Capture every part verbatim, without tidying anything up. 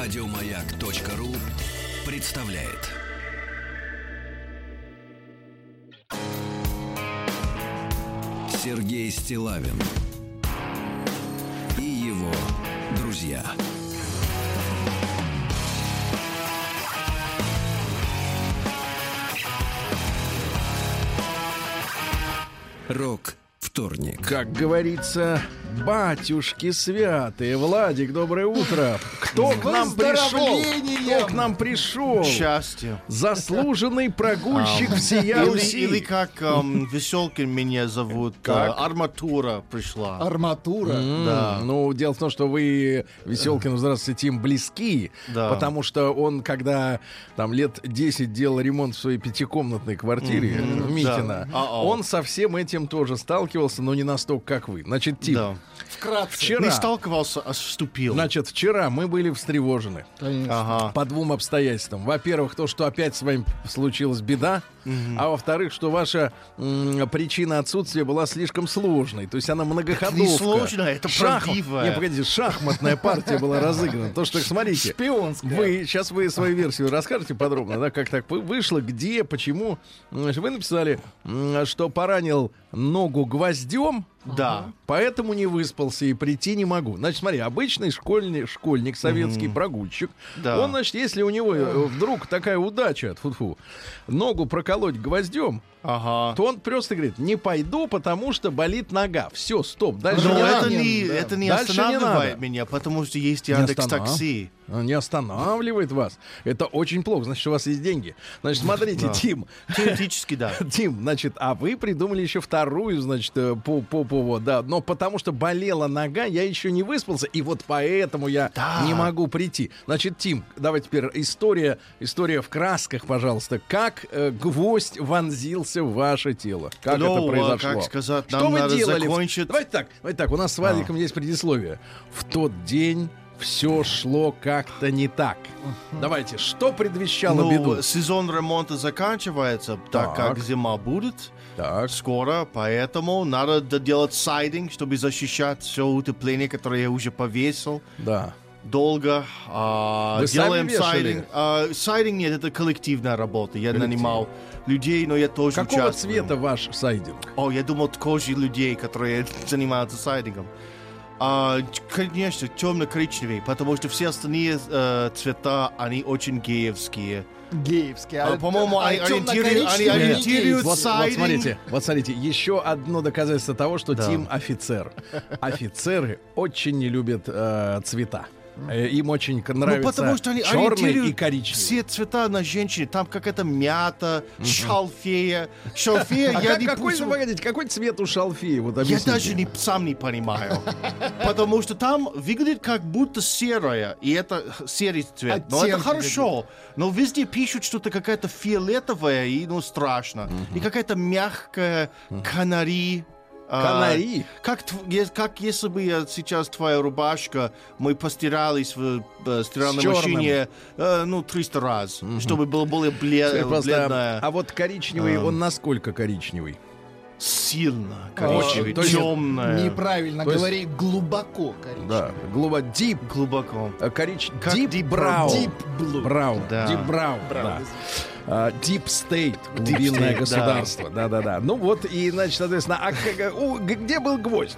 Радиомаяк.ру представляет. Сергей Стиллавин и его друзья. Рок-вторник. Как говорится, батюшки святые. Владик, доброе утро. Кто к нам пришел? Кто к нам пришел? Счастье. Заслуженный прогульщик всея Или, Руси. или как эм, Веселкин меня зовут, э, Как? Арматура пришла. Арматура. М, Да. Ну, дело в том, что вы, Веселкину, здравствуйте, им близки, Да. потому что он, когда там лет десять делал ремонт в своей пятикомнатной квартире Мгм. в Митино, Да. А-а. он со всем этим тоже сталкивался, но не настолько, как вы. Значит, Тим, Да. Вкратце. вчера, Не сталкивался, а вступил. значит, вчера мы были встревожены. Конечно. Ага. По двум обстоятельствам. Во-первых, то, что опять с вами случилась беда, а во-вторых, что ваша м, причина отсутствия была слишком сложной. То есть она многоходовка. не сложно, это Шах- правдивая. Не, погодите, шахматная партия была разыграна. То, что, смотрите, Шпионская. вы, сейчас вы свою версию расскажете подробно, да, как так вы- вышло, где, почему. Значит, вы написали, м, что поранил ногу гвоздем, Да. поэтому не выспался и прийти не могу. Значит, смотри, обычный школьник, школьник советский, прогульщик. Да. Он, значит, если у него э, вдруг такая удача, тьфу-тьфу, ногу проколоть гвоздем, Ага. то он просто говорит, не пойду, потому что болит нога. Все, стоп, дальше Но не это надо. не, да. это не Дальше не останавливает надо. меня, потому что есть Не Яндекс останов- Такси. Не останавливает вас. Это очень плохо. Значит, у вас есть деньги. Значит, смотрите, Да. Тим. Теоретически, да. Тим, значит, а вы придумали еще вторую, значит, э, по по поводу, да. Но потому что болела нога, я еще не выспался, и вот поэтому я Да. не могу прийти. Значит, Тим, давай теперь история, история в красках, пожалуйста. Как э, гвоздь вонзился в ваше тело? Как Ну, это а произошло? как сказать, Что нам вы надо делали? закончить- Давайте так, давайте так. У нас с Вадиком есть предисловие. В тот день все шло как-то не так. Давайте, что предвещало беду? Ну, сезон ремонта заканчивается, так, Так. как зима будет. Так. Скоро, поэтому надо доделать сайдинг, чтобы защищать все утепление, которое я уже повесил. Да. Долго. а, Вы сами делаем вешали? сайдинг. А, сайдинг нет, это коллективная работа. Я Коллектив. нанимал людей, но я тоже Какого участвую. цвета ваш сайдинг? О, я думал, кожи людей, которые занимаются сайдингом. А, ч- конечно, темно-коричневый, потому что все остальные э, цвета, они очень геевские. Геевский. А, по-моему, они ориентируют- они темно-коричневый не ориентируют- геевский. Вот, вот сайдинг. смотрите, вот смотрите, еще одно доказательство того, что Да. Тим офицер. Офицеры очень не любят э, цвета. Э, Им очень к- Ну, нравится потому что они черный и ориентируют коричневый. все цвета на женщине. Там какая-то мята, шалфея. Шалфея А я как- не какой, пусть- погодите, какой цвет у шалфеи? Вот Я объясните. даже не, сам не понимаю. Потому что там выглядит как будто серое. И это серый цвет. Но это Оттенки хорошо. Но везде пишут что-то какая-то фиолетовая и ну страшно. И какая-то мягкая канари. а, Канари? Как, тв- е- как если бы я сейчас твоя рубашка, мы постирались в э, стиральной С чёрным. машине э, ну триста раз, чтобы было более бле- Скажи, просто, бледное. а вот коричневый, А. он насколько коричневый? Сильно А, коричневый, то есть- темное. Неправильно То есть- говори, глубоко коричневый. Да, глубоко, deep, Глубоко. коричневый, Как deep, deep brown. Deep blue. Brown, Да. Deep Brown, да. А, Deep State, глубинное State, государство, да-да-да. Ну вот, и, значит, соответственно, а как- у, г- где был гвоздь?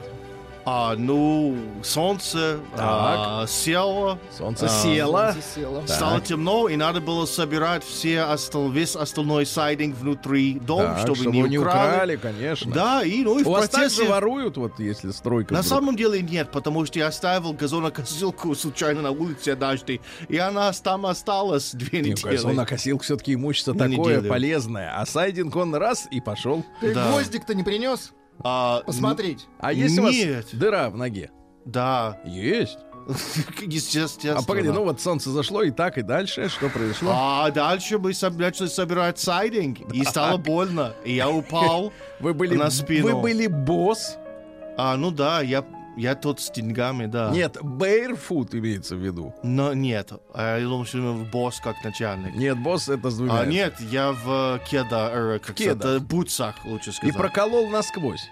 А, ну, солнце а, село, Солнце А, село. Солнце село. стало темно, и надо было собирать все остал, весь остальной сайдинг внутри дома, Так, чтобы, чтобы не не украли. украли, конечно. Да, и ну и в У вас также процессе... воруют, вот если стройка На вдруг? самом деле нет, потому что я оставил газонокосилку случайно на улице однажды, и она там осталась две Не, недели. газонокосилка все-таки имущество На такое неделю. полезное. А сайдинг он раз и пошел. Ты Да. гвоздик-то не принес? А, Посмотреть. А есть у вас Нет. дыра в ноге? Да, Есть. естественно. А погоди, ну вот солнце зашло и так, и дальше. Что произошло? А дальше мы соб- начали собирать сайдинг, и стало больно. И я упал. Вы были, на спину. вы были босс? А, ну да, я, я тот с деньгами, да. Нет, barefoot имеется в виду. Но нет, а я думал, что именно босс как начальник. Нет, босс это с двумя. А нет, я в кеда, э, как кедах. это, бутсах, лучше И сказать. проколол насквозь.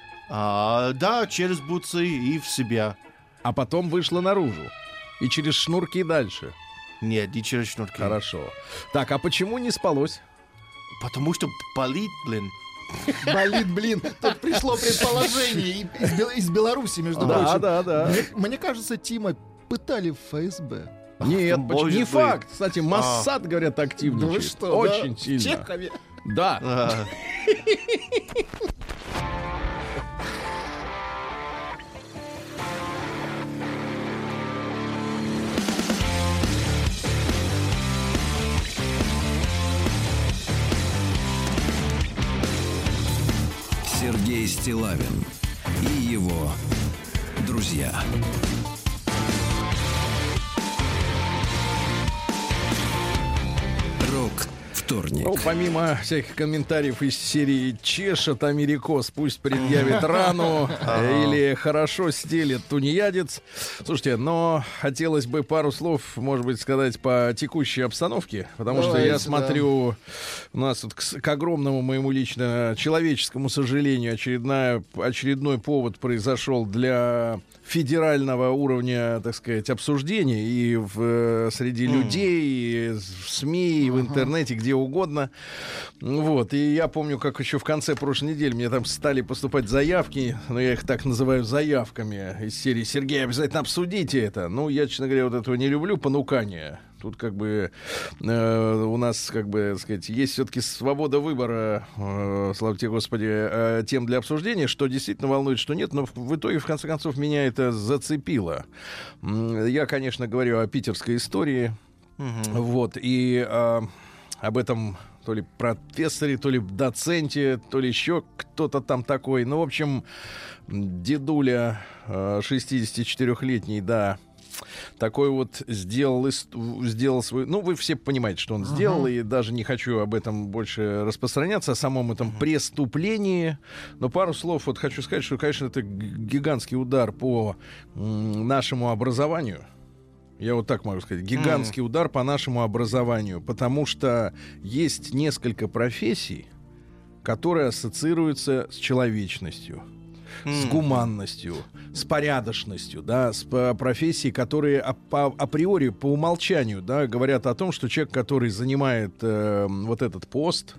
А, да, через бутсы и в себя. А потом вышла наружу. И через шнурки дальше. Нет, не черешню. Хорошо. Так, а почему не спалось? Потому что болит, блин. Болит, блин. Тут пришло предположение и- из, Бел- из Беларуси, между Да, прочим. да, да. Мне, мне кажется, Тима пытали в ФСБ. Нет, Может поч- не быть. факт. Кстати, Моссад, говорят, Да активничает. вы что, Очень да? В сильно. Чехове. Да. А, Сергей Стиллавин и его друзья. Рок-вторник. Ну, помимо всяких комментариев из серии «Чешет америкос, пусть предъявит рану» или «Хорошо стелет тунеядец». Слушайте, но хотелось бы пару слов, может быть, сказать по текущей обстановке, потому что я Давайте, смотрю, у нас тут, к, с- к огромному моему лично человеческому сожалению, очередная, очередной повод произошел для федерального уровня, так сказать, обсуждения и в, э, среди людей, и в СМИ, и в интернете, где угодно. Вот. И я помню, как еще в конце прошлой недели мне там стали поступать заявки, но я их так называю заявками из серии «Сергей, обязательно обсудите это». Ну, я, честно говоря, вот этого не люблю, понукания. Тут как бы э, у нас, как бы, так сказать, есть все-таки свобода выбора, э, слава тебе, Господи, э, тем для обсуждения, что действительно волнует, что нет, но в, в итоге, в конце концов, меня это зацепило. М, Я, конечно, говорю о питерской истории, вот, и э, об этом то ли профессоре, то ли доценте, то ли еще кто-то там такой. Ну, в общем, дедуля э, шестидесятичетырёхлетний, да, такой вот сделал, ис- сделал свой... Ну, вы все понимаете, что он сделал, и даже не хочу об этом больше распространяться, о самом этом преступлении. Но пару слов вот хочу сказать, что, конечно, это г- гигантский удар по м, нашему образованию. Я вот так могу сказать. Гигантский удар по нашему образованию, потому что есть несколько профессий, которые ассоциируются с человечностью, с гуманностью, с порядочностью, да, с п- профессий, которые а- по- априори, по умолчанию, да, говорят о том, что человек, который занимает э, вот этот пост,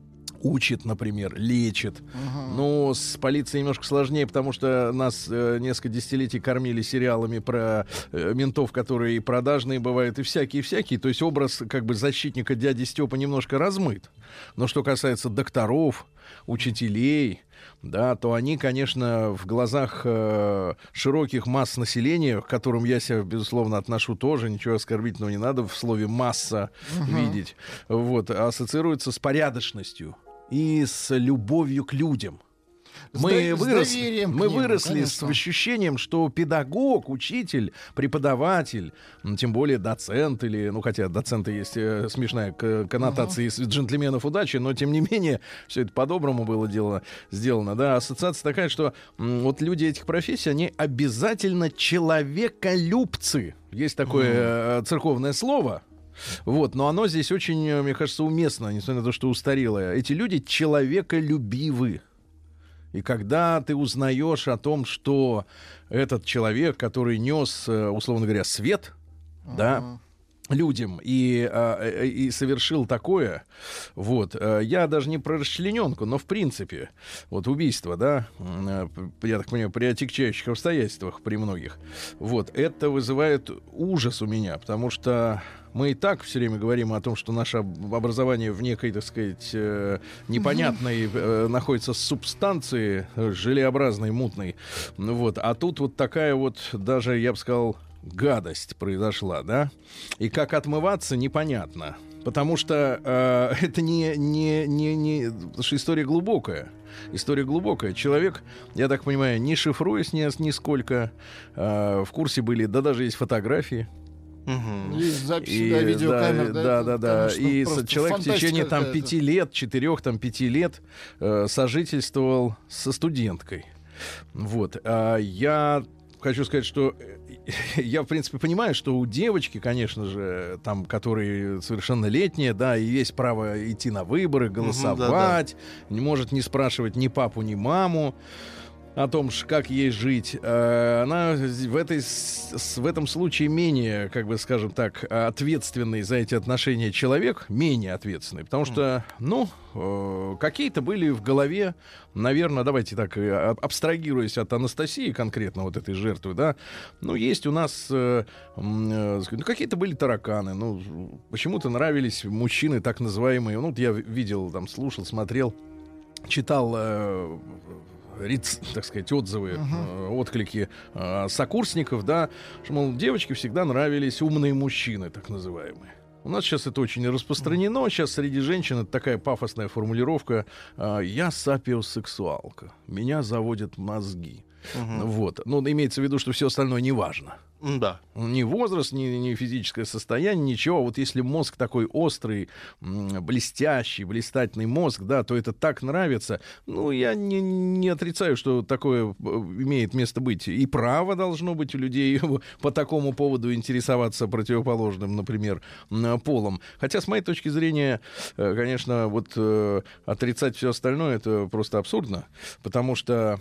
учит, например, лечит. Ну, с полицией немножко сложнее, потому что нас э, несколько десятилетий кормили сериалами про э, ментов, которые и продажные бывают, и всякие-всякие. То есть образ как бы защитника дяди Степа немножко размыт. Но что касается докторов, учителей, да, то они, конечно, в глазах э, широких масс населения, к которым я себя, безусловно, отношу тоже, ничего оскорбительного не надо в слове «масса» видеть, вот, ассоциируются с порядочностью и с любовью к людям. С Мы, до- с вырос- доверием к мы ним, выросли конечно. с ощущением, что педагог, учитель, преподаватель, м, тем более доцент, или, ну, хотя доценты есть э, смешная к- коннотация из джентльменов удачи, но, тем не менее, все это по-доброму было дело, сделано. Да? Ассоциация такая, что м, вот люди этих профессий, они обязательно человеколюбцы. Есть такое э, церковное слово. Вот, но оно здесь очень, э, мне кажется, уместно, несмотря на то, что устарелое. Эти люди человеколюбивы. И когда ты узнаешь о том, что этот человек, который нес, э, условно говоря, свет, да, людям и, а, и совершил такое, вот, э, я даже не про расчлененку, но в принципе, вот убийство, да, м, э, п- я так понимаю, при отягчающих обстоятельствах при многих, вот, это вызывает ужас у меня, потому что мы и так все время говорим о том, что наше об- образование в некой, так сказать, э, непонятной э, находится субстанции, э, желеобразной, мутной, ну вот, а тут вот такая вот, даже, я бы сказал, гадость произошла, да, и как отмываться, непонятно. Потому что э, это не, не, не, не... Потому что история глубокая. История глубокая. Человек, я так понимаю, не шифруясь ни, нисколько, э, в курсе были, да даже есть фотографии. Есть записи, И, да, видеокамер, да, да, да, это, да, да. конечно, И просто с- человек в фантастика течение там какая-то. пяти лет, четырех, там пяти лет э, сожительствовал со студенткой. Вот. А я хочу сказать, что я, в принципе, понимаю, что у девочки, конечно же, там, которые совершеннолетние, да, и есть право идти на выборы, голосовать, не может не спрашивать ни папу, ни маму. о том, как ей жить, она в, этой, в этом случае менее, как бы скажем так, ответственный за эти отношения человек, менее ответственный, потому что, ну, какие-то были в голове, наверное, давайте так, абстрагируясь от Анастасии конкретно, вот этой жертвы, да, ну, есть у нас, ну, какие-то были тараканы, ну, почему-то нравились мужчины так называемые, ну, вот я видел, там, слушал, смотрел, читал... Риц, так сказать, отзывы, uh-huh. э, отклики э, сокурсников, да, что, мол, девочке всегда нравились умные мужчины, так называемые. У нас сейчас это очень распространено. Сейчас среди женщин это такая пафосная формулировка: э, «я сапиосексуалка, меня заводят мозги». Uh-huh. Вот. Ну, имеется в виду, что все остальное не важно. Да. Ни возраст, ни, ни физическое состояние, ничего. Вот если мозг такой острый, блестящий, блистательный мозг, да, то это так нравится. Ну, я не, не отрицаю, что такое имеет место быть. И право должно быть у людей по такому поводу интересоваться противоположным, например, полом. Хотя, с моей точки зрения, конечно, вот отрицать все остальное — это просто абсурдно, потому что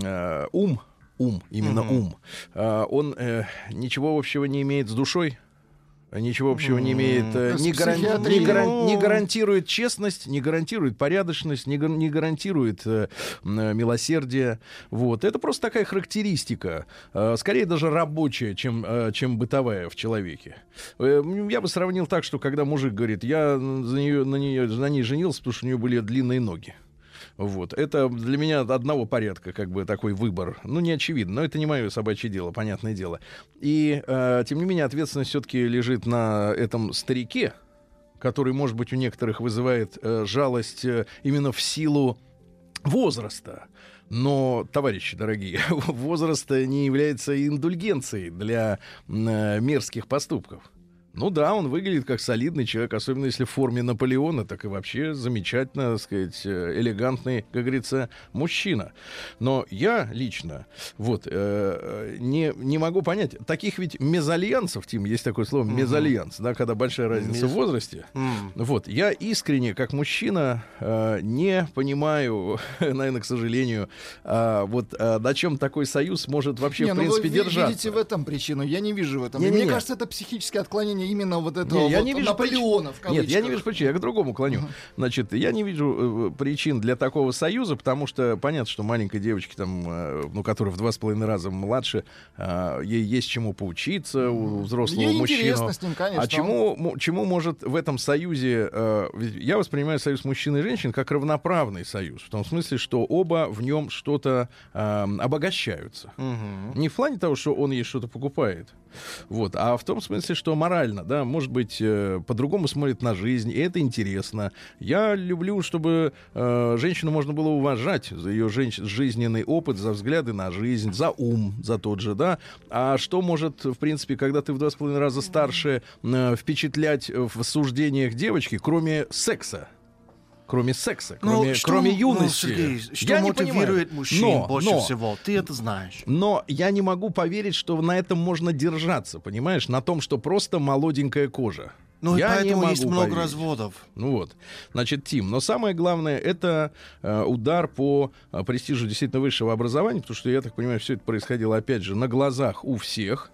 ум, Ум, именно mm-hmm. ум. А, он э, ничего общего не имеет с душой, ничего общего mm-hmm. не имеет, э, не, гаран, не, гаран, не гарантирует честность, не гарантирует порядочность, не, гар, не гарантирует э, милосердие. Вот. Это просто такая характеристика, э, скорее даже рабочая, чем, э, чем бытовая в человеке. Э, я бы сравнил так, что когда мужик говорит: я за нее, на, нее, на ней женился, потому что у нее были длинные ноги. Вот. Это для меня одного порядка, как бы, такой выбор. Ну, не очевидно, но это не мое собачье дело, понятное дело. И, э, тем не менее, ответственность все-таки лежит на этом старике, который, может быть, у некоторых вызывает э, жалость э, именно в силу возраста. Но, товарищи дорогие, возраст не является индульгенцией для э, мерзких поступков. Ну да, он выглядит как солидный человек, особенно если в форме Наполеона, так и вообще замечательно, так сказать, элегантный, как говорится, мужчина. Но я лично вот э, не, не могу понять, таких ведь мезальянсов, Тим, есть такое слово, mm-hmm. мезальянс, да, когда большая разница Мез... в возрасте. Mm. Вот, я искренне, как мужчина, э, не понимаю, наверное, к сожалению, э, вот э, на чем такой союз может вообще, не, в принципе, ну вы держаться. Видите в этом причину? Я не вижу в этом. Не, не, Мне не. кажется, это психическое отклонение именно вот этого не, я вот не вижу Наполеона, причин. в кавычках. Нет, я не вижу причин, я к другому клоню. Uh-huh. Значит, я не вижу э, причин для такого союза, потому что понятно, что маленькой девочке, там, э, ну, которая в два с половиной раза младше, э, ей есть чему поучиться uh-huh. у взрослого ей мужчины. Интересно с ним, конечно. А чему, м- чему может в этом союзе... Э, я воспринимаю союз мужчин и женщин как равноправный союз, в том смысле, что оба в нем что-то э, обогащаются. Uh-huh. Не в плане того, что он ей что-то покупает, вот, а в том смысле, что морально, да, может быть, э, по-другому смотрит на жизнь, и это интересно. Я люблю, чтобы э, женщину можно было уважать за ее женщ- жизненный опыт, за взгляды на жизнь, за ум, за тот же, да. А что может, в принципе, когда ты в два с половиной раза старше, э, впечатлять в суждениях девочки, кроме секса? Кроме секса, кроме, ну, что, кроме юности. Ну, Сергей, что я мотивирует мужчин но, больше но, всего? Ты это знаешь. Но я не могу поверить, что на этом можно держаться, понимаешь? На том, что просто молоденькая кожа. Ну и я поэтому не есть могу много поверить. разводов. Ну вот, значит, Тим, но самое главное, это э, удар по э, престижу действительно высшего образования, потому что, я так понимаю, все это происходило, опять же, на глазах у всех.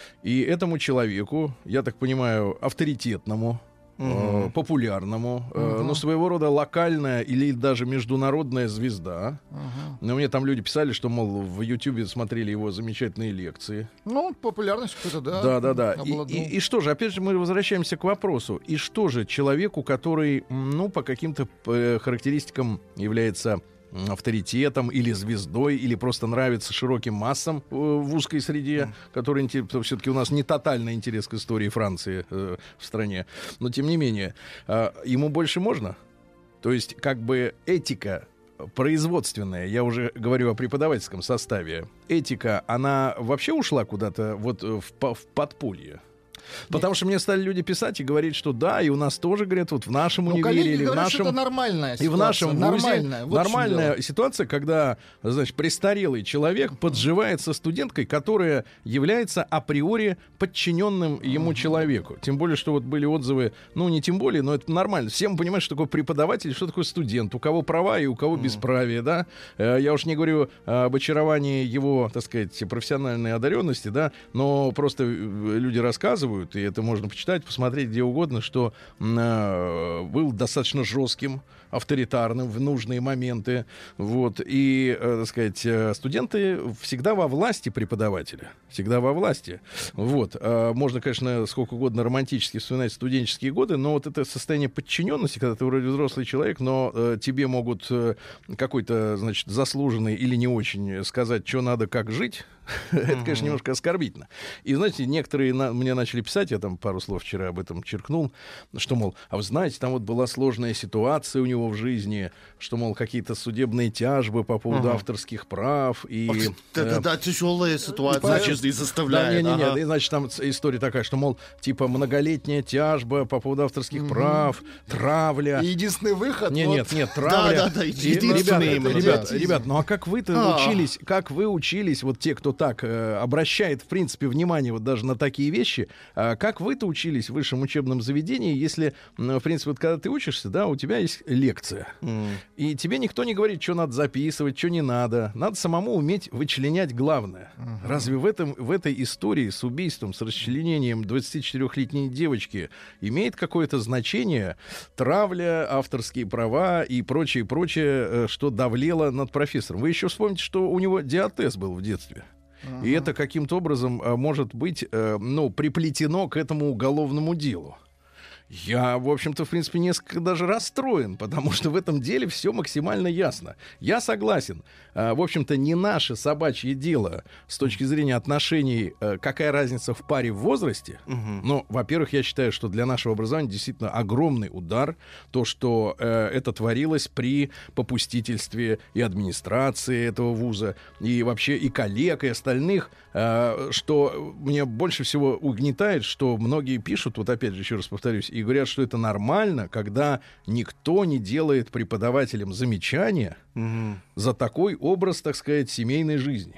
И этому человеку, я так понимаю, авторитетному, Uh-huh. э, популярному, uh-huh. э, ну, своего рода локальная или даже международная звезда. Uh-huh. Но мне там люди писали, что, мол, в Ютьюбе смотрели его замечательные лекции. Ну, популярность какой-то, да. Да, да, да. И, и, и что же, опять же, мы возвращаемся к вопросу. И что же человеку, который, ну, по каким-то э, характеристикам является авторитетом или звездой, или просто нравится широким массам э, в узкой среде, mm. который все-таки у нас не тотальный интерес к истории Франции э, в стране, но тем не менее, э, ему больше можно. То есть как бы этика производственная, я уже говорю о преподавательском составе, этика, она вообще ушла куда-то вот в, в подполье? Потому что мне стали люди писать и говорить, что да, и у нас тоже, говорят, вот в нашем Но универе коллеги или в говорят, нашем... что это нормальная ситуация. И в нашем вузе нормальная, вот нормальная ситуация, когда, значит, престарелый человек подживает со студенткой, которая является априори подчиненным ему человеку. Тем более, что вот были отзывы, ну, не тем более, но это нормально. Все мы понимаем, что такое преподаватель, что такое студент, у кого права и у кого бесправие, да. Я уж не говорю об очаровании его, так сказать, профессиональной одаренности, да, но просто люди рассказывают, и это можно почитать, посмотреть где угодно, что э, был достаточно жестким, авторитарным в нужные моменты. Вот. И, э, так сказать, студенты всегда во власти преподавателя. Всегда во власти. Вот. Э, можно, конечно, сколько угодно романтически вспоминать студенческие годы, но вот это состояние подчиненности, когда ты вроде взрослый человек, но э, тебе могут э, какой-то, значит, заслуженный или не очень сказать, что надо, как жить, это, конечно, немножко оскорбительно. И, знаете, некоторые на, мне начали писать, я там пару слов вчера об этом черкнул, что, мол, а вы знаете, там вот была сложная ситуация у него в жизни, что, мол, какие-то судебные тяжбы по поводу uh-huh. авторских прав. И, да, да, тяжелая ситуация, значит, и заставляет. Да, не, не, не, значит, там история такая, что, мол, типа многолетняя тяжба по поводу авторских uh-huh. прав, травля. И единственный выход. Нет, вот... нет, нет, травля. Да, да, да, ребят, ребят, ребят, ребят, ну а как вы-то а. учились, как вы учились, вот те, кто так э, обращает, в принципе, внимание вот даже на такие вещи, э, как вы-то учились в высшем учебном заведении, если, э, в принципе, вот когда ты учишься, да, у тебя есть лекция, mm. и тебе никто не говорит, что надо записывать, что не надо. Надо самому уметь вычленять главное. Uh-huh. Разве в, этом, в этой истории с убийством, с расчленением двадцатичетырёхлетней девочки имеет какое-то значение травля, авторские права и прочее, прочее, что давлело над профессором? Вы еще вспомните, что у него диатез был в детстве. Uh-huh. И это каким-то образом может быть, ну, приплетено к этому уголовному делу. Я, в общем-то, в принципе, несколько даже расстроен, потому что в этом деле все максимально ясно. Я согласен. А, в общем-то, не наше собачье дело с точки зрения отношений, а, какая разница в паре в возрасте. Угу. Но, во-первых, я считаю, что для нашего образования действительно огромный удар то, что а, это творилось при попустительстве и администрации этого вуза, и вообще и коллег, и остальных, а, что меня больше всего угнетает, что многие пишут, вот опять же, еще раз повторюсь, и говорят, что это нормально, когда никто не делает преподавателям замечания mm-hmm. за такой образ, так сказать, семейной жизни.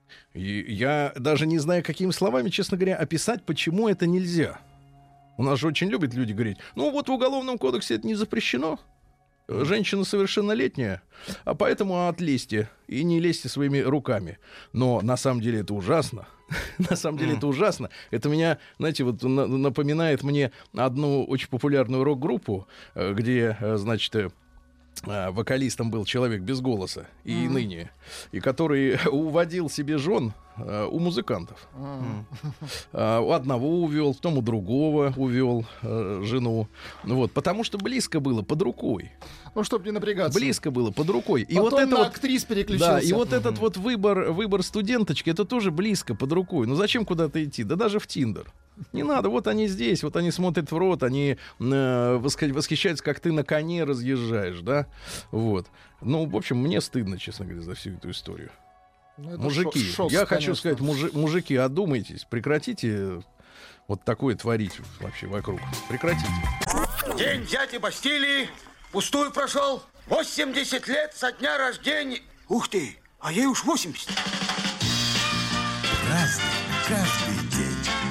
И я даже не знаю, какими словами, честно говоря, описать, почему это нельзя. У нас же очень любят люди говорить, ну вот в Уголовном кодексе это не запрещено. Женщина совершеннолетняя, а поэтому отлезьте и не лезьте своими руками. Но на самом деле это ужасно. На самом деле это ужасно. Это меня, знаете, вот напоминает мне одну очень популярную рок-группу, где, значит, вокалистом был человек без голоса и mm-hmm. ныне, и который уводил себе жен uh, у музыкантов. Mm-hmm. Uh, у одного увел, потом у другого увел uh, жену. Вот, потому что близко было под рукой. Ну, чтобы не напрягаться. Близко было под рукой. И потом вот это на вот, актрис переключился. Да, и вот mm-hmm. этот вот выбор, выбор студенточки, это тоже близко под рукой. Ну зачем куда-то идти? Да даже в Тиндер. Не надо, вот они здесь, вот они смотрят в рот, они э, восхищаются, как ты на коне разъезжаешь, да, вот. Ну, в общем, мне стыдно, честно говоря, за всю эту историю. Ну, мужики, шо- я хочу сказать, мужи- мужики, одумайтесь, прекратите вот такое творить вообще вокруг, прекратите. День дяди Бастилии пустую прошел, восемьдесят лет со дня рождения. Ух ты, а ей уж восемьдесят. Разный, каждый день.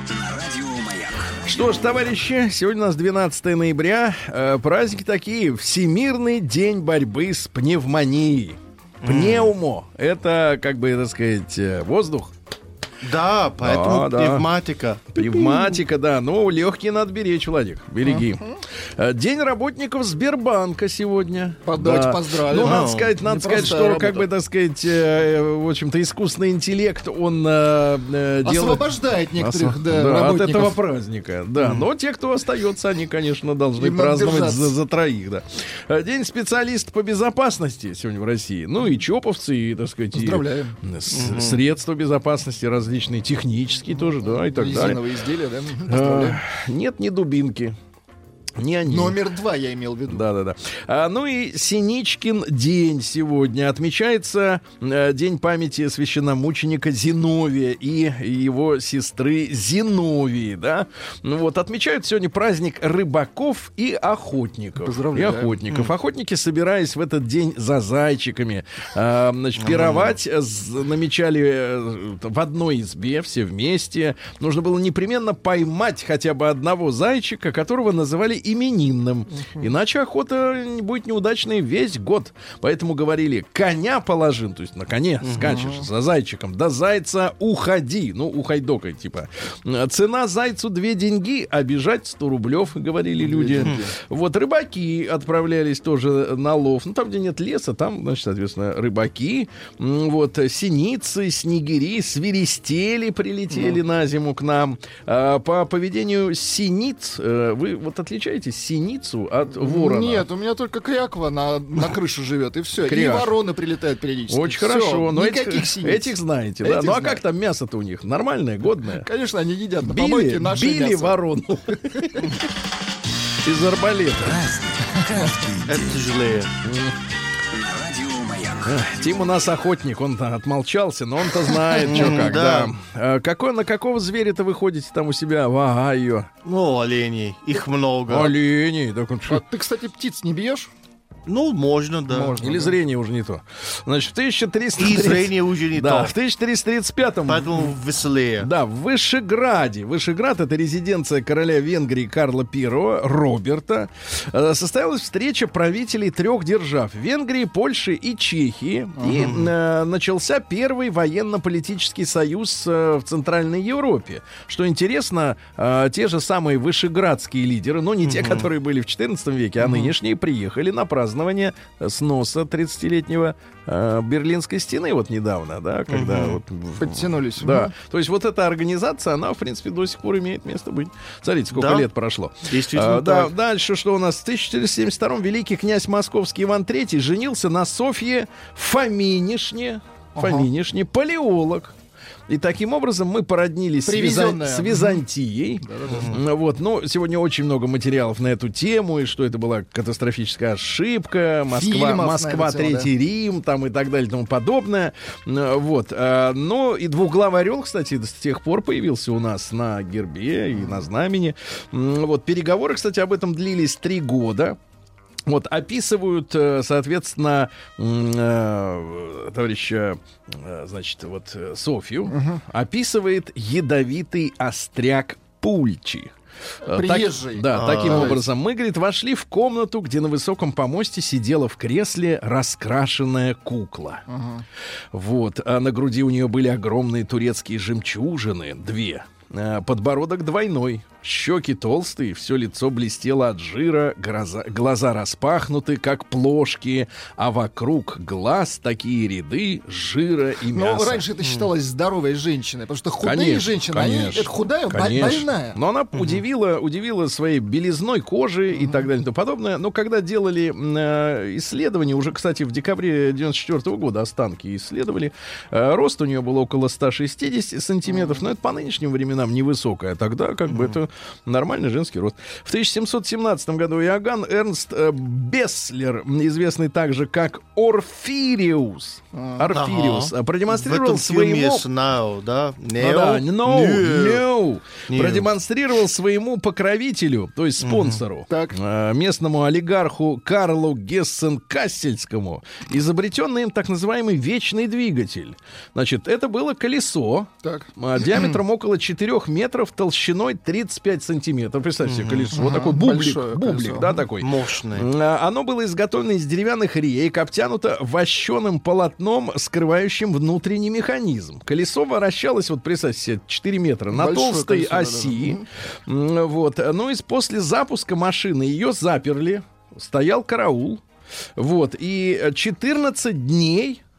Что ж, товарищи, сегодня у нас двенадцатое ноября. Э, праздники такие. Всемирный день борьбы с пневмонией. Пневмо. Mm. Это, как бы, так сказать, воздух. Да, поэтому да, пневматика. Да. Пневматика, да. Ну, легкие надо беречь, Владик. Береги. Uh-huh. День работников Сбербанка сегодня. Давайте да. поздравим. Ну, надо сказать, надо сказать, что, работа. как бы, так сказать, э, в общем-то, искусственный интеллект, он э, э, делает... освобождает некоторых Осо... да, да, работников. от этого праздника. Да, mm. но те, кто остается, они, конечно, должны Им праздновать за, за троих. Да. День специалиста по безопасности сегодня в России. Ну, и чоповцы, и, так сказать, и с- mm-hmm. средства безопасности различные. Различные технические тоже, да, и так далее. Резиновые изделия, да? А, нет ни дубинки. Не они. Номер два я имел в виду. Да-да-да. А, ну и Синичкин день сегодня. Отмечается э, День памяти священномученика Зиновия и его сестры Зиновии, да. Ну вот, отмечают сегодня праздник рыбаков и охотников. Поздравляю. И охотников. Mm. Охотники, собираясь в этот день за зайчиками, э, значит, пировать, mm. намечали э, в одной избе все вместе. Нужно было непременно поймать хотя бы одного зайчика, которого называли именинным. Uh-huh. Иначе охота будет неудачной весь год. Поэтому говорили: коня положи, то есть на коне uh-huh. скачешь за зайчиком, да зайца уходи. Ну, ухайдокой, типа. Цена зайцу две деньги, а бежать сто рублев, говорили люди. Uh-huh. Вот рыбаки отправлялись тоже на лов. Ну, там, где нет леса, там, значит, соответственно, рыбаки. Вот, синицы, снегири, свиристели прилетели uh-huh. на зиму к нам. А, по поведению синиц, вы вот отличаете синицу от ворона? Нет, у меня только кряква на, на крыше живет, и все. Кряк. И вороны прилетают периодически. Очень Всё, хорошо. Но никаких этих, синиц. этих знаете, Этих да? Ну а знаю. как там мясо-то у них? Нормальное, годное? Конечно, они едят на Били, помойке наше били мясо. ворону из арбалета. Это тяжелее. Тим у нас охотник, он отмолчался, но он-то знает, что как, да. А какой, на какого зверя-то вы ходите там у себя в Огайо? Ну, оленей. Их много. Оленей. Так он, А ты, кстати, птиц не бьешь? Ну, можно, да. Можно. или зрение уже не то. Значит, в тысяча триста И тридцать зрение уже не да, то. в тысяча триста тридцать пятом Поэтому веселее. Да, в Вышеграде. Вышеград — это резиденция короля Венгрии Карла Первого, Роберта. Э, Состоялась встреча правителей трех держав — Венгрии, Польши и Чехии. Uh-huh. И э, начался первый военно-политический союз э, в Центральной Европе. Что интересно, э, те же самые вышеградские лидеры, но не uh-huh. те, которые были в четырнадцатом веке, а uh-huh. нынешние, приехали на празднование сноса тридцатилетнего э, Берлинской стены вот недавно, да, когда Угу. вот... Подтянулись. Да, Угу. то есть вот эта организация, она, в принципе, до сих пор имеет место быть. Смотрите, сколько Да. лет прошло. Действительно А, да, так. дальше что у нас? В тысяча четыреста семьдесят втором великий князь московский Иван Третий женился на Софье Фоминишне, Ага. Фоминишне, палеолог. И таким образом мы породнились с, Визан... Привезенная. с Византией. Да-да-да. Вот, но сегодня очень много материалов на эту тему, и что это была катастрофическая ошибка, Москва, Фильмов, Москва наверное, Третий Рим, там и так далее, и тому подобное. Вот. а, Но и двуглавый орел, кстати, с тех пор появился у нас на гербе и на знамени. М, Вот. Переговоры, кстати, об этом длились три года. Вот, описывают, э, соответственно, м, э, товарища, э, значит, вот э, Софью, Мгм. описывает ядовитый остряк Пульчи. Э, так- Приезжий. да, А, таким то образом. Мы, говорит, вошли в комнату, где на высоком помосте сидела в кресле раскрашенная кукла. Ага. Вот, а на груди у нее были огромные турецкие жемчужины, две. Э, Подбородок двойной, щеки толстые, все лицо блестело от жира, глаза, глаза распахнуты, как плошки, а вокруг глаз такие ряды жира и Но мяса. раньше это считалось здоровой женщиной, потому что худые Конечно, женщины, они, конечно, это худая, бо- конечно. больная. Но она удивила, удивила своей белизной кожи и так далее и тому подобное. Но когда делали э, исследования, уже, кстати, в декабре девяносто четвёртого года останки исследовали, э, рост у нее был около ста шестидесяти сантиметров, но это по нынешним временам невысокая. Тогда как бы это нормальный женский рост. В тысяча семьсот семнадцатом году Иоганн Эрнст э, Бесслер, известный также как Орфириус, Орфириус, Ага. продемонстрировал В этом фильме своему... есть now, да? Ну да, Neo? no, Neo. no. Neo. Продемонстрировал своему покровителю, то есть спонсору, Так. э, местному олигарху Карлу Гессен-Кассельскому, изобретенный им так называемый вечный двигатель. Значит, это было колесо Так. э, диаметром около четырёх метров, толщиной тридцать пять сантиметров. Представьте себе колесо, вот Ага, такой бублик, большое бублик, колесо. да, такой. Мощный. Э, Оно было изготовлено из деревянных рейк, обтянуто вощеным полотном, скрывающим внутренний механизм. Колесо вращалось, вот представьте себе, четыре метра на Большое толстой колесо, да, оси. М, Вот. Ну и после запуска машины ее заперли, стоял караул. Вот. И четырнадцать дней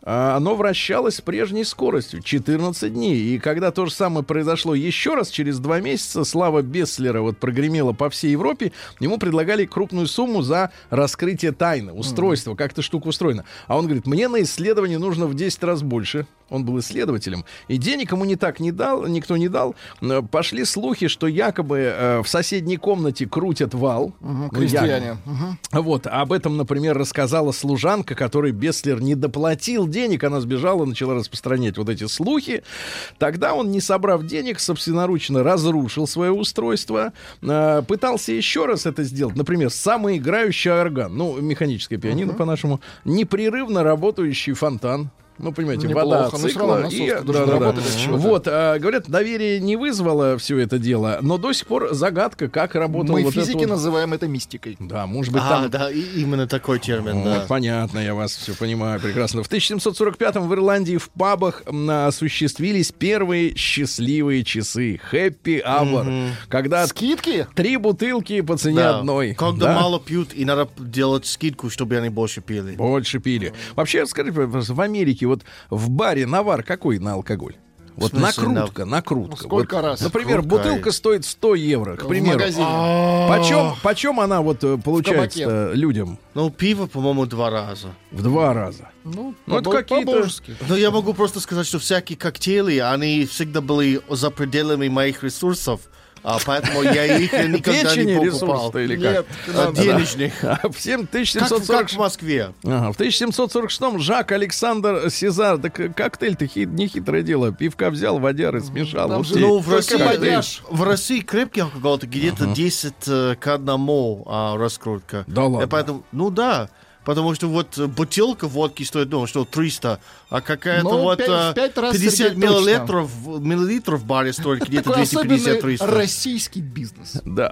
а, оно вращалось с прежней скоростью четырнадцать дней. И когда то же самое произошло еще раз, через два месяца слава Бесслера вот прогремела по всей Европе, ему предлагали крупную сумму за раскрытие тайны, устройства, как эта штука устроена. А он говорит, мне на исследование нужно в десять раз больше. Он был исследователем. И денег ему не так не дал, никто не дал. Пошли слухи, что якобы э, в соседней комнате крутят вал. Угу, крестьяне. Угу. Вот. Об этом, например, рассказала служанка, которой Бесслер не доплатил денег. Она сбежала, начала распространять вот эти слухи. Тогда он, не собрав денег, собственноручно разрушил свое устройство. Э, пытался еще раз это сделать. Например, самоиграющий орган. Ну, механическое пианино, угу. по-нашему. Непрерывно работающий фонтан. Ну, понимаете, неплохо, вода но цикла. И, да, да, да. Вот, а, говорят, доверие не вызвало все это дело, но до сих пор загадка, как работал Мы вот физики это вот... называем это мистикой. Да, может быть, а, там... да, и, именно такой термин, О, да. Понятно, я вас все понимаю прекрасно. В тысяча семьсот сорок пятом в Ирландии в пабах м, осуществились первые счастливые часы. Happy hour. Мгм. Когда Скидки? три бутылки по цене Да. одной. Когда Да? мало пьют, и надо делать скидку, чтобы они больше пили. Больше пили. Вообще, скажите, пожалуйста, в Америке вот в баре навар какой на алкоголь? Вот В смысле, накрутка, накрутка. Ну, сколько Вот, раз? Например, Сколько? бутылка стоит сто евро, к В примеру. магазине. Почем, почем она вот э, получается людям? Ну, пиво, по-моему, два раза. В два раза. Ну, Ну, это по- какие-то- по-божески. Но я могу просто сказать, что всякие коктейли, они всегда были за пределами моих ресурсов, а поэтому я их никогда Печени не покупал. ресурсы или как? Нет, А, денежных. А в семь- тысяча Как, семьсот сорок как в Москве. Ага, в тысяча семьсот сорок шестом Жак Александр Сезар, так коктейль-то хи- нехитрое дело. Пивка взял, водяры смешал. Там Вот же тебе Ну, в Только России, мадяж. в России крепкий алкоголь это где-то десять э, к одному а, раскрутка. Да ладно? И поэтому, ну да. Потому что вот бутылка водки стоит, ну, что триста, а какая-то Ну, вот пять- э, в пять раз, пятьдесят Сергей, миллилитров, миллилитров в баре стоит где-то Такой двести пятьдесят особенный триста. российский бизнес. Да.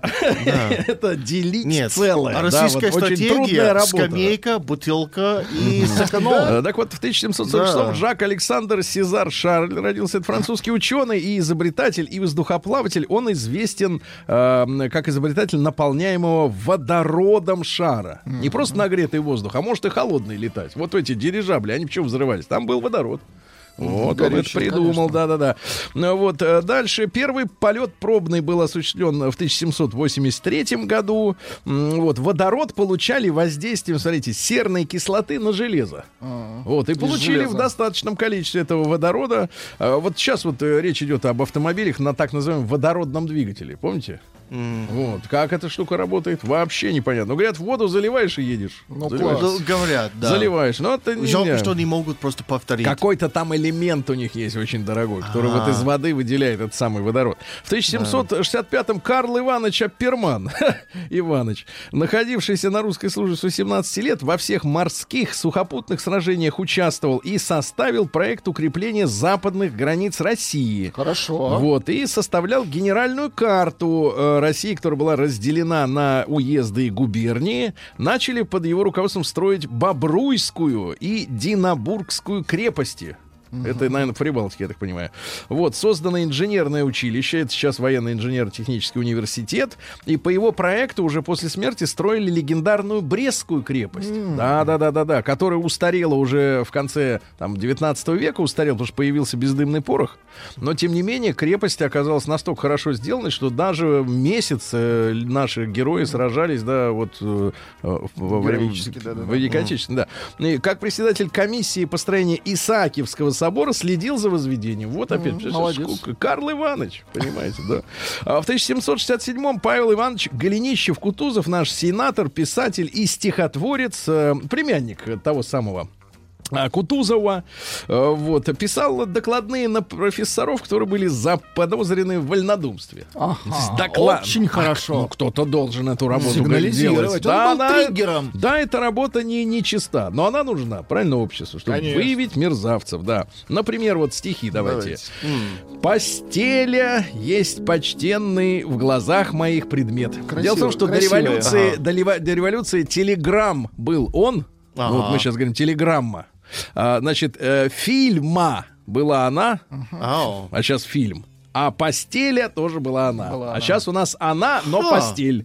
Это делить Нет, целое. а Да, российская вот очень трудная стратегия, работа. скамейка, бутылка и сэконома. Э, Так вот, в тысяча семьсот сорок шестом Да. Жак Александр Сезар Шарль родился. Это французский ученый и изобретатель, и воздухоплаватель. Он известен э, как изобретатель наполняемого водородом шара. Не просто нагретый воздух, а может и холодный летать. Вот эти дирижабли, они почему взрывались? Там был водород. Вот он это горючее, придумал, конечно. да-да-да. Ну, вот, э, дальше. Первый полет пробный был осуществлен в тысяча семьсот восемьдесят третьем году. М, Вот, водород получали воздействием, смотрите, серной кислоты на железо. А, Вот, и из получили железа. в достаточном количестве этого водорода. А, Вот сейчас вот э, речь идет об автомобилях на так называемом водородном двигателе. Помните? Вот. Как эта штука работает, вообще непонятно. Ну, говорят, в воду заливаешь и едешь. Ну, Заливаешь. класс. Ну, говорят, да. Заливаешь. Но это не Жалко, знаю. что не могут просто повторить. Какой-то там элемент у них есть очень дорогой, который вот из воды выделяет этот самый водород. В тысяча семьсот шестьдесят пятом Карл Иванович Апперман, Иваныч, находившийся на русской службе с восемнадцати лет, во всех морских сухопутных сражениях участвовал и составил проект укрепления западных границ России. Хорошо. Вот, и составлял генеральную карту э, России, которая была разделена на уезды и губернии. Начали под его руководством строить Бобруйскую и Динабургскую крепости. Это, наверное, в Прибалтике, я так понимаю. Вот, создано инженерное училище, это сейчас военный инженерно-технический университет, и по его проекту уже после смерти строили легендарную Брестскую крепость. Да-да-да-да-да, которая устарела уже в конце там, девятнадцатого века, устарел, потому что появился бездымный порох. Но, тем не менее, крепость оказалась настолько хорошо сделанной, что даже месяц э, наши герои сражались, да, вот э, э, во время Героически, да-да-да. Великой Отечественной, да. И как председатель комиссии построения Исаакиевского собора следил за возведением. Вот опять же, молодец. сколько. Карл Иванович, понимаете, да. А в тысяча семьсот шестьдесят седьмом Павел Иванович Голенищев-Кутузов, наш сенатор, писатель и стихотворец, э, племянник того самого а, Кутузова, э, вот, писал докладные на профессоров, которые были заподозрены в вольнодумстве. Ага, Доклад. очень хорошо. Ну, кто-то должен эту работу Сигнализировать. делать. Он был она- триггером. Да, эта работа не, не чиста, но она нужна, правильно, обществу, чтобы Конечно. выявить мерзавцев, да. Например, вот стихи давайте. Давайте. «Постеля есть почтенный в глазах моих предмет». Красиво, Дело в том, что до красивая. революции, Ага. до, лева- до революции телеграмм был он, Ага. вот мы сейчас говорим телеграмма, А, значит, э, фильма была она, Ау. а сейчас фильм. А постеля тоже была она. Была а она. сейчас у нас она, но Ха. постель.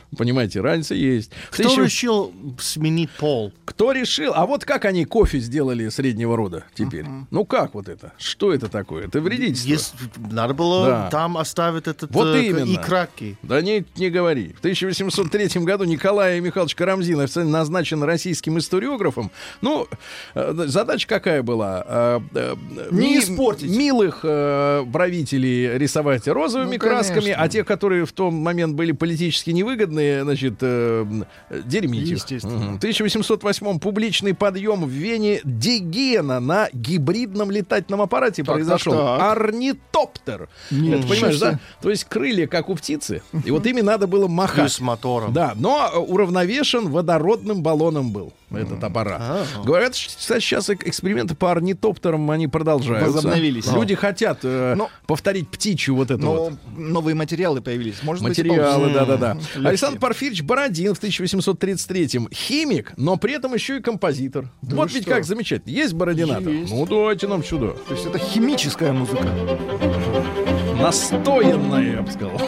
Понимаете, разница есть. Кто Тысяча- решил сменить пол? Кто решил? А вот как они кофе сделали среднего рода теперь? Ну как вот это? Что это такое? Это вредительство. Есть- надо было Да. там оставить этот Вот э, именно. и краткий. Да не, не говори. В тысяча восемьсот третьем году Николай Михайлович Карамзин официально назначен российским историографом. Ну, э, задача какая была? Э, э, Не ми- испортить. Милых э, правителей рисовать розовыми Ну, красками, конечно. а те, которые в том момент были политически невыгодные, значит, э, дерьмить их. Естественно. Мгм. В тысяча восемьсот восьмом публичный подъем в Вене Дигена на гибридном летательном аппарате Так, произошел. так, так. Орнитоптер. Ничего Это, понимаешь, себе. да? То есть крылья, как у птицы. И вот ими надо было махать. Плюс мотором. Да, но э, уравновешен водородным баллоном был этот аппарат. А. Говорят, что, кстати, сейчас эк- эксперименты по орнитоптерам, они продолжаются. Возобновились. Люди хотят э, Но- повторить птичью вот эту вот. Но новые материалы появились. Может быть, и Материалы, получится. да-да-да. Легкие. Александр Порфирьевич Бородин в тысяча восемьсот тридцать третьем химик, но при этом еще и композитор. Да вот вы ведь что? как замечательно. Есть Бородина-то? Есть. Ну, давайте нам сюда. То есть это химическая музыка. Настоянная, я бы сказал.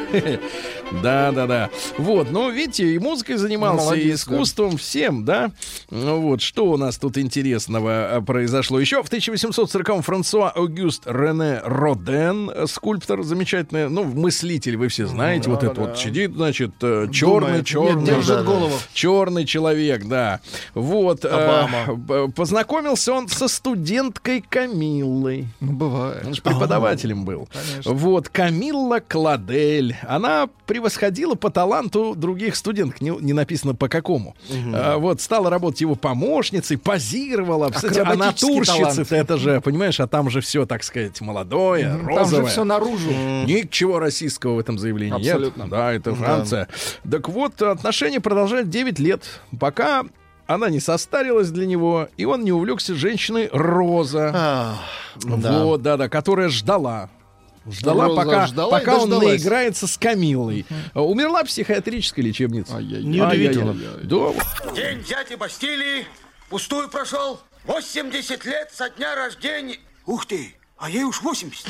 Да, да, да. Вот, ну, видите, и музыкой занимался, Молодец, и искусством, всем, да. Ну, вот, что у нас тут интересного а, произошло. Еще в тысяча восемьсот сороковом Франсуа Огюст Рене Роден, э, скульптор замечательный, ну, мыслитель, вы все знаете, вот это вот сидит, значит, э, черный, Думает. черный. Нет, держит да, да. голову. Черный человек, да. Вот. э, Обама. б- познакомился он со студенткой Камиллой. Ну, бывает. Он же преподавателем был. Конечно. Вот, Камилла Кладель. Она превосходила по таланту других студенток. Не, не написано по какому. А, вот, стала работать его помощницей, позировала. Кстати, а Акробатический натурщицы-то талант. это же, понимаешь, а там же все, так сказать, молодое, Там же розовое. все наружу. Ничего российского в этом заявлении Абсолютно. нет. Да, это Франция. Так вот, отношения продолжают девять лет, пока она не состарилась для него, и он не увлекся женщиной Роза. А, да. Вот, да-да, которая ждала. Ждала, Роза пока, ждала и пока он дождалась. наиграется с Камиллой. А, Умерла в психиатрической лечебнице. Ай-яй-яй. Неудивительно. Ай-яй-яй. Да. День дяди Бастилии пустую прошел. восемьдесят лет со дня рождения. Ух ты, а ей уж восемьдесят.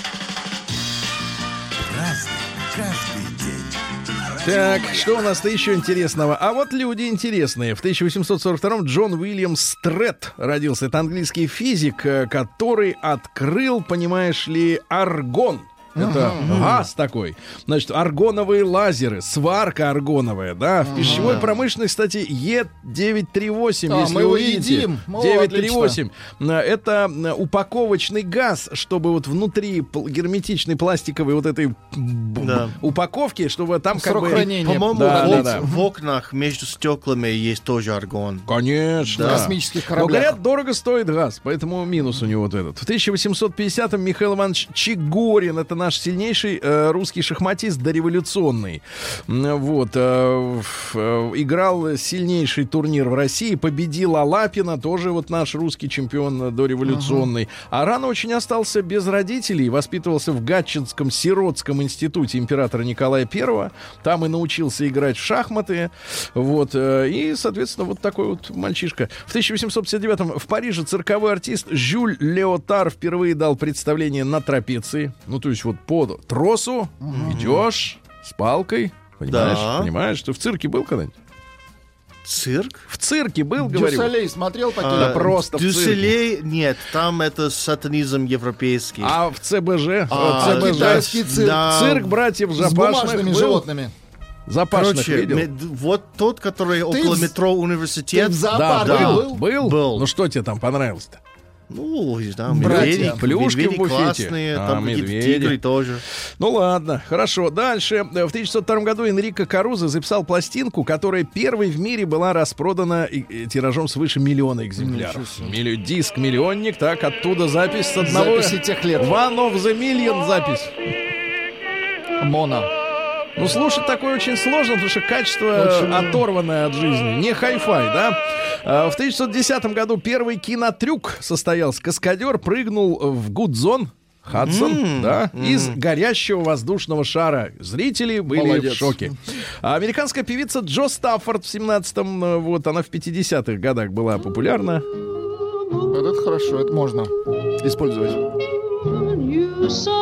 Разный, каждый день. Так, что у нас-то еще интересного? А вот люди интересные. В тысяча восемьсот сорок втором Джон Уильям Стрэт родился. Это английский физик, э, который открыл, понимаешь ли, аргон. Это газ такой. Значит, аргоновые лазеры, сварка аргоновая, да. В пищевой промышленности, кстати, Е девятьсот тридцать восемь, А, если мы его вы видите. едим. О, девятьсот тридцать восемь. Это э, упаковочный газ, чтобы вот внутри пл- герметичной пластиковой вот этой б- Да. упаковки, чтобы там как Срок бы... хранения. По-моему, Да, в, да, ок- да. в окнах между стеклами есть тоже аргон. Конечно. В космических Но, кораблях. говорят, дорого стоит газ, поэтому минус у него вот этот. В тысяча восемьсот пятидесятом Михаил Иванович Чигорин, это наш сильнейший э, русский шахматист дореволюционный. М, Вот. э, в- э, играл сильнейший турнир в России, победил Алапина, тоже вот наш русский чемпион э, дореволюционный. А рано очень остался без родителей, воспитывался в Гатчинском сиротском институте императора Николая Первого. Там и научился играть в шахматы. Вот. э, И, соответственно, вот такой вот мальчишка. В тысяча восемьсот пятьдесят девятом в Париже цирковой артист Жюль Леотар впервые дал представление на трапеции. Ну, то есть вот по тросу идешь с палкой. Понимаешь? Да. Понимаешь, ты в цирке был когда-нибудь? Цирк? В цирке был, говорю. Дюсалей смотрел по Да телевизору? просто в цирке. Дюсселей? Нет, там это сатанизм европейский. А в ЦБЖ? А, в ЦБЖ. китайский цирк. да. Цирк братьев С Запашных бумажными был? животными. Запашных Короче, видел? ме- д- вот тот, который около в- метро Ты университет. в Да, зоопарке да. был? Был? Был. Ну что тебе там понравилось-то? Ну, не знаю, Братья. медведи, Плюшки медведи в буфете. классные, А, там какие-то медведи. тигры тоже. Ну ладно, хорошо. Дальше. В тысяча девятьсот втором году Энрико Карузо записал пластинку, которая первой в мире была распродана и- и тиражом свыше миллиона экземпляров. Милли- Диск миллионник, так, оттуда запись с одного... Записи тех лет. One of the Million запись. Мона. Ну, слушать такое очень сложно, потому что качество Очень. оторванное от жизни. Не хай-фай, да? А, В тысяча девятьсот десятом году первый кинотрюк состоялся. Каскадер прыгнул в Гудзон, Хадсон, да, из горящего воздушного шара. Зрители были Молодец. в шоке. А американская певица Джо Стаффорд в семнадцатом, э, вот, она в пятидесятых годах была популярна. Вот это хорошо, это можно использовать. You saw me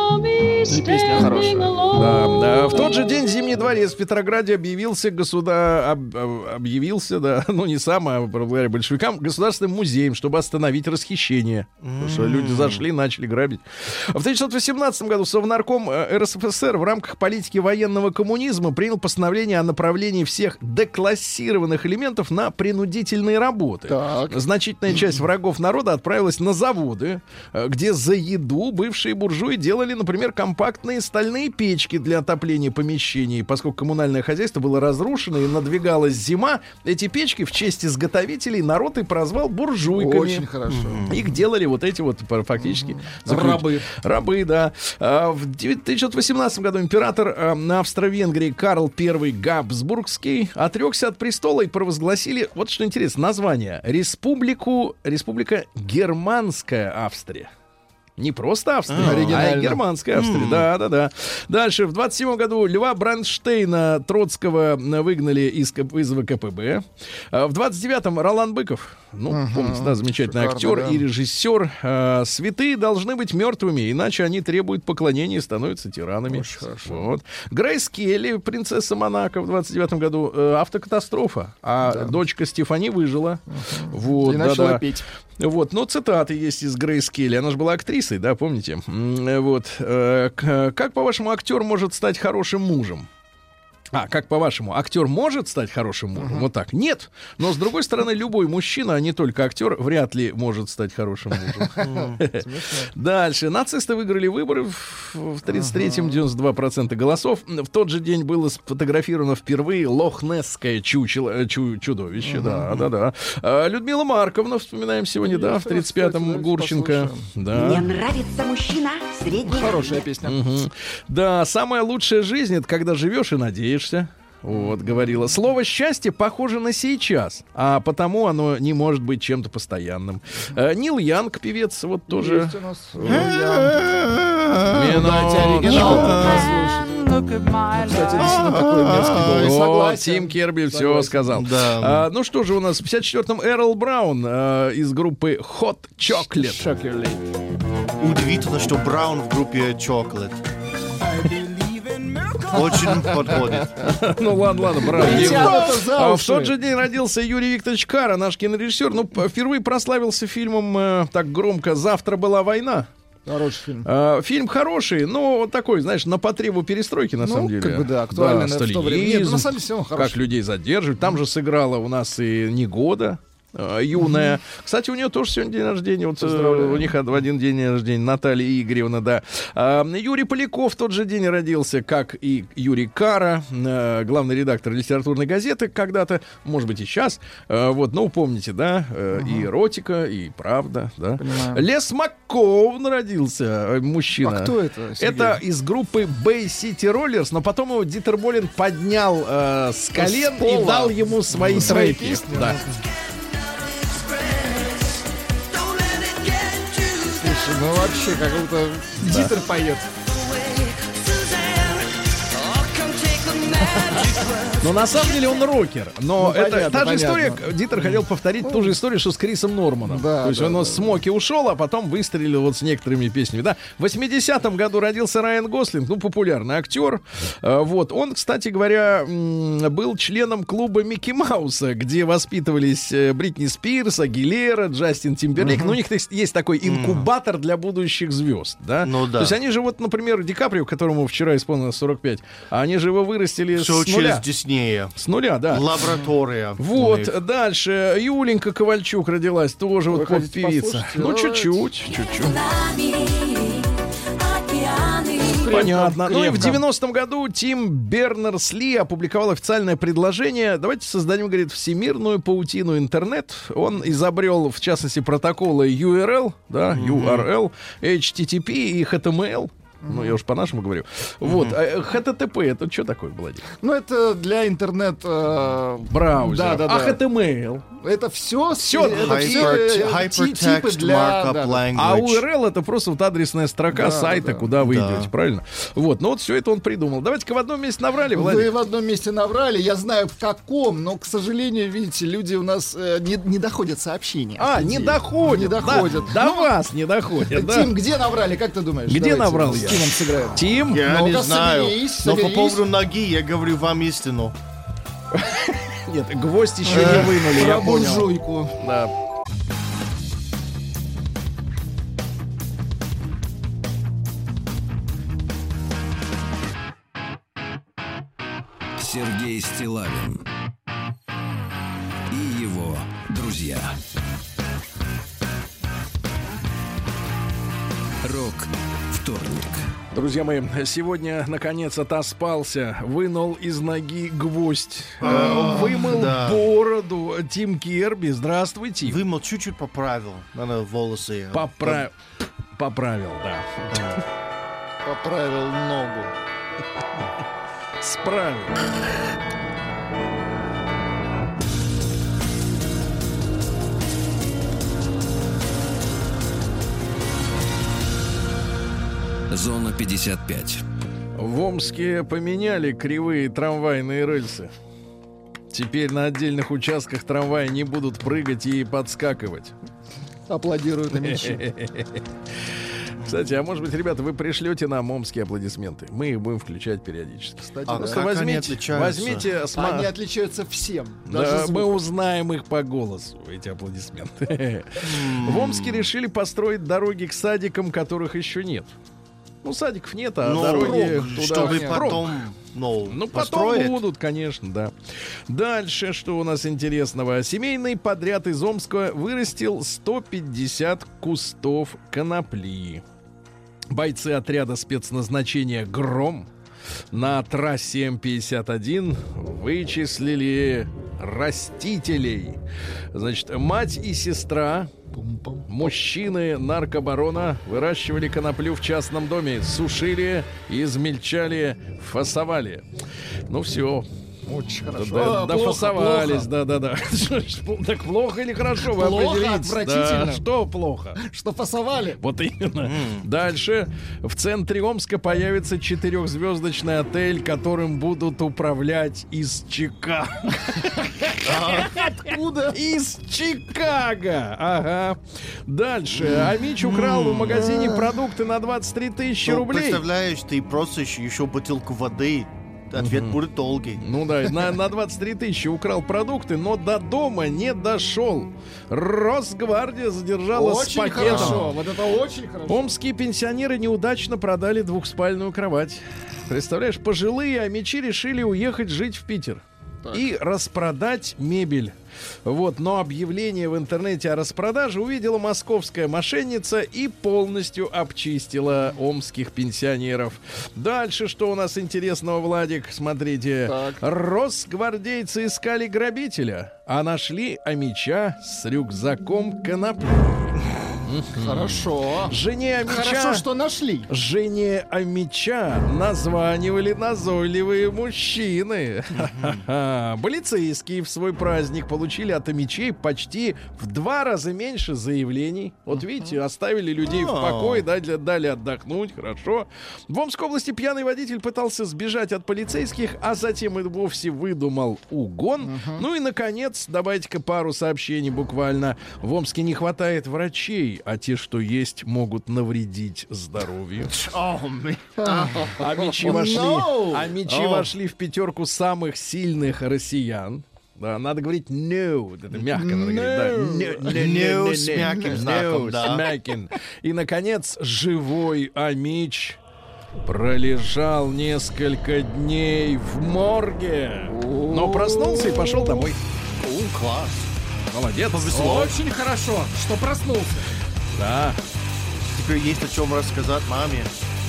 Песня хорошая. Да, да. В тот же день Зимний дворец в Петрограде объявился государ... об- об- объявился, да, ну не сам, а благодаря большевикам, государственным музеем, чтобы остановить расхищение. Потому что люди зашли, начали грабить. В тысяча девятьсот восемнадцатом году Совнарком э, РСФСР в рамках политики военного коммунизма принял постановление о направлении всех деклассированных элементов на принудительные работы. Так. Значительная часть врагов народа отправилась на заводы, э, где за еду бывшие буржуи делали, например, компактные стальные печки для отопления помещений. Поскольку коммунальное хозяйство было разрушено и надвигалась зима, эти печки в честь изготовителей народ и прозвал буржуйками. Очень хорошо. Их делали вот эти вот фактически заключ- Рабы. Рабы, да. А, В тысяча девятьсот восемнадцатом году император а, на Австро-Венгрии Карл I Габсбургский отрекся от престола и провозгласили, вот что интересно, название: Республику, Республика Германская Австрия. Не просто Австрия, А, а, оригинально. германская Австрия. Да, да, да. Дальше. В двадцать седьмом году Льва Бранштейна Троцкого выгнали из, К- из ВКПБ. А В двадцать девятом Ролан Быков, ну, Ага, помните, да, замечательный шикарно, актер да. и режиссер. А, святые должны быть мертвыми, иначе они требуют поклонения и становятся тиранами. Очень хорошо. Вот. Грейс Келли, принцесса Монако, в двадцать девятом году э, автокатастрофа, а дочка Стефани выжила. Вот, И начала да-да. петь. Вот, ну, цитаты есть из Грейс Келли. Она же была актрисой, да, помните? М, Вот. э, к- Как, по-вашему, актер может стать хорошим мужем? А, как по-вашему, актер может стать хорошим мужем? Вот так. Нет. Но, с другой стороны, любой мужчина, а не только актер, вряд ли может стать хорошим мужем. Дальше. Нацисты выиграли выборы в тридцать третьем, девяносто два процента голосов. В тот же день было сфотографировано впервые лохнесское чучело, э, чу- чудовище. Да, да, да. А, Людмила Марковна, вспоминаем сегодня, да, в тридцать пятом Давайте Гурченко. Мне Да. нравится мужчина средний. Хорошая песня. Мгм. Да, самая лучшая жизнь — это когда живешь и надеешься. Вот, говорила. Слово «счастье» похоже на сейчас, а потому оно не может быть чем-то постоянным. Э, Нил Янг, певец, вот тоже. Есть у нас, э, я- Минуточку. Дайте оригинал послушать. Кстати, действительно такой мерзкий голос. О, Согласен. Тим Керби все Согласен. сказал. Да. А, ну что же у нас в пятьдесят четвёртом Эрл Браун э, из группы Hot Chocolate. Chocolate. Удивительно, что Браун в группе Chocolate. Очень подходит. Ну ладно, ладно, Браун. Притянуто за А, в уши. тот же день родился Юрий Викторович Кара, наш кинорежиссер. Ну, п- впервые прославился фильмом э, так громко «Завтра была война». Хороший фильм. А, фильм хороший, но вот такой, знаешь, на потребу перестройки, на Ну, самом деле. как бы, да, актуальный, наверное, в то время. Нет, ну, на сталинизм, самом деле, он хороший. как людей задерживают. Там же сыграла у нас и Негода, э, юная. Кстати, у нее тоже сегодня день рождения. Вот, э, Поздравляю. у них в один день рождения Наталья Игоревна, да. А, Юрий Поляков в тот же день родился, как и Юрий Кара, э, главный редактор литературной газеты когда-то, может быть, и сейчас. Э, вот, ну, помните, да, э, и «Эротика», и «Правда», да. Понимаю. Лес Макковн родился, э, мужчина. А кто это, Сергей? Это из группы Bay City Rollers, но потом его Дитер Болин поднял э, с колен С пола. и дал ему свои Свои треки. песни, Да. Слушай, ну вообще, как будто Дитер поет. Но на самом деле он рокер. Но Ну, это понятно, та же понятно. история. Дитер хотел повторить ту же историю, что с Крисом Норманом. Да, То есть да, он да, с Смоки ушел, а потом выстрелил вот с некоторыми песнями. Да. В восьмидесятом году родился Райан Гослинг, ну, популярный актер. А, вот. Он, кстати говоря, м, был членом клуба Микки Мауса, где воспитывались э, Бритни Спирс, Агилера, Джастин Тимберлейк. Ну, у них есть- есть такой инкубатор для будущих звезд. Да? Ну да. То есть они же, вот, например, Ди Каприо, которому вчера исполнилось сорок пять, а они же его вырастили Все с через нуля. Диснея. С нуля, да. Лаборатория. Вот, у них. дальше. Юленька Ковальчук родилась, тоже вот хотите поп-певица. послушать? Ну, Давайте. чуть-чуть, чуть-чуть. Понятно. Ну и в крепко. девяностом году Тим Бернерс-Ли опубликовал официальное предложение. Давайте создадим, говорит, всемирную паутину интернет. Он изобрел, в частности, протоколы ю ар эл, да, ю ар эл, эйч ти ти пи и эйч ти эм эл. Ну, я уж по-нашему говорю. Вот. А, эйч ти ти пи, это что такое, Владимир? Ну, это для интернет... э, Браузер. Да, да, да. А эйч ти эм эл? Это все... Всё, это все Hyper- э, ти- типы Hypertext для... Markup да, да. Language. А ю ар эл это просто вот адресная строка Да, сайта, да, куда вы да. идете, правильно? Вот, ну вот все это он придумал. Давайте-ка в одном месте наврали, Вы Владимир. в одном месте наврали, я знаю в каком, но, к сожалению, видите, люди у нас э, не, не доходят сообщения. А, от не людей. доходят. Не доходят. Да, до Ну, вас не доходят, да. Тим, где наврали, как ты думаешь? Где Давайте. наврал я? Тимом сыграем? Тим? Я Ну-ка, не знаю. соберись, Но по соберись. поводу ноги я говорю вам истину. Нет, гвоздь еще не вынули, я Про понял. буржуйку. Да. Сергей Стиллавин и его друзья. Рок-вторник. Друзья мои, сегодня наконец отоспался, вынул из ноги гвоздь, э, вымыл да. бороду. Тим Керби, здравствуйте. Вымыл, чуть-чуть поправил. Надо волосы. Попра- Поправил, да. Поправил ногу. Справил. Зона пятьдесят пять. В Омске поменяли кривые трамвайные рельсы. Теперь на отдельных участках трамвая не будут прыгать и подскакивать. Аплодируют Амичи. Кстати, а может быть, ребята, вы пришлете нам омские аплодисменты? Мы их будем включать периодически. Кстати, А да. Просто как они возьмите, отличаются? возьмите сма- Они отличаются всем. Да, Даже мы звуком. узнаем их по голосу, эти аплодисменты. В Омске решили построить дороги к садикам, которых еще нет. Ну, садиков нет, а Ну, дороги рок, туда... чтобы в потом, ну, Ну, потом построить. будут, конечно, да. Дальше, что у нас интересного? Семейный подряд из Омска вырастил сто пятьдесят кустов конопли. Бойцы отряда спецназначения «Гром» на трассе эм пятьдесят один вычислили растителей. Значит, мать и сестра, мужчины наркобарона, выращивали коноплю в частном доме, сушили, измельчали, фасовали. Ну все. Очень хорошо. Да, А, да, плохо, фасовались, плохо. да-да-да. Так плохо или хорошо, вы Плохо, определитесь. отвратительно. Да, что плохо? Что фасовали? Вот именно. Дальше. В центре Омска появится четырехзвездочный отель, которым будут управлять из Чикаго. Откуда? Из Чикаго. Ага. Дальше. Амич украл в магазине продукты на двадцать три тысячи Ну, рублей. представляешь, ты просишь еще бутылку воды. Ответ будет долгий. Ну да, на, на двадцать три тысячи украл продукты, но до дома не дошел. Росгвардия задержала с Очень пакетом. хорошо. Вот это очень хорошо. Омские пенсионеры неудачно продали двухспальную кровать. Представляешь, пожилые амичи решили уехать жить в Питер. И распродать мебель. Вот, но объявление в интернете о распродаже увидела московская мошенница и полностью обчистила омских пенсионеров. Дальше, что у нас интересного, Владик? Смотрите. Так. Росгвардейцы искали грабителя, а нашли амича с рюкзаком конопли. Хорошо. Жене амича... Хорошо, что нашли. Жене амича названивали назойливые мужчины. Ха-ха-ха. Полицейские в свой праздник получили от амичей почти в два раза меньше заявлений. Вот видите, оставили людей в покое, дали, дали отдохнуть, хорошо. В Омской области пьяный водитель пытался сбежать от полицейских, а затем и вовсе выдумал угон. Ну и, наконец, давайте-ка пару сообщений буквально. В Омске не хватает врачей, а те, что есть, могут навредить здоровью. Амичи вошли, No. амичи вошли в пятерку самых сильных россиян. Да, надо говорить no, это мягко надо говорить, да. No, no, no, No с мягким знаком, no, да. с мягким. И, наконец, живой амич пролежал несколько дней в морге, но проснулся и пошел домой. О, класс. Молодец. Очень хорошо, что проснулся. Да. Теперь есть о чем рассказать маме.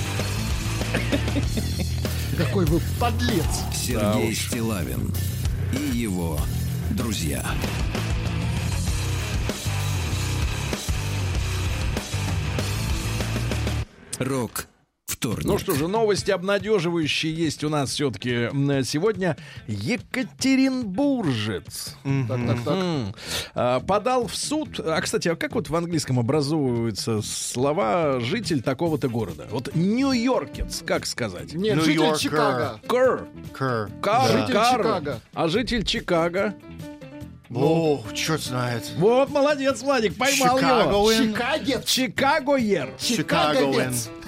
Какой вы подлец. Сергей уж. Стиллавин и его друзья. Рок вторник. Ну что же, новости обнадеживающие есть у нас все-таки сегодня. Екатеринбуржец Так, так, так. М. А, подал в суд. А, кстати, а как вот в английском образовываются слова «житель такого-то города»? Вот нью-йоркец, как сказать? Нет, Нью-Йоркер. житель Чикаго. Кэр. Кэр. Кар, Житель Кар. Чикаго. А житель Чикаго? О, черт знает. Вот, молодец, Владик, поймал его. Чикагоин. Чикагец. Чикагоер. Чикагоин. Чикаговец.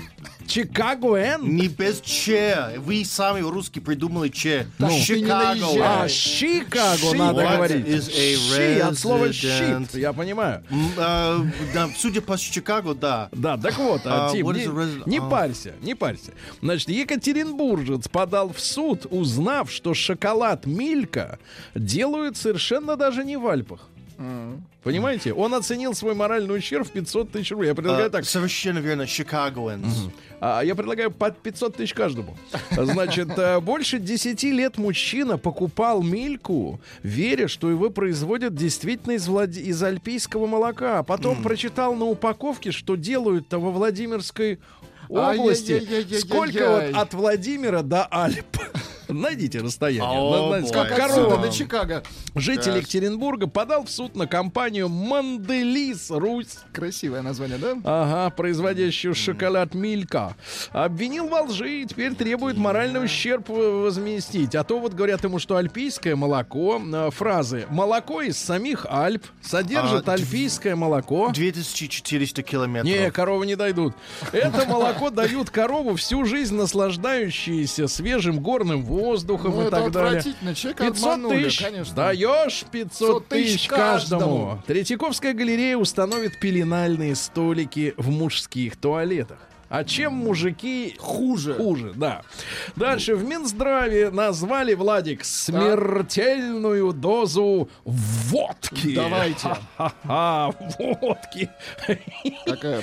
Чикагоэн? Не без че. Вы сами русские придумали че. Ну, Chicago. А, Чикаго She надо what говорить. is a Щи от слова resident? щит, я понимаю. М, а, да, судя по Чикаго, да. Да, так вот, а, А, Тим, what не, is a resident? не А. парься, не парься. Значит, екатеринбуржец подал в суд, узнав, что шоколад Милька делают совершенно даже не в Альпах. Понимаете? Он оценил свой моральный ущерб в пятьсот тысяч рублей. Я предлагаю А, так. Совершенно верно, Chicagoans. А я предлагаю под пятьсот тысяч каждому. Значит, э, больше десяти лет мужчина покупал Мильку, веря, что его производят действительно из, Влад... из альпийского молока. А потом прочитал на упаковке, что делают-то во Владимирской области. Ай-яй-яй-яй-яй-яй. Сколько вот от Владимира до Альп? Найдите расстояние. О, На- на- бой. как Как корова. отсюда до Чикаго. Житель Екатеринбурга подал в суд на компанию Манделис Русь. Красивое название, да? Ага, производящую шоколад Милька. Обвинил во лжи и теперь требует моральный ущерб возместить. А то вот говорят ему, что альпийское молоко, э, фразы «молоко из самих Альп содержит А, альпийское молоко». две тысячи четыреста километров. Не, коровы не дойдут. Это молоко дают корову всю жизнь наслаждающиеся свежим горным воздухом Ну, и это так далее. отвратительно. Человека пятьсот обманули, тысяч. конечно. Даешь пятьсот тысяч тысяч каждому. каждому. Третьяковская галерея установит пеленальные столики в мужских туалетах. А чем мужики Хуже. Хуже, да. Дальше в Минздраве назвали, Владик, смертельную дозу водки. Давайте. Ха-ха, водки. Такая.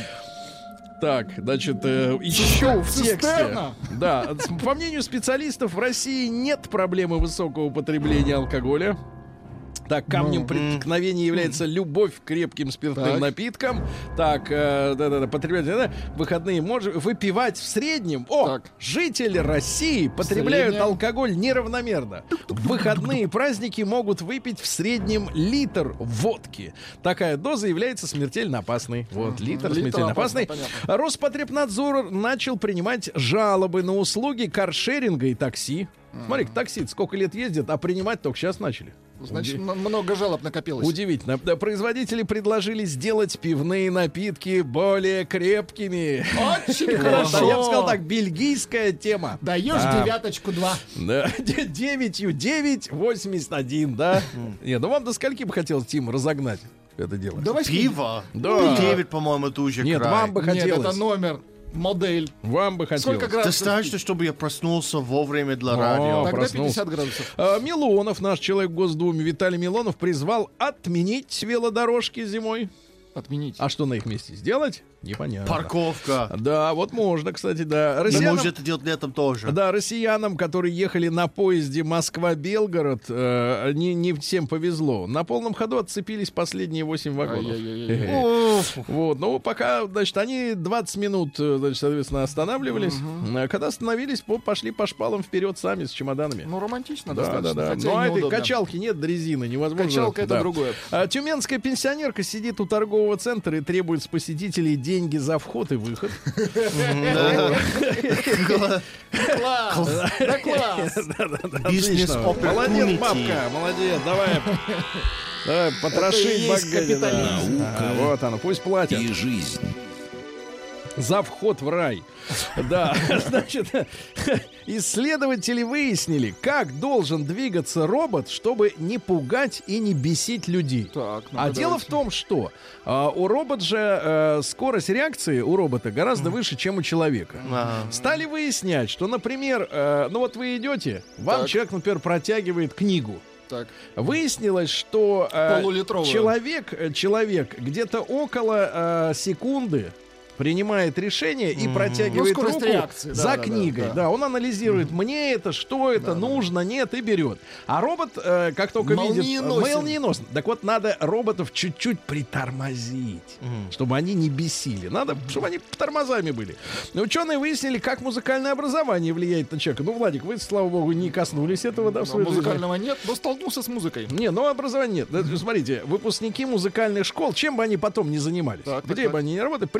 Так, значит, э, еще в тексте. Цистерна. Да, с- по мнению специалистов, в России нет проблемы высокого потребления алкоголя. Так, камнем Ну, преткновения является любовь к крепким спиртным Так. напиткам. Так, э, да-да-да, потреблять, да, выходные можно выпивать в среднем. О, Так. жители России потребляют среднем. алкоголь неравномерно. В выходные праздники могут выпить в среднем литр водки. Такая доза является смертельно опасной. Вот, литр, Литр смертельно опасно, опасный. понятно. Роспотребнадзор начал принимать жалобы на услуги каршеринга и такси. Смотри, такси сколько лет ездят, а принимать только сейчас начали. Значит, м- много жалоб накопилось. Удивительно. Да, производители предложили сделать пивные напитки более крепкими. Очень Да, хорошо. я бы сказал так, бельгийская тема. Даешь Да. девяточку два. Да, девятью девять восемьдесят один, да? Нет, ну вам до скольки бы хотелось, Тим, разогнать это дело? До восьми. Пиво? Да. девять, по-моему, это уже Нет, край. вам бы Нет, это хотелось. номер, модель. Вам бы хотелось. Сколько градусов? Достаточно, чтобы я проснулся вовремя для О, радио. Тогда проснулся. пятьдесят градусов. А, Милонов, наш человек в Госдуме, Виталий Милонов, призвал отменить велодорожки зимой. Отменить. А что на их месте сделать? Непонятно. Парковка. Да, вот можно, кстати, да. Мы Россиянам, можем это делать летом тоже. да, россиянам, которые ехали на поезде Москва-Белгород, э, не, не всем повезло. На полном ходу отцепились последние восемь вагонов. Ай-яй-яй-яй. Хе-хе. Уф. Вот, ну, пока, значит, они двадцать минут, э, значит, соответственно, останавливались. А когда остановились, по- пошли по шпалам вперед сами с чемоданами. Ну, романтично Да, да, достаточно. да. Хотя Ну, и а этой неудобно. качалки нет дрезины, невозможно. Качалка — это Да. другое. А тюменская пенсионерка сидит у торгового центра и требует с посетителей деньги за вход и выход. Класс! Да класс! Бизнес Отлично. Молодец, opportunity. бабка, молодец, давай. Давай, потрошить Это и есть богатыря, да. капитализм. Ага, вот оно, пусть платят. И жизнь. За вход в рай. Да, значит, исследователи выяснили, как должен двигаться робот, чтобы не пугать и не бесить людей. Так, ну-ка, А дело давайте. в том, что а, у робота же э, скорость реакции у робота гораздо выше, чем у человека. Ага. Стали выяснять, что, например, э, ну вот вы идете, вам Так. человек, например, протягивает книгу. Так. Выяснилось, что э, Полулитровую. человек, э, человек где-то около э, секунды принимает решение и протягивает Ну, скорость руку реакции, да, за да, да, книгой. Да, да. он анализирует, мне это, что это, нужно, нет, и берет. А робот, э, как только видит... Молниеносен. Молниеносно. Так вот, надо роботов чуть-чуть притормозить, чтобы они не бесили. Надо, чтобы они тормозами были. И ученые выяснили, как музыкальное образование влияет на человека. Ну, Владик, вы, слава богу, не коснулись этого, да, в Но своей жизни? музыкального нет, но столкнулся с музыкой. Не, ну образования нет. Да, смотрите, выпускники музыкальных школ, чем бы они потом ни занимались, Так, так, где так. бы они ни работали, прежде всего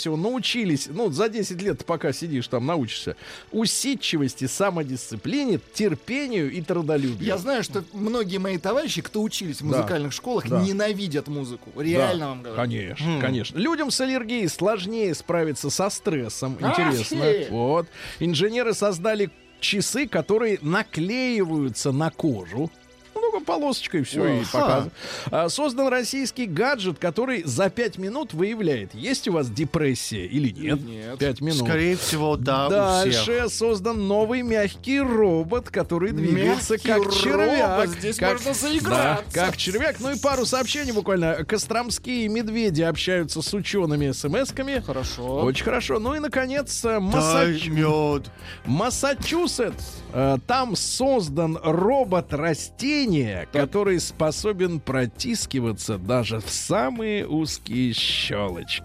всего научились, ну, за десять лет, пока сидишь там, научишься, усидчивости, самодисциплине, терпению и трудолюбию. Я знаю, что многие мои товарищи, кто учились в музыкальных да. школах, да. ненавидят музыку. Реально да. вам говорю. Конечно, Хм. конечно. Людям с аллергией сложнее справиться со стрессом. Ах Интересно. ты! Вот. Инженеры создали часы, которые наклеиваются на кожу. Ну, полосочкой все и показывает. А, создан российский гаджет, который за пять минут выявляет, есть у вас депрессия или нет. Нет. Пять минут. Скорее всего, да, у Дальше всех. создан новый мягкий робот, который двигается Мягкий как робот. червяк. Здесь как, можно заиграться. Да, как червяк. Ну и пару сообщений буквально. Костромские медведи общаются с учеными смс-ками. Хорошо. Очень хорошо. Ну и, наконец, Дай Массач... мед. Массачусетс. Э, Там создан робот-растение, который способен протискиваться даже в самые узкие щелочки.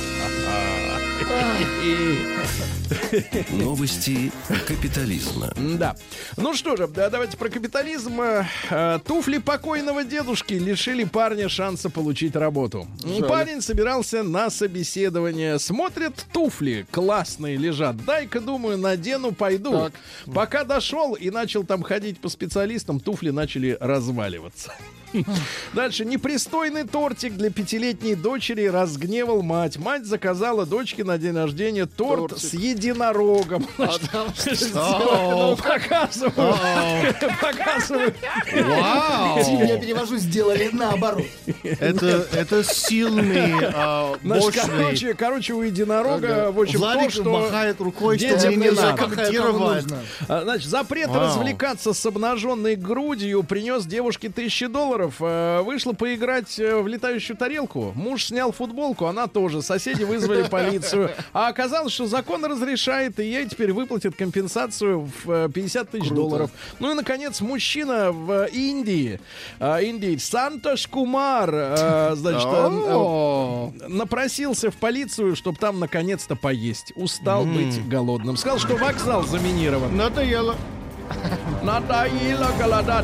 Новости капитализма. Да. Ну что же, да, давайте про капитализм. Э, Туфли покойного дедушки лишили парня шанса получить работу. Жаль. Парень собирался на собеседование. Смотрит, туфли классные лежат. Дай-ка, думаю, надену, пойду. Так. Пока дошел и начал там ходить по специалистам, туфли начали разваливаться. Дальше. Непристойный тортик для пятилетней дочери разгневал мать. Мать заказала дочке на день рождения торт Тортик. с единорогом. А там что Ну, показываю. Показываю. Вау! Я перевожу, сделали наоборот. Это, это сильный, а, Значит, мощный. короче, короче, у единорога, в общем, Владик то, что... махает рукой, что детям мне не нельзя надо. комментировать. А, Значит, запрет Вау. развлекаться с обнаженной грудью принес девушке тысячи долларов. Э, Вышла поиграть э, в летающую тарелку. Муж снял футболку, она тоже. Соседи вызвали полицию. А оказалось, что закон разрешает, и ей теперь выплатят компенсацию в э, пятьдесят тысяч долларов. Ну и, наконец, мужчина в Индии, э, Индии Сантош Кумар, э, значит, э, э, напросился в полицию, чтобы там наконец-то поесть. Устал быть голодным. Сказал, что вокзал заминирован. Надоело. Надоело голодать.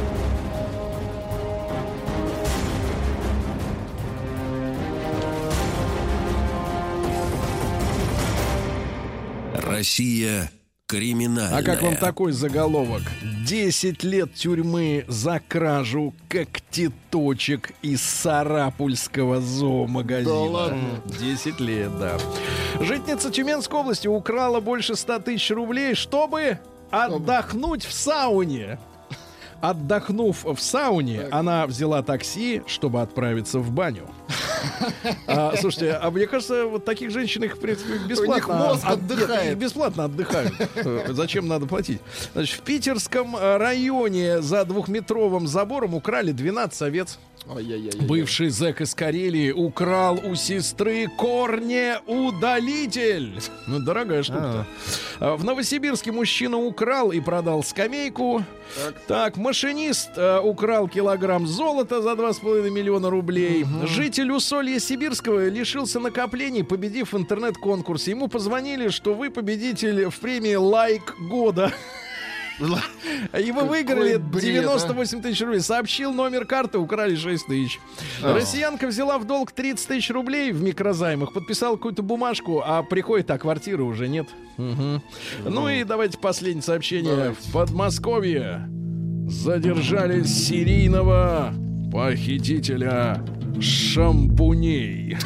Россия криминальная. А как вам такой заголовок? десять лет тюрьмы за кражу когтеточек из Сарапульского зоомагазина. Да ладно? десять лет, да. Житница Тюменской области украла больше ста тысяч рублей, чтобы отдохнуть в сауне. Отдохнув в сауне, Так. она взяла такси, чтобы отправиться в баню. А, слушайте, а мне кажется, вот таких женщин их, в принципе, бесплатно мозг от- отдыхает. их бесплатно отдыхают. Э, Зачем надо платить? Значит, в питерском э, районе за двухметровым забором украли двенадцать овец. Ой-ой-ой. Бывший зэк из Карелии украл у сестры корнеудалитель. Ну, дорогая штука. А, В Новосибирске мужчина украл и продал скамейку. Так. Так, машинист э, украл килограмм золота за два с половиной миллиона рублей. Житель Усолья Сибирского лишился накоплений, победив в интернет-конкурсе. Ему позвонили, что вы победитель в премии «Лайк года». И вы выиграли бред, девяносто а? восемь тысяч рублей. Сообщил номер карты, украли шесть тысяч. Россиянка взяла в долг тридцать тысяч рублей в микрозаймах, подписала какую-то бумажку, а приходит, а квартиры уже нет. Мгм. Ну и давайте последнее сообщение. В Подмосковье задержали серийного похитителя шампуней.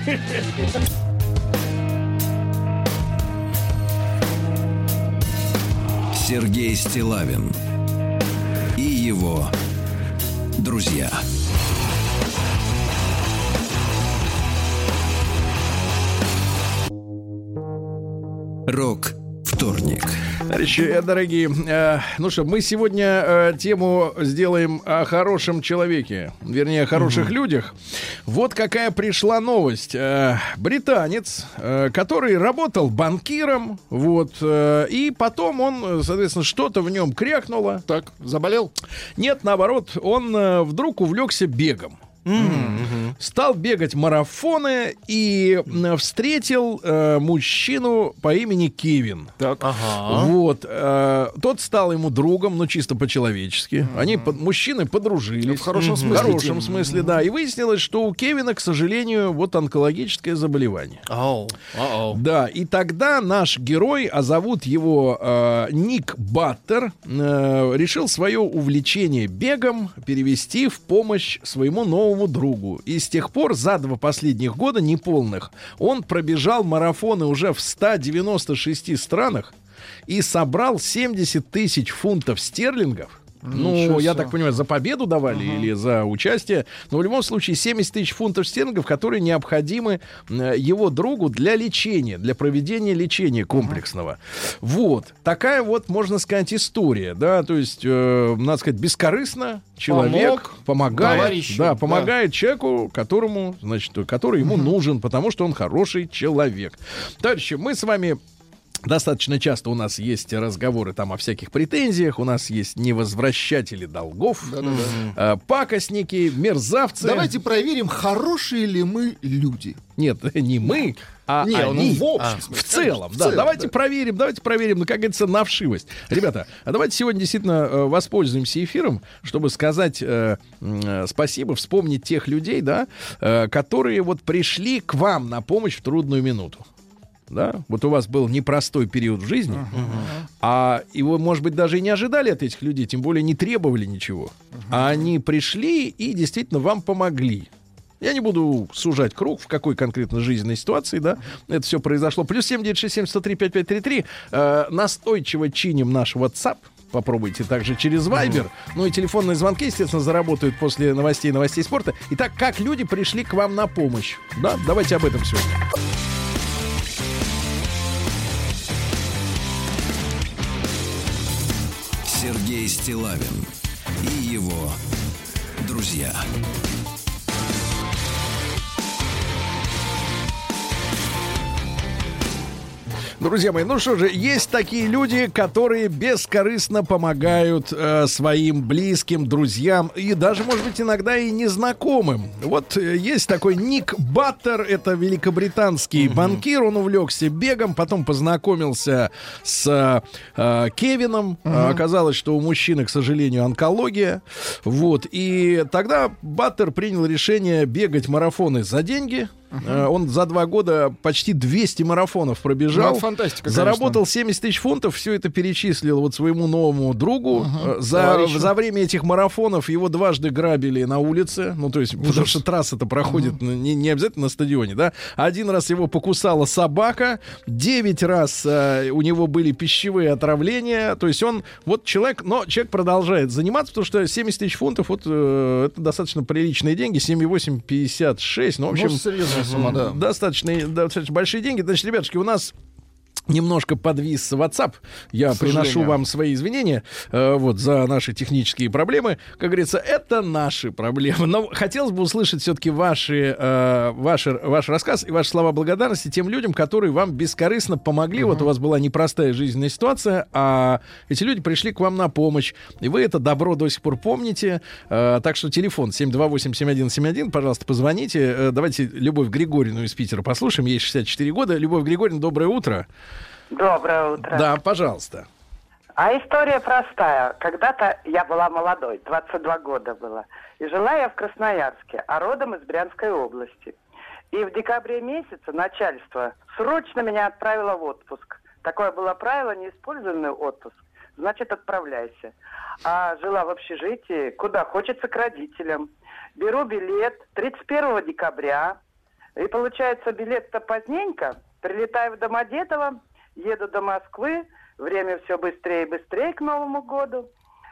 Сергей Стиллавин и его друзья. Рок вторник. Товарищи, э, дорогие, э, ну что, мы сегодня э, тему сделаем о хорошем человеке, вернее, о хороших людях. Вот какая пришла новость. Э, британец, э, который работал банкиром, вот, э, и потом он, соответственно, что-то в нем крякнуло. Так, заболел? Нет, наоборот, он э, вдруг увлекся бегом. стал бегать марафоны и э, встретил э, мужчину по имени Кевин. Так. Ага. Вот. Э, тот стал ему другом, ну, чисто по-человечески. Они, под, мужчины, подружились. В хорошем В смысле. хорошем смысле, да. И выяснилось, что у Кевина, к сожалению, вот онкологическое заболевание. Оу. Оу. Да, и тогда наш герой, а зовут его э, Ник Баттер, э, решил свое увлечение бегом перевести в помощь своему новому другу. И с тех пор, за два последних года неполных, он пробежал марафоны уже в ста девяноста шести странах и собрал семьдесят тысяч фунтов стерлингов. Ну, Ничего я себе. так понимаю, за победу давали Ага. или за участие. Но в любом случае семьдесят тысяч фунтов стерлингов, которые необходимы э, его другу для лечения, для проведения лечения комплексного. Вот. Такая вот, можно сказать, история. Да, то есть, э, надо сказать, бескорыстно человек Помог помогает, товарищу, да, да. помогает человеку, которому, значит, который ему нужен, потому что он хороший человек. Товарищи, мы с вами... Достаточно часто у нас есть разговоры там о всяких претензиях, у нас есть невозвращатели долгов, э, пакостники, мерзавцы. Давайте проверим, хорошие ли мы люди. Нет, не мы, а Не, ну, они. в общем А, смысле, в целом, конечно, в да. целом, давайте да. проверим, давайте проверим, ну, как говорится, на вшивость. Ребята, а давайте сегодня действительно э, воспользуемся эфиром, чтобы сказать э, э, спасибо, вспомнить тех людей, да, э, которые вот пришли к вам на помощь в трудную минуту. Да? Вот у вас был непростой период в жизни, uh-huh. а и вы, может быть, даже и не ожидали от этих людей, тем более не требовали ничего. Uh-huh. А они пришли и действительно вам помогли. Я не буду сужать круг, в какой конкретно жизненной ситуации, да, это все произошло. Плюс семь девять шесть семь сто три пять пять три три. Э, настойчиво чиним наш WhatsApp. Попробуйте также через Viber. Mm. Ну и телефонные звонки, естественно, заработают после новостей, новостей спорта. Итак, как люди пришли к вам на помощь? Да, давайте об этом сегодня. Сергей Стиллавин и его друзья. Друзья мои, ну что же, есть такие люди, которые бескорыстно помогают э, своим близким, друзьям и даже, может быть, иногда и незнакомым. Вот э, есть такой Ник Баттер, это великобританский mm-hmm. банкир, он увлекся бегом, потом познакомился с э, Кевином. Mm-hmm. Оказалось, что у мужчины, к сожалению, онкология. Вот, и тогда Баттер принял решение бегать марафоны за деньги. Uh-huh. Он за два года почти двести марафонов пробежал. Ну, фантастика, заработал семьдесят тысяч фунтов. Все это перечислил вот своему новому другу. Uh-huh. За, за время этих марафонов его дважды грабили на улице. Ну, то есть, ужас. Потому что трасса-то проходит uh-huh. не, не обязательно на стадионе, да. Один раз его покусала собака. Девять раз э, у него были пищевые отравления. То есть он, вот человек, но человек продолжает заниматься, потому что семьдесят тысяч фунтов, вот э, это достаточно приличные деньги. семь и восемь пятьдесят шесть. Ну, в общем... Ну, серьезно. Сумма, да. Достаточно, достаточно большие деньги. Значит, ребятушки, у нас немножко подвис WhatsApp. Я приношу вам свои извинения э, вот, за наши технические проблемы. Как говорится, это наши проблемы. Но хотелось бы услышать все-таки ваши, э, ваши, ваш рассказ и ваши слова благодарности тем людям, которые вам бескорыстно помогли. Uh-huh. Вот у вас была непростая жизненная ситуация, а эти люди пришли к вам на помощь. И вы это добро до сих пор помните. Э, так что телефон семь два восемь семь один семь один. Пожалуйста, позвоните. Э, давайте Любовь Григорьевну из Питера послушаем. Ей шестьдесят четыре года. Любовь Григорьевна, доброе утро. Доброе утро. Да, пожалуйста. А история простая. Когда-то я была молодой, двадцать два года было. И жила я в Красноярске, а родом из Брянской области. И в декабре месяце начальство срочно меня отправило в отпуск. Такое было правило, неиспользованный отпуск. Значит, отправляйся. А жила в общежитии, куда хочется, к родителям. Беру билет тридцать первого декабря. И получается, билет-то поздненько. Прилетаю в Домодедово. Еду до Москвы, время все быстрее и быстрее к Новому году.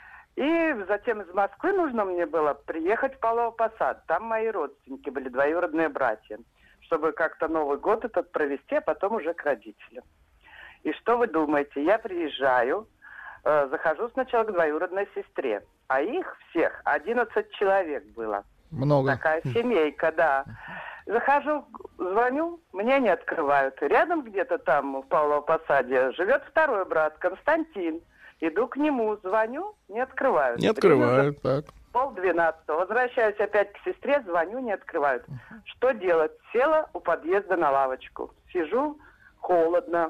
И затем из Москвы нужно мне было приехать в Павлово Посад. Там мои родственники были, двоюродные братья, чтобы как-то Новый год этот провести, а потом уже к родителям. И что вы думаете? Я приезжаю, э, захожу сначала к двоюродной сестре, а их всех одиннадцать человек было. Много. Такая семейка, да. Захожу, звоню, мне не открывают. Рядом где-то там, в Павлово Посаде, живет второй брат, Константин. Иду к нему, звоню, не открывают. Не открывают, Время, так. полдвенадцатого. Возвращаюсь опять к сестре, звоню, не открывают. Что делать? Села у подъезда на лавочку. Сижу, холодно.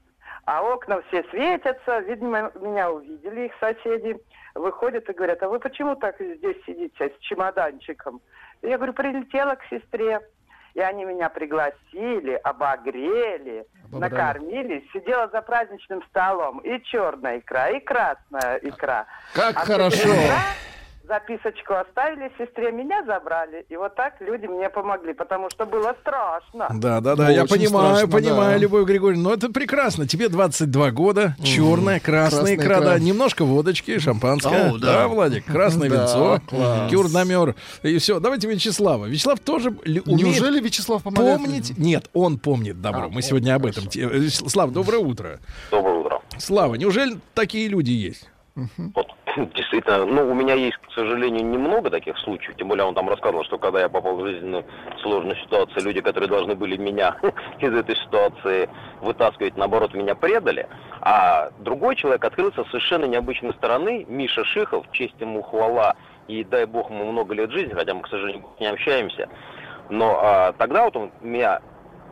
А окна все светятся. Видимо, меня увидели их соседи. Выходят и говорят: а вы почему так здесь сидите с чемоданчиком? Я говорю: прилетела к сестре. И они меня пригласили, обогрели, Обобрали. накормили. Сидела за праздничным столом. И черная икра, и красная икра. Как а хорошо! Сестра, записочку оставили сестре, меня забрали. И вот так люди мне помогли, потому что было страшно. Да, да, да, Ну, я очень понимаю, страшно, понимаю, да. Любовь Григорьевна. Но это прекрасно. Тебе двадцать два года, черная, красная красная икра, икра. да, немножко водочки, шампанское. О, да. Да, Владик, красное Да, винцо, класс. кюр-намер. И все. Давайте Вячеслава. Вячеслав тоже ли- умеет Неужели Вячеслав помогает? помнить. Нет, он помнит добро. А, Мы он, сегодня об хорошо. этом. те- э, Слав, доброе утро. Доброе утро. Слава, неужели такие люди есть? Вот, действительно, ну, у меня есть, к сожалению, немного таких случаев. Тем более он там рассказывал, что когда я попал в жизненную сложную ситуацию, люди, которые должны были меня из этой ситуации вытаскивать, наоборот, меня предали. А другой человек открылся с совершенно необычной стороны. Миша Шихов, честь ему, хвала. И дай бог ему много лет жизни, хотя мы, к сожалению, не общаемся. Но а, тогда вот он меня...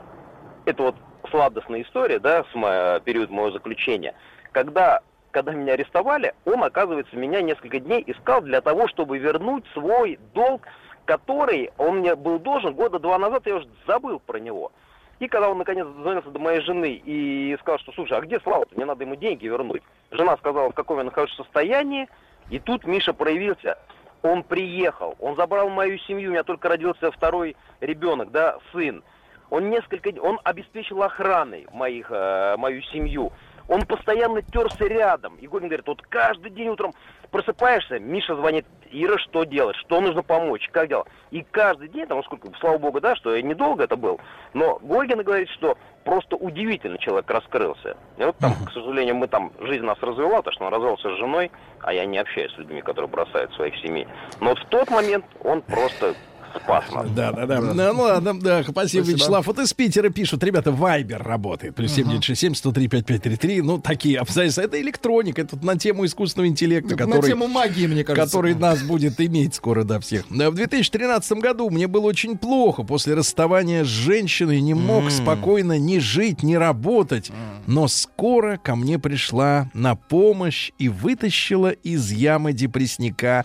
Это вот сладостная история, да, с мо... период моего заключения. Когда... Когда меня арестовали, он, оказывается, меня несколько дней искал для того, чтобы вернуть свой долг, который он мне был должен года два назад, я уже забыл про него. И когда он, наконец, дозвонился до моей жены и сказал, что, слушай, а где Слава-то? Мне надо ему деньги вернуть. Жена сказала, в каком я нахожусь состоянии, и тут Миша проявился. Он приехал, он забрал мою семью, у меня только родился второй ребенок, да, сын. Он несколько дней, он обеспечил охраной моих, э, мою семью. Он постоянно терся рядом. Егор говорит, вот каждый день утром просыпаешься, Миша звонит: Ира, что делать, что нужно помочь, как дела? И каждый день, там, сколько, слава богу, да, что недолго это был, но Гогин говорит, что просто удивительно человек раскрылся. И вот там, к сожалению, мы там, жизнь нас развела, потому что он развелся с женой, а я не общаюсь с людьми, которые бросают своих семей. Но вот в тот момент он просто... спас нас. Да, да, да. Ну ладно, да, спасибо, спасибо, Вячеслав. Вот из Питера пишут, ребята, Вайбер работает. Плюс семь девять шесть семь сто три пять пять три три. Ну, такие обстоятельства. Это электроника, это на тему искусственного интеллекта, Это который... на тему магии, мне кажется. Который нас будет иметь скоро, да, всех. В две тысячи тринадцатом году мне было очень плохо. После расставания с женщиной не мог mm. спокойно ни жить, ни работать. Mm. Но скоро ко мне пришла на помощь и вытащила из ямы депрессника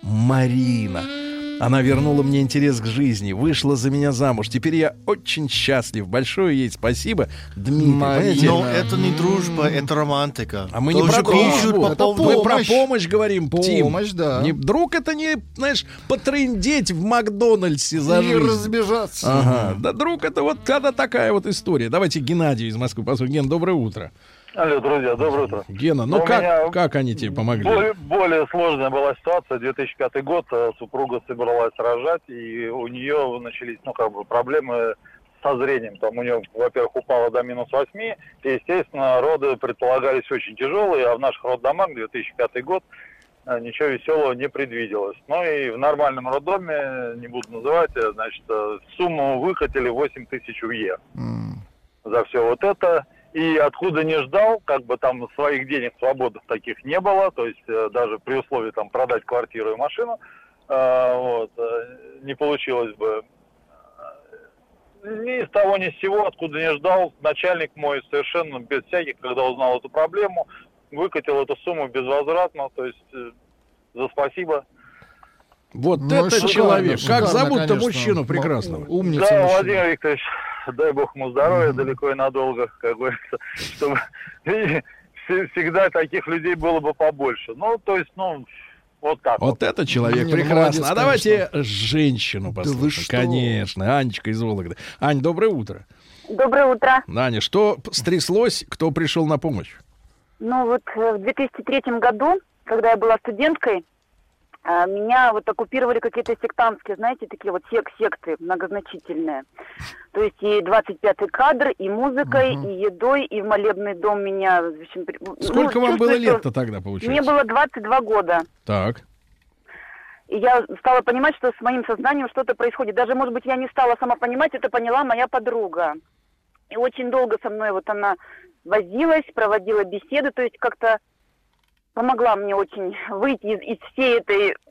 Марина. Она вернула мне интерес к жизни, вышла за меня замуж. Теперь я очень счастлив. Большое ей спасибо, Дмитрий. Но это не дружба, это романтика. А мы не про дружбу. Это Мы про помощь говорим, Тим. Помощь, да. Не, друг это не, знаешь, потрындеть в Макдональдсе за и жизнь. разбежаться. Ага. Да, друг, это вот когда такая вот история. Давайте Геннадий из Москвы послушаем. Ген, доброе утро. Алло, друзья, доброе утро. Гена, ну как, как они тебе помогли? Более, более сложная была ситуация. две тысячи пятый год, супруга собралась рожать, и у нее начались, ну, как бы, проблемы со зрением. Там у нее, во-первых, упало до минус восьми, и, естественно, роды предполагались очень тяжелые, а в наших роддомах, две тысячи пятый год, ничего веселого не предвиделось. Ну и в нормальном роддоме, не буду называть, значит, сумму выкатили восемь тысяч УЕ mm. за все вот это. И откуда не ждал, как бы там своих денег свободных таких не было, то есть э, даже при условии там продать квартиру и машину, э, вот, э, не получилось бы. Ни с того ни с сего, откуда не ждал, начальник мой совершенно без всяких, когда узнал эту проблему, выкатил эту сумму безвозвратно, то есть э, за спасибо. Вот ну, это шикарно, человек. Шикарно, как зовут-то мужчину прекрасного? Умница. Да, мужчина. Владимир Викторович, дай бог ему здоровья, mm-hmm. далеко и надолго, как говорится, чтобы всегда таких людей было бы побольше. Ну, то есть, ну, вот так. Вот, вот. Это человек, ну, прекрасно. Молодец, а давайте женщину послушаем. Да конечно, Анечка из Вологды. Ань, доброе утро. Доброе утро. Аня, что стряслось, кто пришел на помощь? Ну, вот в две тысячи третьем году, когда я была студенткой, меня вот оккупировали какие-то сектантские, знаете, такие вот сек- секты многозначительные. То есть и двадцать пятый кадр, и музыкой, uh-huh. и едой, и в молебный дом меня... В общем, сколько ну, вам было лет-то тогда, получается? Мне было двадцать два года. Так. И я стала понимать, что с моим сознанием что-то происходит. Даже, может быть, я не стала сама понимать, это поняла моя подруга. И очень долго со мной вот она возилась, проводила беседы, то есть как-то... помогла мне очень выйти из, из всей этой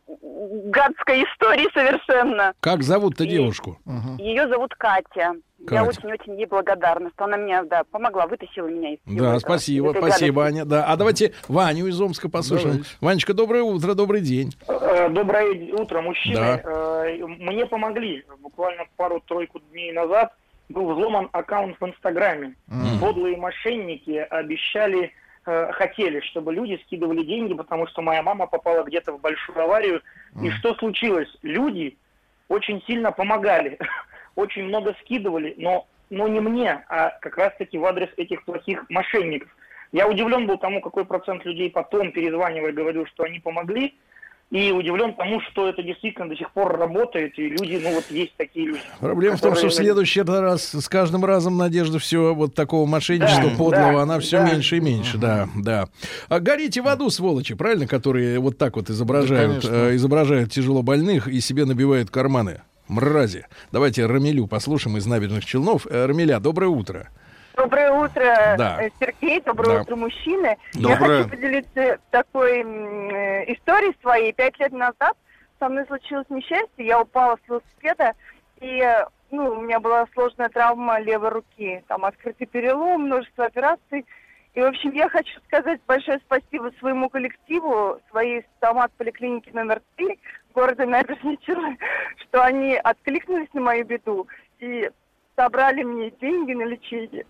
гадской истории совершенно. Как зовут-то И девушку? Ее зовут Катя. Катя. Я очень-очень ей благодарна, что она меня, да, помогла, вытащила меня из всего Да, этого, спасибо, этой спасибо, гадости. Аня. Да. А давайте Ваню из Омска послушаем. Давайте. Ванечка, доброе утро, добрый день. Э, Доброе утро, мужчины. Да. Э, Мне помогли. Буквально пару-тройку дней назад был взломан аккаунт в Инстаграме. Мгм. Подлые мошенники обещали, э, хотели, чтобы люди скидывали деньги, потому что моя мама попала где-то в большую аварию. И что случилось? Люди очень сильно помогали, очень много скидывали, но, но не мне, а как раз-таки в адрес этих плохих мошенников. Я удивлен был тому, какой процент людей потом, перезванивая, говорил, что они помогли. И удивлен тому, что это действительно до сих пор работает, и люди, ну вот есть такие люди. Проблема в том, что в которые- следующий раз с каждым разом надежда все вот такого мошенничества Да, подлого, да, она все да. меньше и меньше, да, да. А горите в аду, сволочи, правильно, которые вот так вот изображают, Да, конечно. э, изображают тяжело больных и себе набивают карманы. Мрази. Давайте Рамилю послушаем из Набережных Челнов. Э, Рамиля, доброе утро. Доброе утро, Да. э, Сергей, доброе Да. утро, мужчины. Доброе. Я хочу поделиться такой м, э, историей своей. Пять лет назад со мной случилось несчастье, я упала с велосипеда, и э, ну, у меня была сложная травма левой руки, там открытый перелом, множество операций. И, в общем, я хочу сказать большое спасибо своему коллективу, своей стомат-поликлинике номер три города Набережные Челны, что они откликнулись на мою беду и собрали мне деньги на лечение.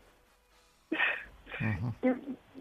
И-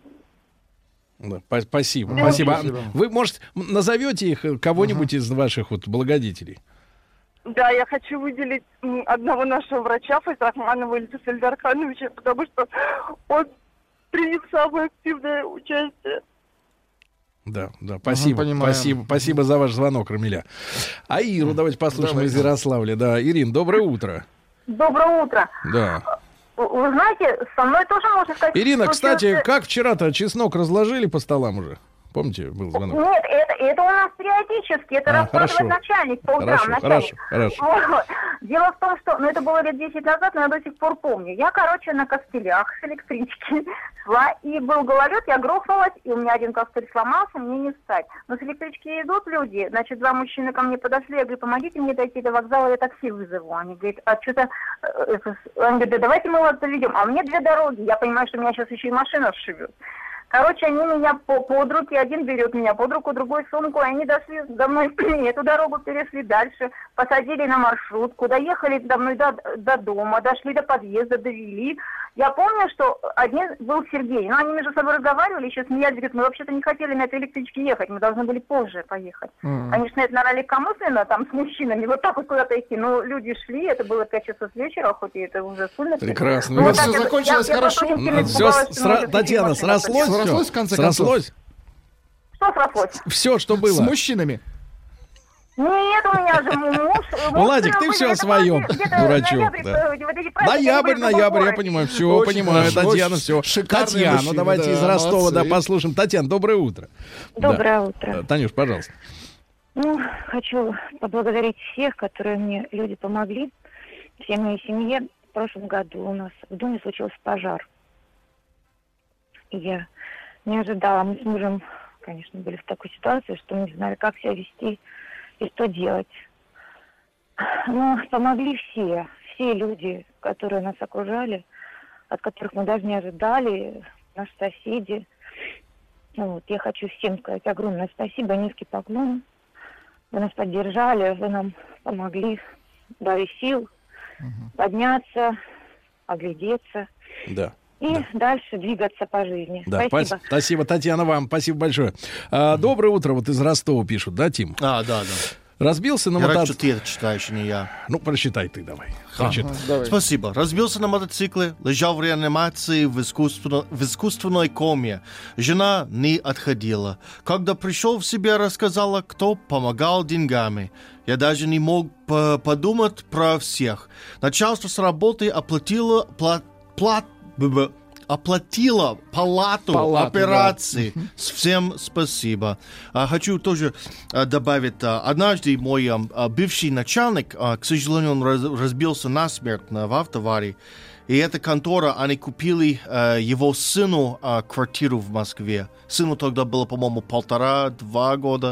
Да, па- спасибо, Да. спасибо. А Спасибо. Вы, может, м, назовете их, э, кого-нибудь из ваших вот благодетелей? Да, я хочу выделить м, одного нашего врача, Файзрахманова Ильдуса Эльдархановича, потому что он принял самое активное участие. Да, да, спасибо, понимаем. спасибо, спасибо за ваш звонок, Рамиля. А Иру давайте послушаем из Ярославля. Да, Ирин, доброе утро. Доброе утро. Да. Вы вы знаете, со мной тоже можно сказать... Ирина, случился- кстати, как вчера-то чеснок разложили по столам уже? Помните, был звонок? Нет, это, это у нас периодически, это А, раскладывает хорошо. начальник по утрам, Хорошо, начальник. хорошо, хорошо. Вот. Дело в том, что, ну это было лет десять назад, но я до сих пор помню. Я, короче, на костылях с электрички шла, и был гололед, я грохнулась, и у меня один костыль сломался, мне не встать. Но с электрички идут люди, значит, два мужчины ко мне подошли, я говорю, помогите мне дойти до вокзала, я такси вызову. Они говорят, а что-то... э, э, Они говорят, да давайте мы вас доведем. А мне две дороги, я понимаю, что меня сейчас еще и машина сшибет. Короче, они меня по, под руки, один берет меня под руку, другой сумку, и они дошли до мной, эту дорогу перешли дальше, посадили на маршрутку, доехали до мной до, до дома, дошли до подъезда, довели. Я помню, что один был Сергей, но они между собой разговаривали, еще смеялись, говорят, мы вообще-то не хотели на этой электричке ехать, мы должны были позже поехать. Мгм. Конечно, это, наверное, легкомысленно, там, с мужчинами, вот так вот куда-то идти, но люди шли, это было пять часов вечера, хоть и это уже сильно. Прекрасно. Ну, Ну, вот всё так это- закончилось я- я хорошо. просто очень сильно Все, испугалась, что может Татьяна, быть, машина срослось? подъедет. Срослось, всё? в конце концов? Срослось? Что срослось? Все, что С было. мужчинами. Нет, у меня же муж. Владик, муж ты был всё о где-то своем, где-то дурачок, ноябрь, да. вот эти праздники Ноябрь, были в другом ноябрь, я городе. понимаю, все, Очень понимаю, хорошо, Татьяна, очень все. шикарные Татьяна, ну мужчины, давайте да, из Ростова, да, молодцы. послушаем. Татьяна, доброе утро. Доброе Да. утро. Да, Танюш, пожалуйста. Ну, хочу поблагодарить всех, которые мне, люди, помогли. Всей моей семье. В прошлом году у нас в доме случился пожар. И я не ожидала. Мы с мужем, конечно, были в такой ситуации, что мы не знали, как себя вести и что делать. Но помогли все. Все люди, которые нас окружали, от которых мы даже не ожидали, наши соседи. Ну, вот, я хочу всем сказать огромное спасибо, низкий поклон. Вы нас поддержали, вы нам помогли, дали сил подняться, оглядеться Да. и дальше двигаться по жизни. Да, Спасибо. спа- спасибо, Татьяна, вам. Спасибо большое. А, доброе утро, вот из Ростова пишут, да, Тим? А, да, да. Разбился на Я рад, мотоцикле. что ты это читаешь, а не я. Ну, прочитай ты давай. А. Прочитай. Спасибо. Разбился на мотоцикле, лежал в реанимации в, искусственно- в искусственной коме. Жена не отходила. Когда пришел в себя, рассказала, кто помогал деньгами. Я даже не мог по- подумать про всех. Начальство с работы оплатило, пла- плат- б- б- оплатило палату, Палату, операции. Всем спасибо. А, хочу тоже а, добавить, а, однажды мой а, а, бывший начальник, а, к сожалению, он раз- разбился насмерть на, в автоаварии. И эта контора, они купили а, его сыну а, квартиру в Москве. Сыну тогда было, по-моему, полтора-два года.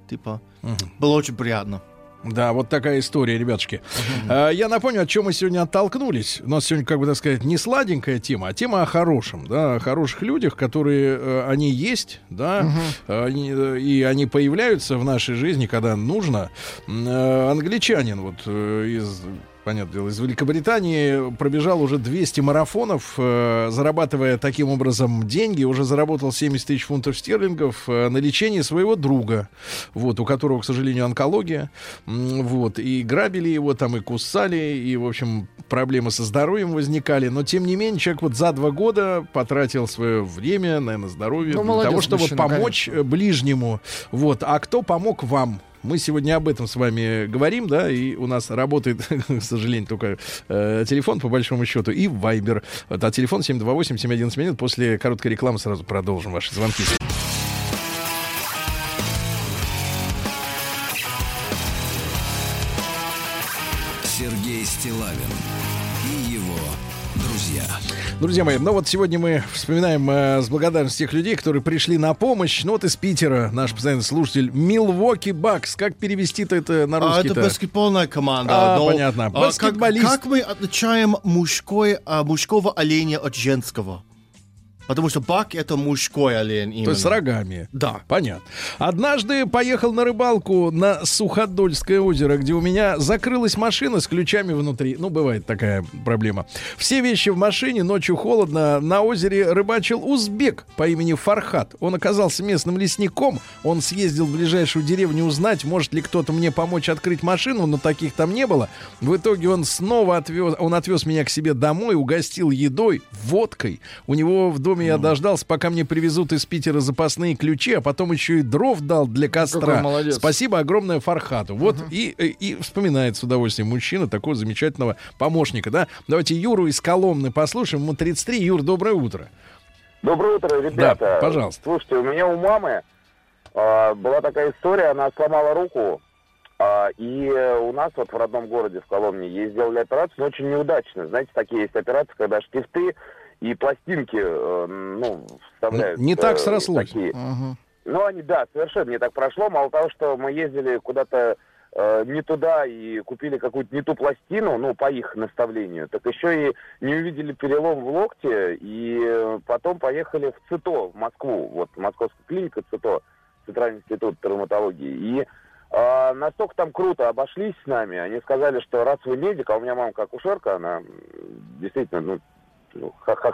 типа, было очень приятно. Да, вот такая история, ребятушки. Uh-huh. Я напомню, от чем мы сегодня оттолкнулись. У нас сегодня, как бы так сказать, не сладенькая тема, а тема о хорошем, да, о хороших людях, которые, э, они есть, да, uh-huh. они, и они появляются в нашей жизни, когда нужно. Э, англичанин вот э, из... Понятное дело, из Великобритании пробежал уже двести марафонов, э, зарабатывая таким образом деньги, уже заработал семьдесят тысяч фунтов стерлингов э, на лечение своего друга, вот, у которого, к сожалению, онкология, вот, и грабили его там, и кусали, и, в общем, проблемы со здоровьем возникали, но, тем не менее, человек вот за два года потратил свое время, наверное, здоровье, ну, для молодец, того, чтобы мужчина, помочь конечно. ближнему, вот, а кто помог вам? Мы сегодня об этом с вами говорим, да, и у нас работает, к сожалению, только э, телефон, по большому счету, и Вайбер. Вот, а телефон семь два восемь семь одиннадцать минут. После короткой рекламы сразу продолжим ваши звонки. Сергей Стиллавин и его друзья. Друзья мои, ну вот сегодня мы вспоминаем э, с благодарностью тех людей, которые пришли на помощь. Ну вот из Питера наш постоянный слушатель Милуоки Бакс. Как перевести-то это на русский-то? А, это баскетбольная команда. А, но, понятно. Баскетболист. Как, как мы отличаем мужской, а, мужского оленя от женского? Потому что бак — это мужской олень именно. То есть с рогами. Да. Понятно. Однажды поехал на рыбалку на Суходольское озеро, где у меня закрылась машина с ключами внутри. Ну, бывает такая проблема. Все вещи в машине, ночью холодно. На озере рыбачил узбек по имени Фархат. Он оказался местным лесником. Он съездил в ближайшую деревню узнать, может ли кто-то мне помочь открыть машину, но таких там не было. В итоге он снова отвез, он отвез меня к себе домой, угостил едой, водкой. У него в доме я дождался, пока мне привезут из Питера запасные ключи, а потом еще и дров дал для костра. Спасибо огромное Фархату. Вот uh-huh. и, и, и вспоминает с удовольствием мужчина такого замечательного помощника. Да? Давайте Юру из Коломны послушаем. Ему тридцать три. Юр, доброе утро. Доброе утро, ребята. Да, пожалуйста. Слушайте, у меня у мамы э, была такая история, она сломала руку, э, и у нас вот в родном городе в Коломне ей сделали операцию, но очень неудачно. Знаете, такие есть операции, когда штифты и пластинки, э, ну, вставляют. Не так срослось. Такие. Uh-huh. Ну, они, да, совершенно не так прошло. Мало того, что мы ездили куда-то э, не туда и купили какую-то не ту пластину, ну, по их наставлению, так еще и не увидели перелом в локте, и потом поехали в ЦИТО, в Москву, вот, московская клиника ЦИТО, Центральный институт травматологии, и э, настолько там круто обошлись с нами, они сказали, что раз вы медик, а у меня мама как акушерка, она действительно, ну, Ну,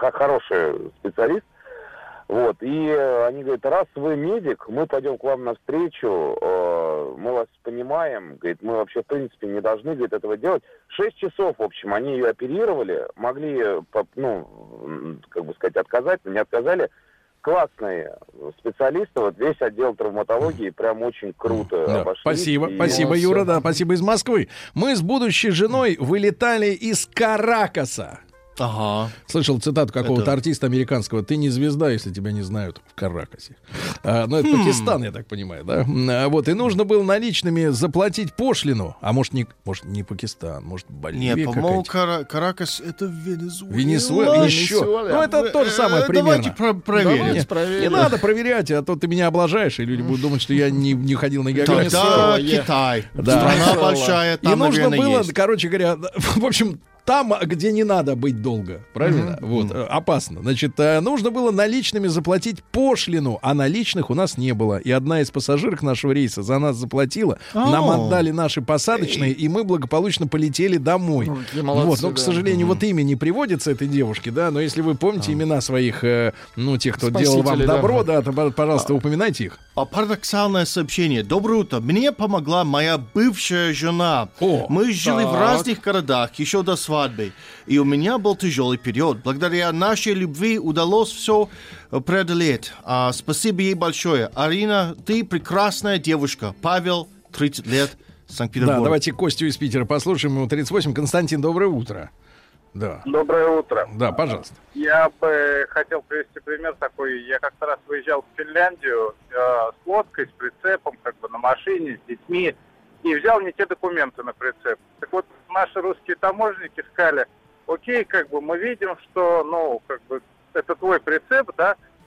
хороший специалист. Вот. И они говорят, раз вы медик, мы пойдем к вам навстречу, э, мы вас понимаем, говорит, мы вообще, в принципе, не должны, говорит, этого делать. Шесть часов, в общем, они ее оперировали, могли, ну, как бы сказать, отказать, но не отказали. Классные специалисты, вот весь отдел травматологии прям очень круто да, обошли. Спасибо, и... спасибо, ну, Юра, все. да, спасибо из Москвы. Мы с будущей женой вылетали из Каракаса. Ага. Слышал цитату какого-то это... артиста американского: «Ты не звезда, если тебя не знают в Каракасе». А, ну, это хм. Пакистан, я так понимаю, да? А, вот, и нужно было наличными заплатить пошлину. А может, не, может, не Пакистан, может, Боливия. Нет, по-моему, Кара- Каракас — это Венесуэла. Венесуэла еще. Ну, это то же самое примерно. Давайте про- проверим. Давайте проверим. Не надо проверять, а то ты меня облажаешь, и люди будут думать, что я не, не ходил на географию. Тогда Китай. Да. Страна большая, там, и нужно наверное, было, есть. короче говоря, в общем... Там, где не надо быть долго, правильно? Mm-hmm. Вот, mm-hmm. опасно. Значит, нужно было наличными заплатить пошлину, а наличных у нас не было. И одна из пассажирок нашего рейса за нас заплатила, oh. нам отдали наши посадочные, и мы благополучно полетели домой. Oh, молодцы, вот, но, да. к сожалению, mm-hmm. вот имя не приводится этой девушке, да, но если вы помните oh. имена своих, э, ну, тех, кто Спасители, делал вам добро, да, да то, пожалуйста, упоминайте их. А парадоксальное сообщение. Доброе утро. Мне помогла моя бывшая жена. Oh. Мы жили так. в разных городах еще до свадьбы. И у меня был тяжелый период. Благодаря нашей любви удалось все преодолеть. А, спасибо ей большое. Арина, ты прекрасная девушка. Павел, тридцать лет, Санкт-Петербург. Да, давайте Костю из Питера послушаем. Ему тридцать восемь. Константин, доброе утро. Да. Доброе утро. Да, пожалуйста. Я бы хотел привести пример такой. Я как-то раз выезжал в Финляндию э, с лодкой, с прицепом, как бы на машине, с детьми, и взял не те документы на прицеп. Так вот, наши русские таможенники сказали, окей, как бы мы видим, что, ну, как бы, это твой прицеп, да,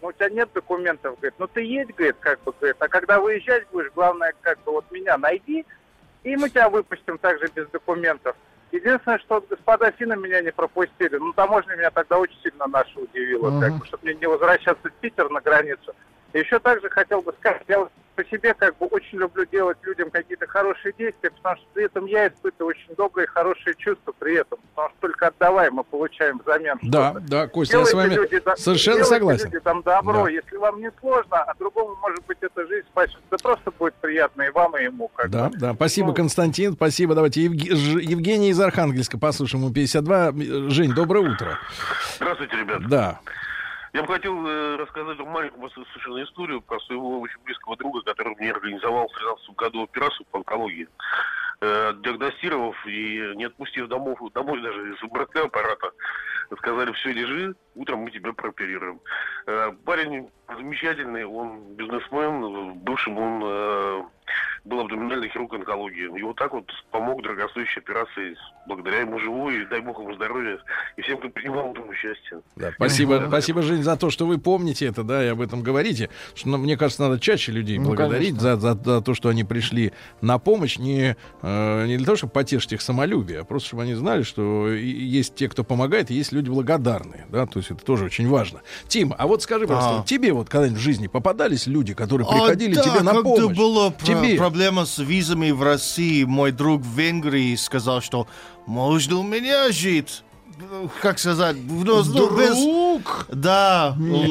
ну у тебя нет документов, говорит, ну ты едь, говорит, как бы, говорит, а когда выезжать будешь, главное, как бы, вот меня найди, и мы тебя выпустим также без документов. Единственное, что вот господа финны меня не пропустили, ну таможня меня тогда очень сильно наша удивила, uh-huh. как бы, чтобы мне не возвращаться в Питер на границу. И еще также хотел бы сказать, я вот по себе как бы очень люблю делать людям какие-то хорошие действия, потому что при этом я испытываю очень добрые, хорошие чувства при этом, потому что только отдавая мы получаем взамен да, что-то. Да, Костя, я с вами люди, совершенно согласен. Люди там добро, да. Если вам не сложно, а другому, может быть, эта жизнь спасет, это просто будет приятно и вам, и ему. Как да, бы. да, спасибо, ну, Константин, спасибо. Давайте Евг... Евгений из Архангельска, послушаем, ему пятьдесят два. Жень, доброе утро. Здравствуйте, ребята. Да. Я бы хотел э, рассказать вам маленькую совершенно историю про своего очень близкого друга, который мне организовал в тринадцатом году операцию по онкологии. Э, диагностировав и не отпустив домов, домой даже из МРТ аппарата, сказали, все, лежи, утром мы тебя прооперируем. Э, парень замечательный, он бизнесмен, в бывшем он э, был абдоминальный хирург онкологии. И вот так вот помог дорогостоящей операции. Благодаря ему живу, и дай бог ему здоровья. И всем, кто принимал в этом участие. Да, спасибо, спасибо, Жень, за то, что вы помните это, да, и об этом говорите. Что, ну, мне кажется, надо чаще людей ну, благодарить за, за, за то, что они пришли на помощь. Не, э, не для того, чтобы потешить их самолюбие, а просто, чтобы они знали, что есть те, кто помогает, и есть люди благодарные. Да? То есть это тоже очень важно. Тим, а вот скажи, пожалуйста, а. тебе вот когда-нибудь в жизни попадались люди, которые приходили а, тебе да, на помощь? Была тебе? Проблема с визами в России. Мой друг в Венгрии сказал, что можно у меня жить. Как сказать? Ну, без, да,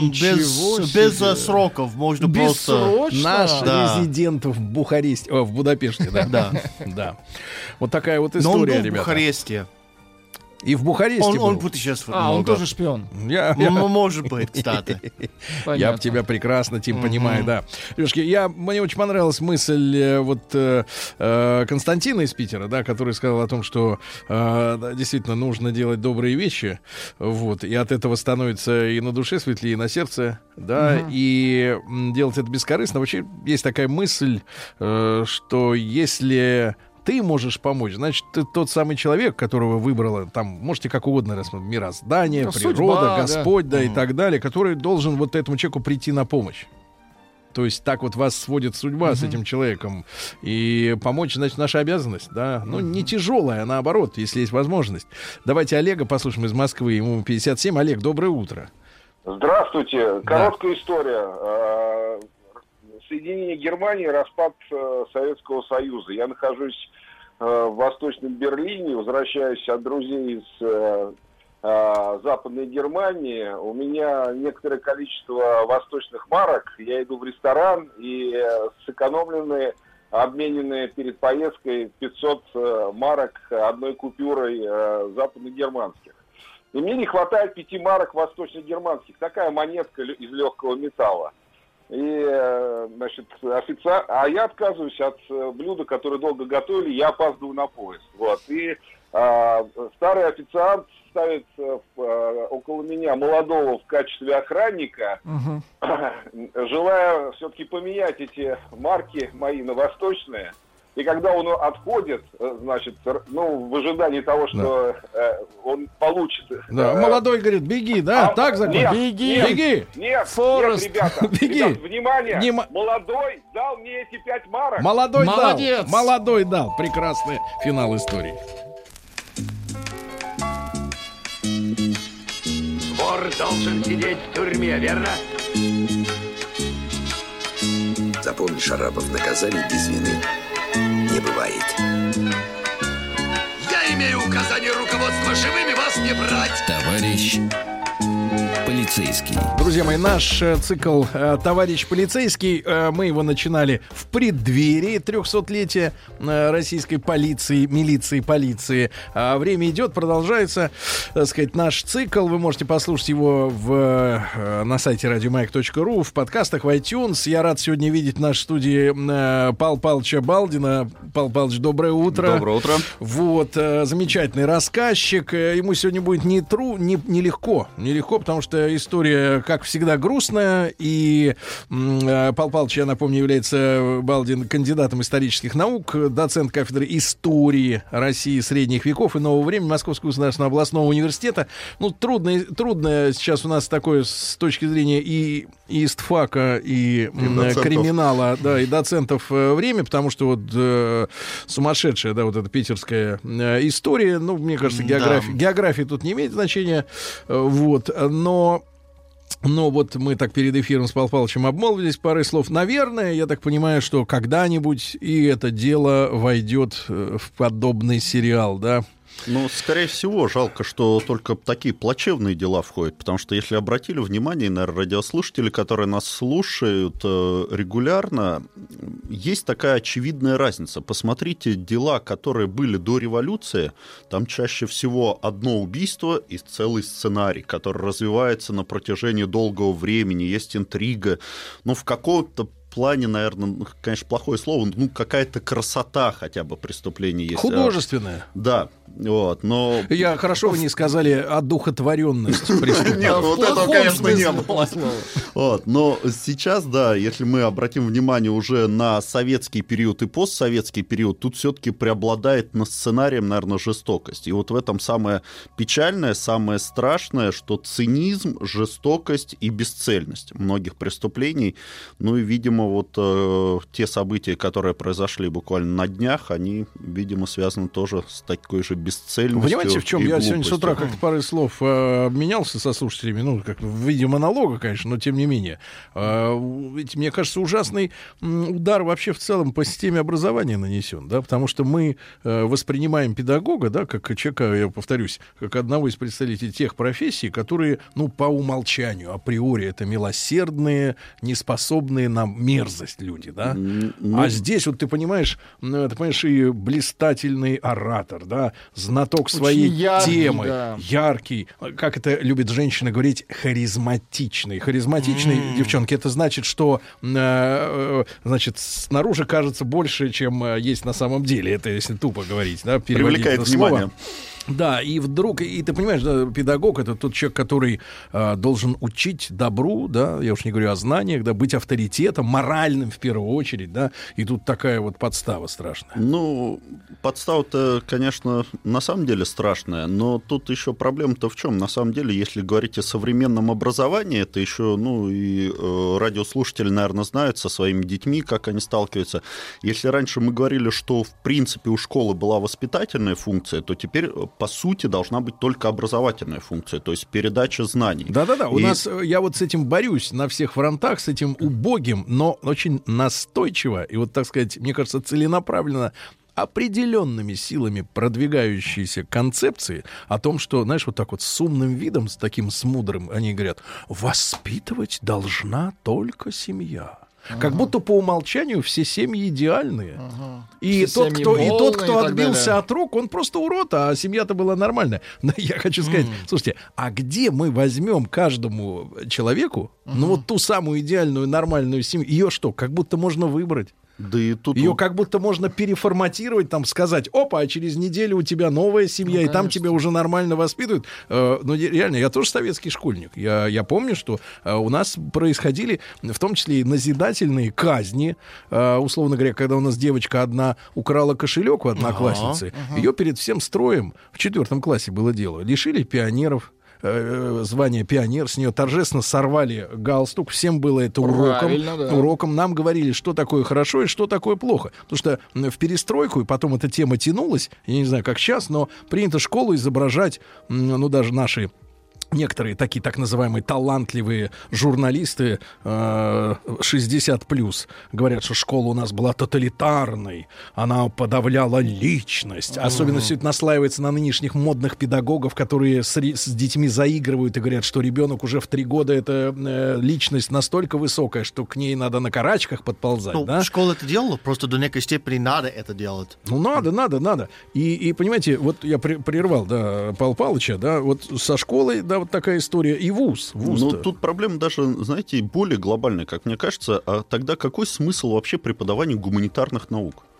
без, без сроков. Можно просто... Наш да. резидент в Бухаресте, о, в Будапеште, да? Да. Да. Вот такая вот история, ребята. в Бухаресте. И в Бухаресте он, был. он путешествует А, много. он тоже шпион. Я, я... Может быть, кстати. Я тебя прекрасно, Тим, понимаю, да. Девушки, я, мне очень понравилась мысль вот э, э, Константина из Питера, да, который сказал о том, что э, да, действительно нужно делать добрые вещи, вот, и от этого становится и на душе светлее, и на сердце, да, угу. и м, делать это бескорыстно. Вообще есть такая мысль, э, что если... ты можешь помочь, значит, ты тот самый человек, которого выбрала, там, можете как угодно рассмотреть, мироздание, ну, природа, судьба, Господь, да, да и mm. так далее, который должен вот этому человеку прийти на помощь. То есть так вот вас сводит судьба mm-hmm. с этим человеком. И помочь, значит, наша обязанность, да. Ну, mm-hmm. не тяжелая, а наоборот, если есть возможность. Давайте Олега послушаем из Москвы, ему пятьдесят семь. Олег, доброе утро. Здравствуйте. Короткая да. история. Соединение Германии, распад э, Советского Союза. Я нахожусь э, в Восточном Берлине, возвращаюсь от друзей из э, э, Западной Германии. У меня некоторое количество восточных марок. Я иду в ресторан и э, сэкономленные, обмененные перед поездкой пятьсот э, марок одной купюрой э, западногерманских. И мне не хватает пяти марок восточногерманских. Такая монетка из легкого металла. И, значит, официально... А я отказываюсь от блюда, которое долго готовили, я опаздываю на поезд. Вот. И а, старый официант ставит а, около меня молодого в качестве охранника, угу. желая все-таки поменять эти марки мои на восточные. И когда он отходит, значит, ну, в ожидании того, что да. э, он получит... Да, э, молодой говорит, беги, да? А, так закон? Нет, беги, нет, беги! Нет, Форест. нет, ребята, беги. ребят, внимание, Не... молодой дал мне эти пять марок. Молодой Молодец. дал, молодой дал. Прекрасный финал истории. Вор должен сидеть в тюрьме, верно? Запомни, Шарапов, наказание без вины не бывает. Я имею указание руководства живыми вас не брать. Товарищ полицейский. Друзья мои, наш э, цикл э, «Товарищ полицейский», э, мы его начинали в преддверии трехсотлетия э, российской полиции, милиции, полиции. А время идет, продолжается, так сказать, наш цикл. Вы можете послушать его в, э, на сайте радиомаяк точка ру, в подкастах, в iTunes. Я рад сегодня видеть в нашей студии э, Павла Павловича Балдина. Павел Павлович, доброе утро. Доброе утро. Вот, э, замечательный рассказчик. Ему сегодня будет не тру, не, не легко, нелегко, потому что история, как всегда, грустная. И Павел Павлович, я напомню, является Балдин кандидатом исторических наук, доцент кафедры истории России средних веков и нового времени Московского государственного областного университета. Ну, трудно, трудно сейчас у нас такое с точки зрения и, и истфака, и, и криминала, да, и доцентов время, потому что вот э, сумасшедшая, да, вот эта питерская э, история, ну, мне кажется, география, да. география тут не имеет значения, э, вот, но... Но вот мы так перед эфиром с Павлом Павловичем обмолвились парой слов. Наверное, я так понимаю, что когда-нибудь и это дело войдет в подобный сериал, да? Ну, скорее всего, жалко, что только такие плачевные дела входят, потому что, если обратили внимание, наверное, радиослушатели, которые нас слушают регулярно, есть такая очевидная разница. Посмотрите дела, которые были до революции, там чаще всего одно убийство и целый сценарий, который развивается на протяжении долгого времени, есть интрига, ну, в каком-то плане, наверное, конечно, плохое слово, ну, какая-то красота хотя бы преступления есть. Художественная. Да, вот, но... Я, хорошо, вы не сказали одухотворенность преступления. Нет, вот этого, конечно, не было. Вот, но сейчас, да, если мы обратим внимание уже на советский период и постсоветский период, тут все-таки преобладает на сценарием, наверное, жестокость. И вот в этом самое печальное, самое страшное, что цинизм, жестокость и бесцельность многих преступлений, ну и, видимо, вот э, те события, которые произошли буквально на днях, они, видимо, связаны тоже с такой же бесцельностью. Понимаете, в чем я глупостью. сегодня с утра как-то пару слов э, обменялся со слушателями, ну, как в виде монолога, конечно, но тем не менее. Э, ведь, мне кажется, ужасный удар вообще в целом по системе образования нанесен, да, потому что мы э, воспринимаем педагога, да, как человека, я повторюсь, как одного из представителей тех профессий, которые, ну, по умолчанию, априори, это милосердные, неспособные на мерзость люди, да. Ну... А здесь, вот ты понимаешь, ты понимаешь, и блистательный оратор, да, знаток своей яркий, темы, да. яркий, как это любят женщины говорить, харизматичный. Харизматичный, mm. девчонки, это значит, что э, значит, снаружи кажется больше, чем есть на самом деле. Это если тупо говорить, да, привлекает внимание. Слово. Да, и вдруг, и ты понимаешь, да, педагог — это тот человек, который э, должен учить добру, да, я уж не говорю о знаниях, да, быть авторитетом, моральным в первую очередь, да, и тут такая вот подстава страшная. Ну, подстава-то, конечно, на самом деле страшная, но тут еще проблема-то в чем? На самом деле, если говорить о современном образовании, это еще, ну, и э, радиослушатели, наверное, знают со своими детьми, как они сталкиваются. Если раньше мы говорили, что, в принципе, у школы была воспитательная функция, то теперь... по сути, должна быть только образовательная функция, то есть передача знаний. Да-да-да, у и... нас, я вот с этим борюсь на всех фронтах, с этим убогим, но очень настойчиво и вот, так сказать, мне кажется, целенаправленно определенными силами продвигающиеся концепции о том, что, знаешь, вот так вот с умным видом, с таким с мудрым, они говорят, воспитывать должна только семья. Ага. Как будто по умолчанию все семьи идеальные. Ага. И, тот, кто, и тот, кто и отбился далее. От рук, он просто урод, а семья-то была нормальная. Но я хочу сказать, mm. слушайте, а где мы возьмем каждому человеку, uh-huh. ну вот ту самую идеальную нормальную семью, ее что, как будто можно выбрать? Да и тут... Ее как будто можно переформатировать, там, сказать, опа, а через неделю у тебя новая семья, ну, и там тебя уже нормально воспитывают. Э, ну, реально, я тоже советский школьник. Я, я помню, что э, у нас происходили, в том числе и назидательные казни. Э, условно говоря, когда у нас девочка одна украла кошелек у одноклассницы, ага, ага. ее перед всем строем, в четвертом классе было дело, лишили пионеров. Звание пионер, с нее торжественно сорвали галстук, всем было это уроком, да. уроком, нам говорили, что такое хорошо и что такое плохо, потому что в перестройку, и потом эта тема тянулась, я не знаю, как сейчас, но принято школу изображать, ну, даже наши некоторые такие так называемые талантливые журналисты э, шестьдесят плюс говорят, что школа у нас была тоталитарной, она подавляла личность. Mm-hmm. Особенно все это наслаивается на нынешних модных педагогов, которые с, с детьми заигрывают и говорят, что ребенок уже в три года это э, личность настолько высокая, что к ней надо на карачках подползать. Ну, да? Школа это делала, просто до некой степени надо это делать. Ну, надо, надо, надо. И, и понимаете, вот я при, прервал, да, Павла Павловича, да, вот со школой, да, вот такая история. И вуз. Ну, тут проблема даже, знаете, более глобальная, как мне кажется. А тогда какой смысл вообще преподавания гуманитарных наук?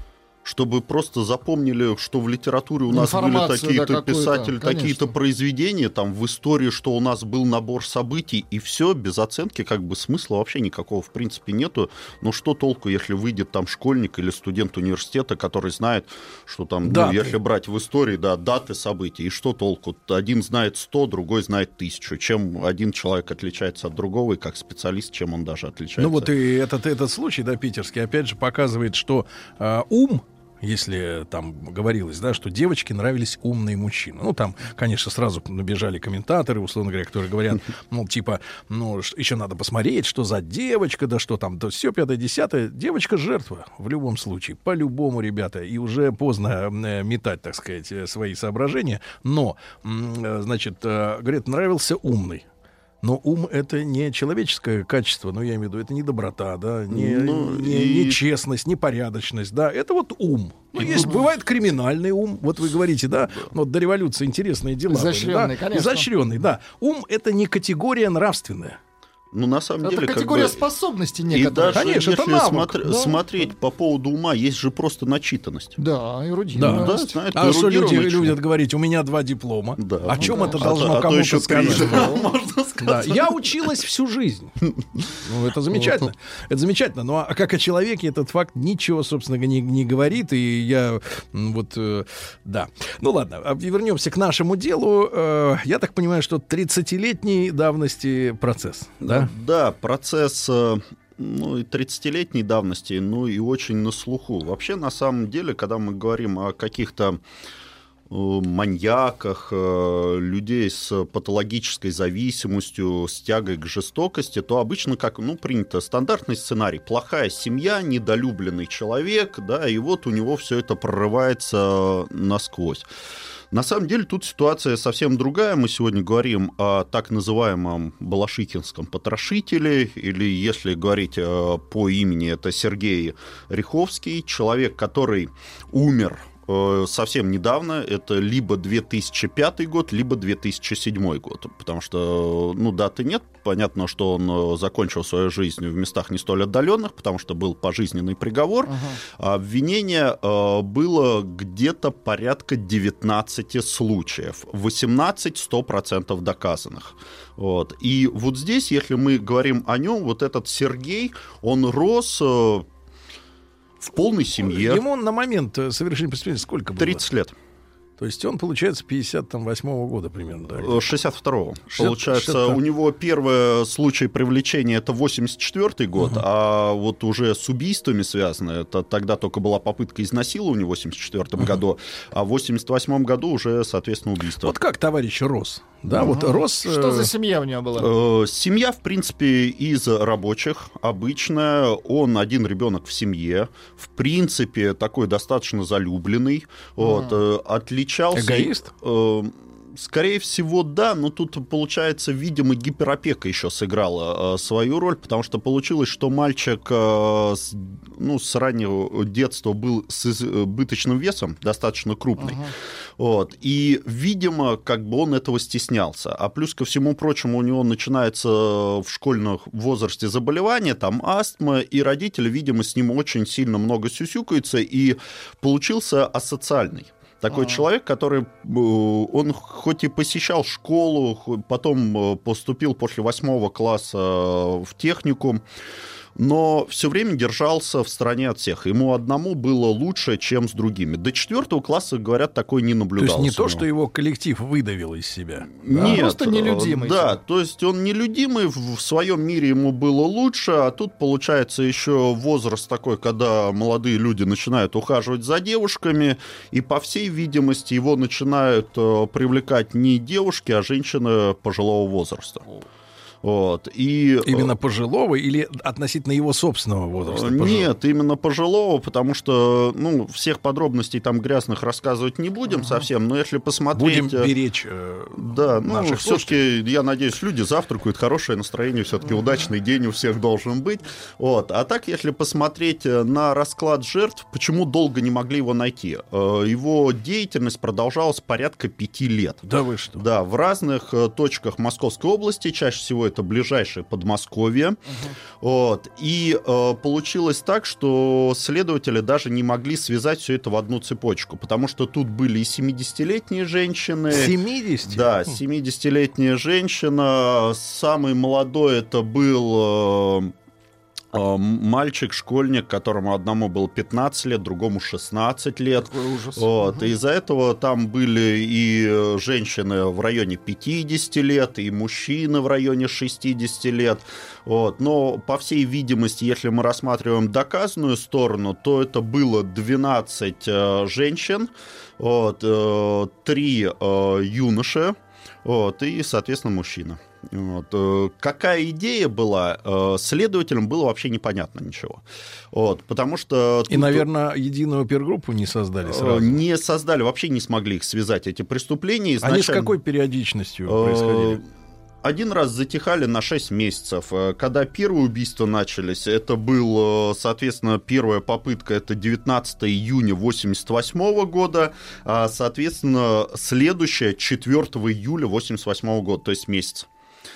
чтобы просто запомнили, что в литературе у нас были Информацию, такие-то да, писатели, какую-то, такие-то произведения, там в истории, что у нас был набор событий, и все без оценки, как бы смысла вообще никакого в принципе нету. Но что толку, если выйдет там школьник или студент университета, который знает, что там, ну, если брать в истории, да, даты событий, и что толку? Один знает сто, другой знает тысячу. Чем один человек отличается от другого, и как специалист, чем он даже отличается? Ну вот и этот, этот случай, да, питерский, опять же показывает, что э, ум, если там говорилось, да, что девочке нравились умные мужчины. Ну, там, конечно, сразу набежали комментаторы, условно говоря, которые говорят, ну, типа, ну, еще надо посмотреть, что за девочка, да что там, да все, пятое, десятое. Девочка жертва в любом случае, по-любому, ребята. И уже поздно э, метать, так сказать, свои соображения. Но, э, значит, э, говорят, нравился умный. Но ум — это не человеческое качество, ну, я имею в виду, это не доброта, да, не, ну, не, и... не честность, не порядочность, да, это вот ум. Ну, есть, бывает криминальный ум, вот вы говорите, да, вот до революции интересные дела. Изощренный, были, да? конечно. Изощренный, да. Ум — это не категория нравственная. Ну, на самом это деле, категория как бы... способностей И некоторых. даже Конечно, если это навык, смотр... да. смотреть по поводу ума, есть же просто начитанность. Да, эрудированность. Да, да, знает, а что люди эрудированный любят говорить, у меня два диплома. Да. О чем Да. это А должно то- а то кому-то еще сказать? три, Да. Да. Я училась всю жизнь. Ну, это замечательно. Это замечательно. Ну, а как о человеке этот факт ничего, собственно, не, не говорит. И я м, вот, э, да. Ну, ладно, а вернемся к нашему делу. Э, я так понимаю, что тридцатилетней давности процесс, да? Да, процесс... э, ну, и тридцатилетней давности, ну и очень на слуху. Вообще, на самом деле, когда мы говорим о каких-то э, маньяках, э, людей с патологической зависимостью, с тягой к жестокости, то обычно, как, ну, принято, стандартный сценарий. Плохая семья, недолюбленный человек, да, и вот у него все это прорывается насквозь. На самом деле тут ситуация совсем другая. Мы сегодня говорим о так называемом балашихинском потрошителе, или, если говорить э, по имени, это Сергей Риховский, человек, который умер э, совсем недавно. Это либо две тысячи пятый год, либо две тысячи седьмой год, потому что, ну, даты нет. Понятно, что он закончил свою жизнь в местах не столь отдаленных, потому что был пожизненный приговор. Ага. А обвинение э, было где-то порядка девятнадцати случаев. восемнадцать сто процентов доказанных. Вот. И вот здесь, если мы говорим о нем, вот этот Сергей, он рос... Э, в полной семье. Ему на момент совершения преступления сколько было? тридцать лет. То есть он, получается, пятьдесят восьмого года примерно, да? шестьдесят второго. шестьдесят, Получается, шестьдесят. У него первый случай привлечения — это восемьдесят четвёртый год, uh-huh. а вот уже с убийствами связано, это тогда только была попытка изнасилования в восемьдесят четвёртом uh-huh. году, а в восемьдесят восьмом году уже, соответственно, убийство. Вот как товарищ рос? Да, uh-huh. вот рос... Что за семья у него была? Семья, в принципе, из рабочих, обычная. Он один ребенок в семье. В принципе, такой достаточно залюбленный. Uh-huh. Вот, отличался... Эгоист? Э, скорее всего, да, но тут, получается, видимо, гиперопека еще сыграла э, свою роль, потому что получилось, что мальчик э, с, ну, с раннего детства был с избыточным весом, достаточно крупный. Uh-huh. Вот, и, видимо, как бы он этого стеснялся. А плюс ко всему прочему, у него начинается в школьном возрасте заболевание, там астма, и родители, видимо, с ним очень сильно много сюсюкаются, и получился асоциальный. Такой А-а-а. человек, который, он хоть и посещал школу, потом поступил после восьмого класса в техникум, но все время держался в стороне от всех. Ему одному было лучше, чем с другими. До четвертого класса, говорят, такой не наблюдался. То есть не то, что его коллектив выдавил из себя? Нет. Просто нелюдимый. Да, то есть он нелюдимый, в своем мире ему было лучше, а тут, получается, еще возраст такой, когда молодые люди начинают ухаживать за девушками, и, по всей видимости, его начинают привлекать не девушки, а женщины пожилого возраста. Вот. И, именно пожилого или относительно его собственного возраста? Пожилого? Нет, именно пожилого, потому что, ну, всех подробностей там грязных рассказывать не будем uh-huh. совсем, но если посмотреть... Будем беречь э, Да, ну, все-таки, я надеюсь, люди завтракают, хорошее настроение, все-таки uh-huh. удачный день у всех должен быть. Вот. А так, если посмотреть на расклад жертв, почему долго не могли его найти? Его деятельность продолжалась порядка пяти лет. Да вы что? Да, в разных точках Московской области, чаще всего это это ближайшее Подмосковье. Uh-huh. Вот. И э, получилось так, что следователи даже не могли связать все это в одну цепочку, потому что тут были и семидесятилетние женщины. семьдесят? Да, семидесятилетняя женщина. Самый молодой это был... Э, мальчик, школьник, которому одному было пятнадцать лет, другому шестнадцать лет. Какой ужас. Вот. Угу. И из-за этого там были и женщины в районе пятьдесят лет, и мужчины в районе шестьдесят лет. Вот. Но, по всей видимости, если мы рассматриваем доказанную сторону, то это было двенадцать э, женщин, вот, э, три э, юноши, вот, и, соответственно, мужчина. Вот. Какая идея была, следователям было вообще непонятно ничего. Вот, потому что... И, тут... наверное, единую опергруппу не создали сразу? Не создали, вообще не смогли их связать, эти преступления. Изначально... Они с какой периодичностью происходили? Один раз затихали на шесть месяцев. Когда первые убийства начались, это был, соответственно, первая попытка, это девятнадцатого июня восемьдесят восьмого года, а, соответственно, следующая четвёртого июля восемьдесят восьмого года, то есть месяц.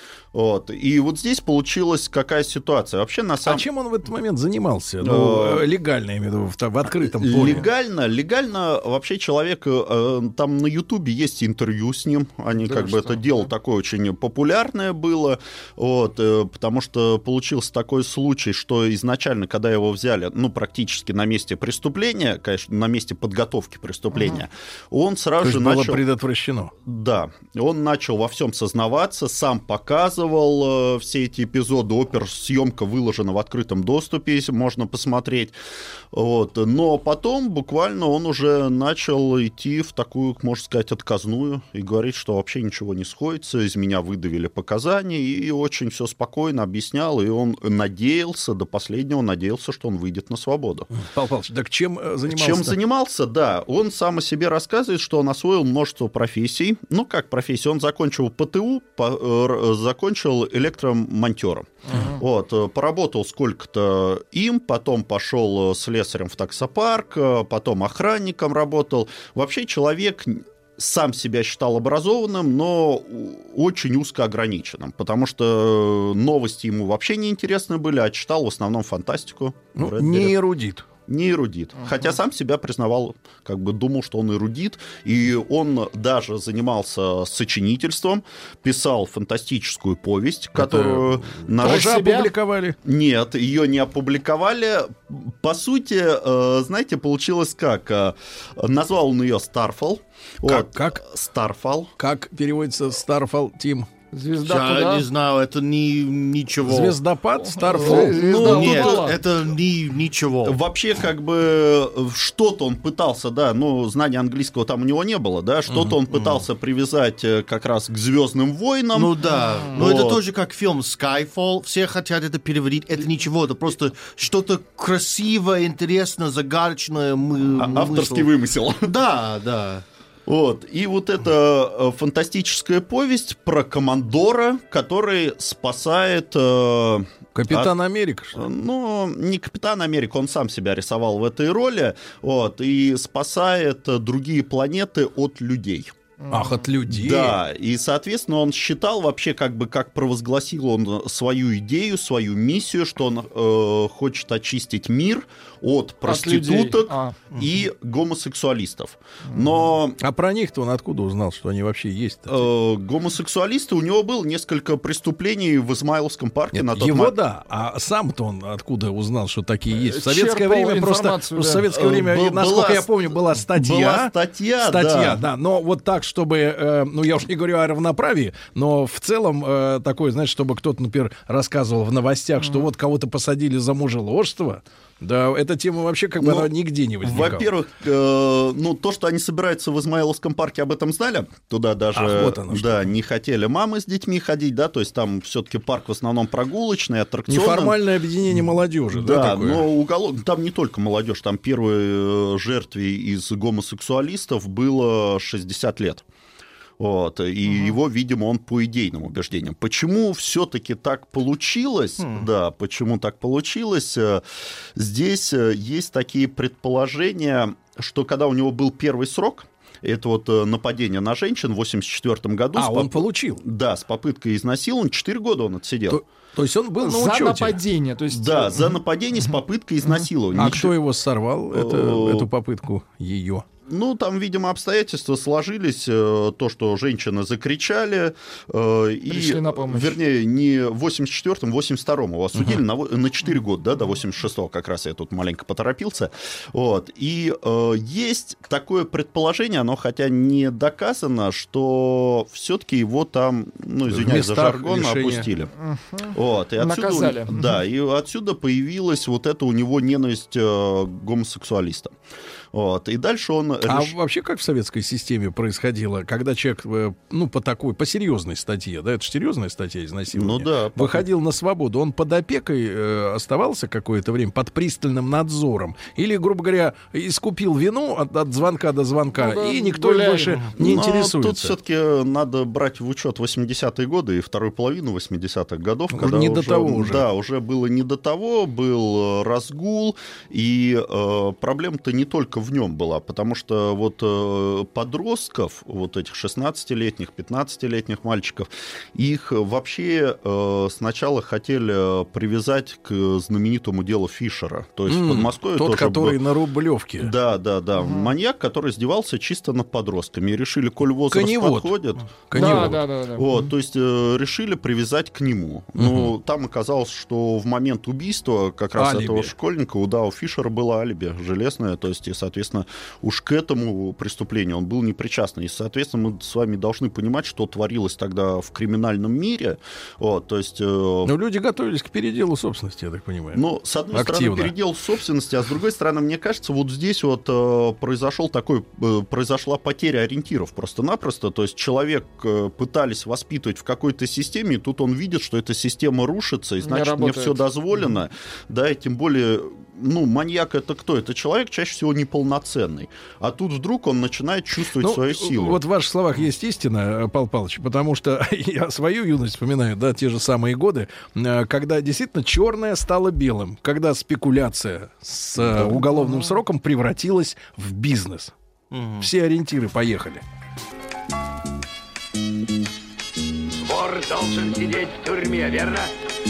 Вот. И вот здесь получилась какая ситуация. Вообще, на самом... А чем он в этот момент занимался? Ну, легально, я имею в виду, в открытом поле. Легально, легально вообще человек... Там на Ютубе есть интервью с ним. Они да, как бы это дело да. такое очень популярное было. Вот, потому что получился такой случай, что изначально, когда его взяли, ну, практически на месте преступления, конечно, на месте подготовки преступления, угу. он сразу То же было начал... предотвращено. Да. Он начал во всем сознаваться, сам показывал все эти эпизоды, оперсъемка выложена в открытом доступе, если можно посмотреть. Вот. Но потом буквально он уже начал идти в такую, можно сказать, отказную и говорить, что вообще ничего не сходится, из меня выдавили показания, и очень все спокойно объяснял, и он надеялся, до последнего надеялся, что он выйдет на свободу. Павел Павлович, так чем занимался? Чем занимался, да. Он сам о себе рассказывает, что он освоил множество профессий. Ну, как профессии? Он закончил ПТУ, по, закончил электромонтером. Uh-huh. Вот, поработал сколько-то им, потом пошел слесарем в таксопарк, потом охранником работал. Вообще человек сам себя считал образованным, но очень узко ограниченным, потому что новости ему вообще не интересны были, а читал в основном фантастику. Ну, не эрудит. Не эрудит. Uh-huh. Хотя сам себя признавал, как бы думал, что он эрудит. И он даже занимался сочинительством, писал фантастическую повесть, которую... На... Тоже опубликовали? Нет, ее не опубликовали. По сути, знаете, получилось как? Назвал он ее Starfall. Как? Вот. Как? Starfall. Как переводится Starfall, Тим? Звезда Я туда? не знаю, это не ничего. Звездопад, Starfall? Ну, нет, это не, ничего. Вообще, как бы, что-то он пытался, да, ну, знания английского там у него не было, да, что-то uh-huh, он пытался uh-huh. привязать как раз к «Звездным войнам». Ну да, uh-huh. но вот. Это тоже как фильм Skyfall, все хотят это переводить, это ничего, это просто что-то красивое, интересное, загадочное. Мы, а- авторский вымысел. Да, да. Вот. И вот эта фантастическая повесть про командора, который спасает... Э, Капитан от, Америка, что ли? Ну, не Капитан Америка, он сам себя рисовал в этой роли, вот, и спасает другие планеты от людей. Ах, от людей. Да, и, соответственно, он считал вообще, как бы, как провозгласил он свою идею, свою миссию, что он э, хочет очистить мир от проституток от а. и гомосексуалистов. Но... А про них-то он откуда узнал, что они вообще есть? Э, гомосексуалисты, у него было несколько преступлений в Измайловском парке. Нет, на тот его момент. Да, а сам-то он откуда узнал, что такие есть? В советское время просто... Да. В советское время, Был, насколько была, я помню, была статья. Была статья, статья, да. да. Но вот так, чтобы, э, ну я уж не говорю о равноправии, но в целом э, такое, знаете, чтобы кто-то, например, рассказывал в новостях, mm-hmm. что вот кого-то посадили за мужеложство. Да, эта тема вообще как бы ну, она нигде не возникала. Во-первых, э, ну, то, что они собираются в Измайловском парке, об этом знали. Туда даже Ах, вот оно, да, не хотели мамы с детьми ходить, да, то есть там все-таки парк в основном прогулочный, аттракционный. Неформальное объединение молодежи, да, да, такое? но уголок, там не только молодежь, там первой жертве из гомосексуалистов было шестьдесят лет. Вот, и угу. его, видимо, он по идейным убеждениям. Почему все-таки так получилось? Хм. Да, почему так получилось? Здесь есть такие предположения, что когда у него был первый срок, Это вот нападение на женщин в восемьдесят четвёртом году. А, с он поп... получил? Да, с попыткой изнасилования. четыре года он отсидел. То, то есть он был на за учете? нападение. То есть... Да, за нападение с попыткой изнасилования. А Ничего... кто его сорвал, это, эту попытку, ее? Ну, там, видимо, обстоятельства сложились, э, то, что женщины закричали, э, и, на помощь. вернее, не в восемьдесят четвёртом, в восемьдесят втором его осудили uh-huh. на, на четыре года, да, до восемьдесят шестого, как раз я тут маленько поторопился. Вот. И э, есть такое предположение, оно хотя не доказано, что все-таки его там, ну, извиняюсь за жаргон, лишения. Опустили. Uh-huh. Вот. И отсюда, наказали. Да, и отсюда появилась вот эта у него ненависть э, к гомосексуалистам. Вот. И дальше он... А реш... вообще как в советской системе происходило, когда человек, ну, по такой, по серьезной статье, да, это же серьезная статья изнасилования, ну, да, выходил на свободу, он под опекой э, оставался какое-то время, под пристальным надзором, или, грубо говоря, искупил вину от, от звонка до звонка, ну, да, и никто им больше не Но интересуется. Тут все-таки надо брать в учет восьмидесятые годы и вторую половину восьмидесятых годов, уже когда не уже, до того уже. Да, уже было не до того, был разгул, и э, проблема-то не только в нем была, потому что вот э, подростков, вот этих шестнадцатилетних, пятнадцатилетних мальчиков, их вообще э, сначала хотели привязать к знаменитому делу Фишера. То есть mm, в Подмосковье тот, тоже который был... на Рублевке. Да, да, да. Mm. Маньяк, который издевался чисто над подростками. И решили, коль возраст Коневод. подходит... Да, да, да, да. Вот, mm. То есть э, решили привязать к нему. Mm-hmm. Но там оказалось, что в момент убийства как раз алиби. этого школьника, да, у Фишера было алиби железное. То есть, и, соответственно, уж к этому преступлению он был непричастен. И, соответственно, мы с вами должны понимать, что творилось тогда в криминальном мире. Вот, то есть... Э... Но люди готовились к переделу собственности, я так понимаю. Ну, с одной Активно. стороны, передел собственности, а с другой стороны, мне кажется, вот здесь вот э, произошел такой, э, произошла потеря ориентиров просто-напросто. То есть человек э, пытались воспитывать в какой-то системе, и тут он видит, что эта система рушится, и значит, мне все дозволено. Mm-hmm. Да, и тем более... Ну, маньяк — это кто? Это человек чаще всего неполноценный. А тут вдруг он начинает чувствовать ну, свою силу. Вот в ваших словах есть истина, Павел Павлович, потому что я свою юность вспоминаю, да, те же самые годы, когда действительно черное стало белым, когда спекуляция с да. уголовным сроком превратилась в бизнес. Угу. Все ориентиры поехали. Вор должен сидеть в тюрьме, верно?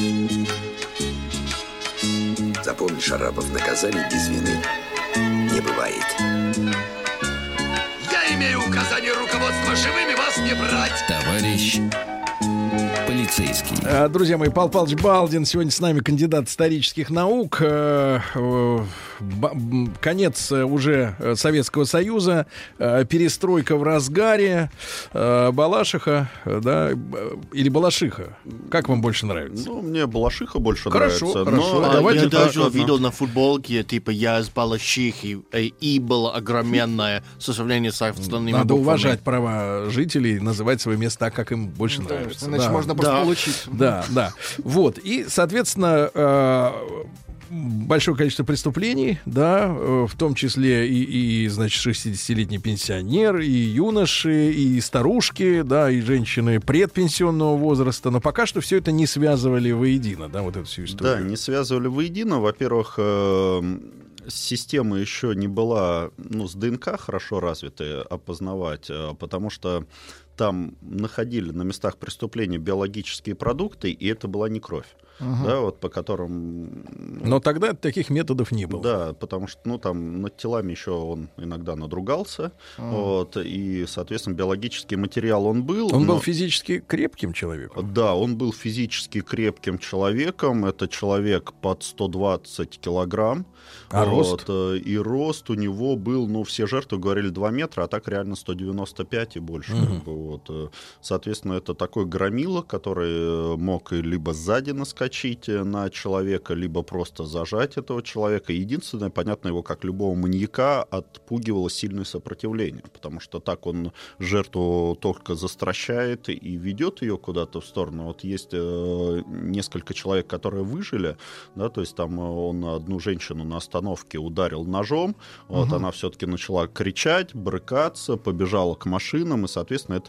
Запомни, Шарапов, наказаний без вины не бывает. Я имею указание руководства живыми вас не брать. Товарищ полицейский. Друзья мои, Павел Павлович Балдин сегодня с нами, кандидат исторических наук. Конец уже Советского Союза, перестройка в разгаре, Балашиха, да, или Балашиха. Как вам больше нравится? Ну, мне Балашиха больше хорошо, нравится. Хорошо, но... давайте Я даже так, видел на футболке, типа, я из Балашихи, и было огроменное со сравнением с остальными Надо буквами. Уважать права жителей, называть свое место так, как им больше да, нравится. Иначе да. можно просто да. получить. Да, да. Вот. И, соответственно, э, большое количество преступлений, да, в том числе и, и, значит, шестидесятилетний пенсионер, и юноши, и старушки, да, и женщины предпенсионного возраста. Но пока что все это не связывали воедино, да, вот эту всю историю. Да, не связывали воедино. Во-первых, э, система еще не была, ну, с ДНК хорошо развитой опознавать, потому что там находили на местах преступления биологические продукты, и это была не кровь. Uh-huh. Да, вот по которым... Но тогда таких методов не было. Да, потому что, ну, там над телами еще он иногда надругался, uh-huh. вот, и, соответственно, биологический материал он был. Он но... был физически крепким человеком? Да, он был физически крепким человеком. Это человек под сто двадцать килограмм. А вот, рост? И рост у него был, ну, все жертвы говорили два метра, а так реально сто девяносто пять и больше. Uh-huh. Вот. Соответственно, это такой громила, который мог либо сзади наскочить на человека, либо просто зажать этого человека. Единственное, понятно, его, как любого маньяка, отпугивало сильное сопротивление, потому что так он жертву только застращает и ведет ее куда-то в сторону. Вот есть э, несколько человек, которые выжили, да, то есть там он одну женщину на остановке ударил ножом, вот, угу. Она все-таки начала кричать, брыкаться, побежала к машинам, и, соответственно, это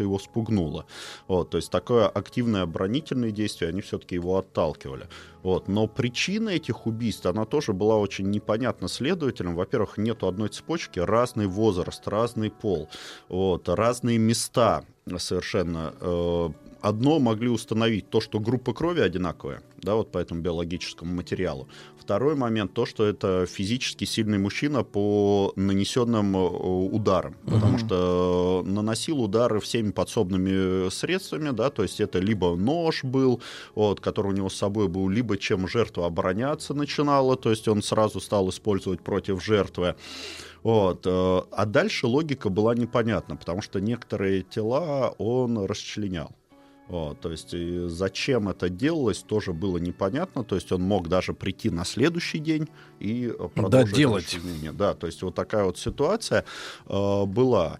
его спугнуло. Вот, то есть такое активное оборонительное действие, они все-таки его отталкивали. Вот. Но причина этих убийств, она тоже была очень непонятна следователям. Во-первых, нету одной цепочки, разный возраст, разный пол, вот, разные места совершенно. Одно могли установить то, что группа крови одинаковая, да, вот по этому биологическому материалу. Второй момент, то, что это физически сильный мужчина по нанесенным ударам, uh-huh. потому что наносил удары всеми подсобными средствами, да, то есть это либо нож был, вот, который у него с собой был, либо чем жертва обороняться начинала, то есть он сразу стал использовать против жертвы. Вот. А дальше логика была непонятна, потому что некоторые тела он расчленял. Вот, то есть зачем это делалось, тоже было непонятно. То есть он мог даже прийти на следующий день и продолжить. Да, делать. Да, то есть вот такая вот ситуация э, была.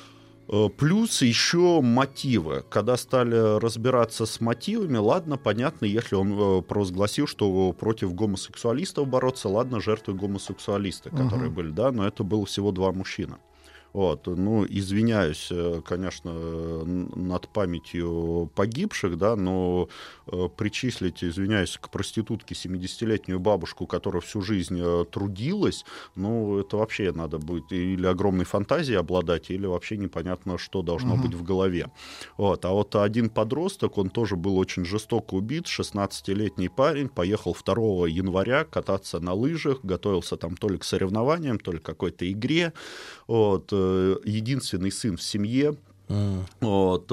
Плюс еще мотивы. Когда стали разбираться с мотивами, ладно, понятно, если он провозгласил, что против гомосексуалистов бороться, ладно, жертвы гомосексуалисты, которые uh-huh. были, да, но это было всего два мужчины. Вот, ну, извиняюсь, конечно, над памятью погибших, да, но э, причислить, извиняюсь, к проститутке семидесятилетнюю бабушку, которая всю жизнь э, трудилась, ну, это вообще надо будет или огромной фантазией обладать, или вообще непонятно, что должно uh-huh. быть в голове. Вот, а вот один подросток, он тоже был очень жестоко убит, шестнадцатилетний парень, поехал второго января кататься на лыжах, готовился там то ли к соревнованиям, то ли к какой-то игре, вот, единственный сын в семье. Mm. Вот,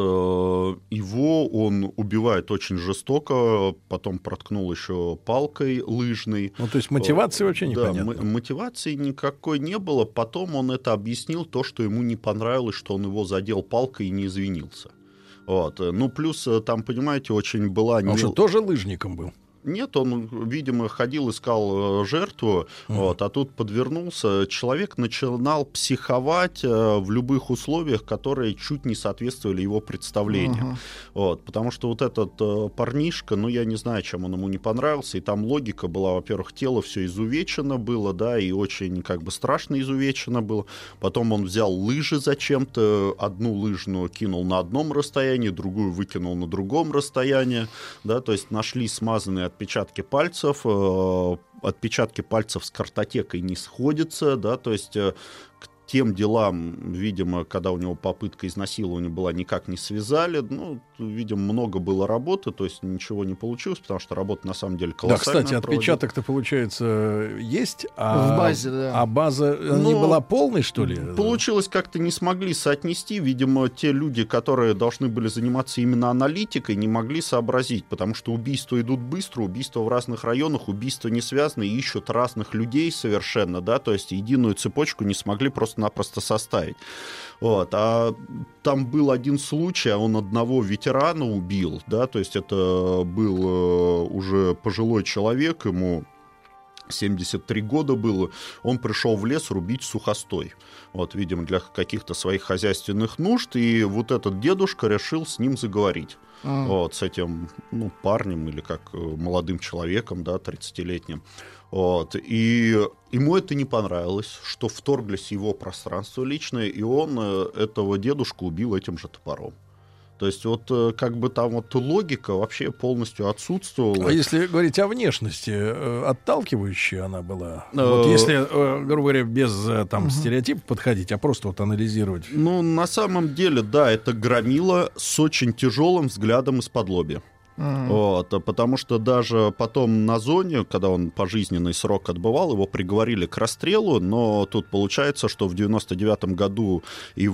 его он убивает очень жестоко, потом проткнул еще палкой лыжной. Ну, то есть мотивации вообще непонятно. Да, мотивации никакой не было. Потом он это объяснил, то, что ему не понравилось, что он его задел палкой и не извинился. Вот. Ну, плюс там, понимаете, очень была... Он не... же тоже лыжником был. Нет, он, видимо, ходил, искал жертву, uh-huh. вот, а тут подвернулся. Человек начинал психовать в любых условиях, которые чуть не соответствовали его представлениям. Uh-huh. Вот, потому что вот этот парнишка, ну, я не знаю, чем он ему не понравился, и там логика была, во-первых, тело все изувечено было, да, и очень, как бы, страшно изувечено было. Потом он взял лыжи зачем-то, одну лыжную кинул на одном расстоянии, другую выкинул на другом расстоянии, да, то есть нашли смазанные отпечатки пальцев, э, отпечатки пальцев с картотекой не сходятся, да, то есть э, к тем делам, видимо, когда у него попытка изнасилования была, никак не связали, ну, видимо, много было работы, то есть ничего не получилось, потому что работа на самом деле колоссальная. Да, кстати, отпечаток-то, получается, есть, а, в базе, да. А база ну, не была полной, что ли? Получилось, как-то не смогли соотнести, видимо, те люди, которые должны были заниматься именно аналитикой, не могли сообразить, потому что убийства идут быстро, убийства в разных районах, убийства не связаны, ищут разных людей совершенно, да, то есть единую цепочку не смогли просто-напросто составить. Вот. А там был один случай, он одного ветерана убил, да, то есть это был уже пожилой человек, ему семьдесят три года было, он пришел в лес рубить сухостой, вот, видимо, для каких-то своих хозяйственных нужд, и вот этот дедушка решил с ним заговорить. Mm. Вот, с этим, ну, парнем или как молодым человеком, да, тридцатилетним. Вот, и ему это не понравилось, что вторглись в его пространство личное, и он этого дедушку убил этим же топором. То есть вот как бы там вот логика вообще полностью отсутствовала. А если говорить о внешности, отталкивающая она была? Вот если, грубо говоря, без там стереотипов подходить, а просто вот анализировать. Ну, на самом деле, да, это громила с очень тяжелым взглядом из-под-лобья. Mm-hmm. Вот, потому что даже потом на зоне, когда он пожизненный срок отбывал, его приговорили к расстрелу, но тут получается, что в девяносто девятом году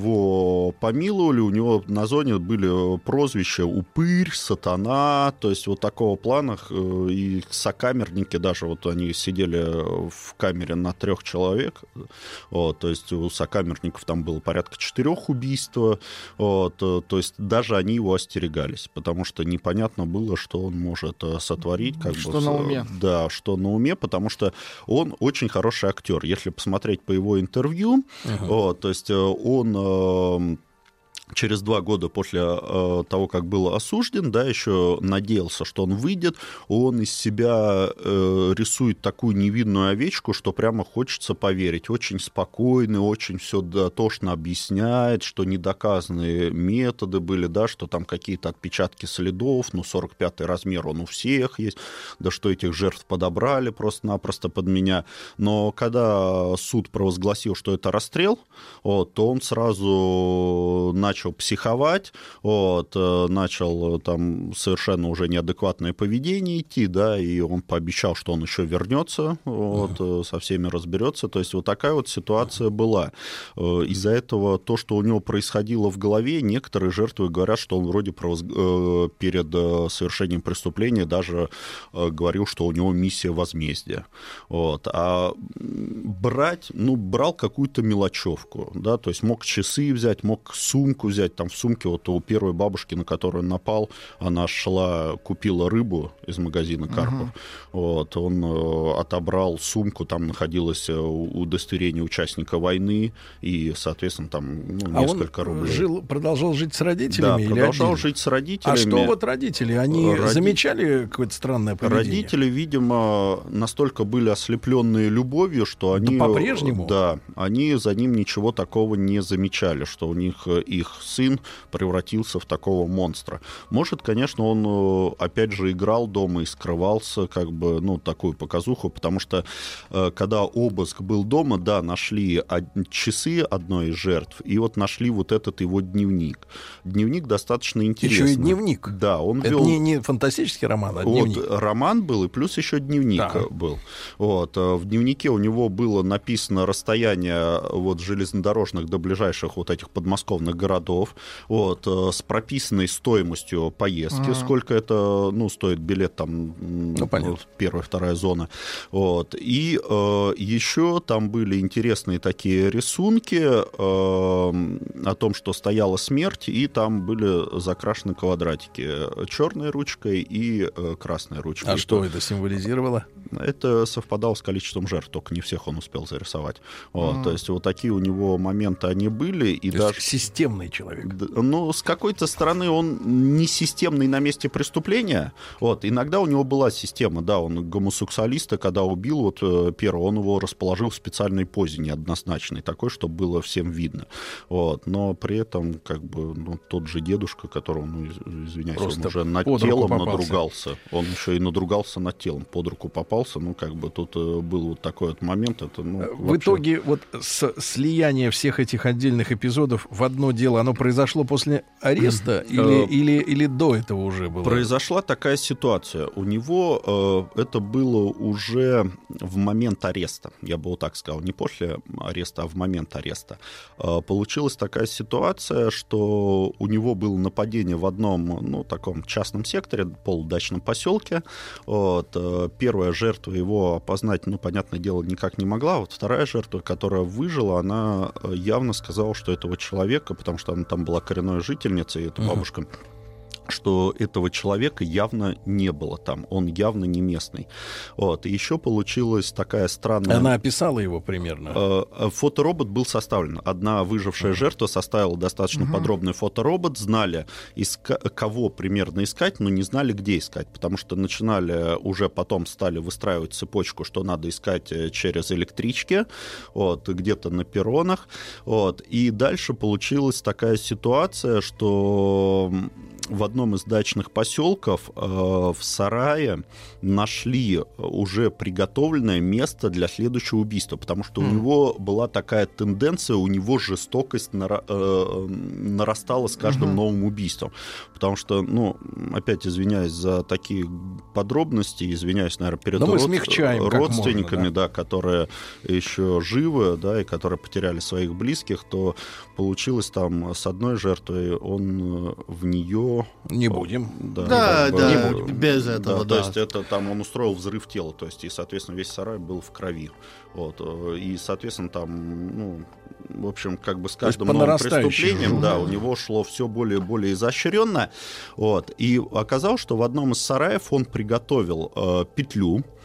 его помиловали, у него на зоне были прозвища «Упырь», «Сатана», то есть вот такого плана, и сокамерники даже, вот они сидели в камере на трех человек, вот, то есть у сокамерников там было порядка четырех убийств, вот, то есть даже они его остерегались, потому что непонятно было, что он может сотворить. Как что бы, на уме. Да, что на уме, потому что он очень хороший актер. Если посмотреть по его интервью, uh-huh. вот, то есть он... через два года после э, того, как был осужден, да, еще надеялся, что он выйдет, он из себя э, рисует такую невинную овечку, что прямо хочется поверить. Очень спокойный, очень все дотошно объясняет, что недоказанные методы были, да, что там какие-то отпечатки следов, ну, сорок пятый размер он у всех есть, да, что этих жертв подобрали просто-напросто под меня. Но когда суд провозгласил, что это расстрел, вот, то он сразу начал начал психовать, вот, начал там совершенно уже неадекватное поведение идти, да, и он пообещал, что он еще вернется, вот, uh-huh. со всеми разберется. То есть вот такая вот ситуация uh-huh. была. Из-за этого то, что у него происходило в голове, некоторые жертвы говорят, что он вроде провоз... перед совершением преступления даже говорил, что у него миссия возмездия. Вот. А брать, ну, брал какую-то мелочевку, да, то есть мог часы взять, мог сумку взять, там в сумке вот у первой бабушки, на которую он напал, она шла, купила рыбу из магазина Карпов, uh-huh. вот, он э, отобрал сумку, там находилось удостоверение участника войны, и, соответственно, там ну, несколько а он рублей. Жил, продолжал жить с родителями? Да, или продолжал один? жить с родителями. А что вот родители, они Роди... замечали какое-то странное поведение? Родители, видимо, настолько были ослепленные любовью, что они... Да по-прежнему? Да, они за ним ничего такого не замечали, что у них их сын превратился в такого монстра. Может, конечно, он, опять же, играл дома и скрывался, как бы, ну, такую показуху, потому что, когда обыск был дома, да, нашли часы одной из жертв, и вот нашли вот этот его дневник. Дневник достаточно интересный. Еще и дневник? Да, он Это вел... не, не фантастический роман, а дневник? Вот, роман был, и плюс еще дневник да. был. Вот, в дневнике у него было написано расстояние вот железнодорожных до ближайших вот этих подмосковных городов, вот, с прописанной стоимостью поездки, mm-hmm. сколько это, ну, стоит билет там, ну, первая, вторая зона. Вот. И э, еще там были интересные такие рисунки э, о том, что стояла смерть, и там были закрашены квадратики черной ручкой и э, красной ручкой. А что это символизировало? Это совпадало с количеством жертв, только не всех он успел зарисовать. Вот. Mm-hmm. То есть вот такие у него моменты они были. И То даже... есть системный человек. Ну, с какой-то стороны он не системный на месте преступления. Вот. Иногда у него была система, да, он гомосексуалиста, когда убил вот первого, он его расположил в специальной позе неоднозначной, такой, чтобы было всем видно. Вот. Но при этом, как бы, ну, тот же дедушка, которого, ну, извиняюсь, Просто он уже над телом попался. надругался. Он еще и надругался над телом, под руку попался. Ну, как бы тут был вот такой вот момент. Это, ну, в вообще... итоге вот с, слияние всех этих отдельных эпизодов в одно дело, оно произошло после ареста или, или, или до этого уже было? Произошла такая ситуация. У него э, это было уже в момент ареста. Я бы вот так сказал. Не после ареста, а в момент ареста. Э, получилась такая ситуация, что у него было нападение в одном, ну, таком частном секторе, полудачном поселке. Вот. Э, первая жертва его опознать, ну, понятное дело, никак не могла. Вот вторая жертва, которая выжила, она явно сказала, что этого человека, потому что она там была коренной жительницей, и эта uh-huh. бабушка, что этого человека явно не было там, он явно не местный. Вот. И еще получилась такая странная... Она описала его примерно? Фоторобот был составлен. Одна выжившая uh-huh. жертва составила достаточно uh-huh. подробный фоторобот, знали, иска... кого примерно искать, но не знали, где искать, потому что начинали, уже потом стали выстраивать цепочку, что надо искать через электрички, вот, где-то на перронах. Вот. И дальше получилась такая ситуация, что... в одном из дачных поселков э, в сарае нашли уже приготовленное место для следующего убийства, потому что mm. у него была такая тенденция, у него жестокость нара- э, нарастала с каждым mm-hmm. новым убийством. Потому что, ну, опять извиняюсь за такие подробности, извиняюсь, наверное, перед род... родственниками, можно, да? Да, которые еще живы, да, и которые потеряли своих близких, то получилось там с одной жертвой, он в нее... Не будем. Да, да, бы, да не будем. Без этого, да. да. То есть это там он устроил взрыв тела, то есть и, соответственно, весь сарай был в крови. Вот. И, соответственно, там, ну, в общем, как бы с каждым новым преступлением, да, у него шло все более и более изощренно. Вот. И оказалось, что в одном из сараев он приготовил э, петлю,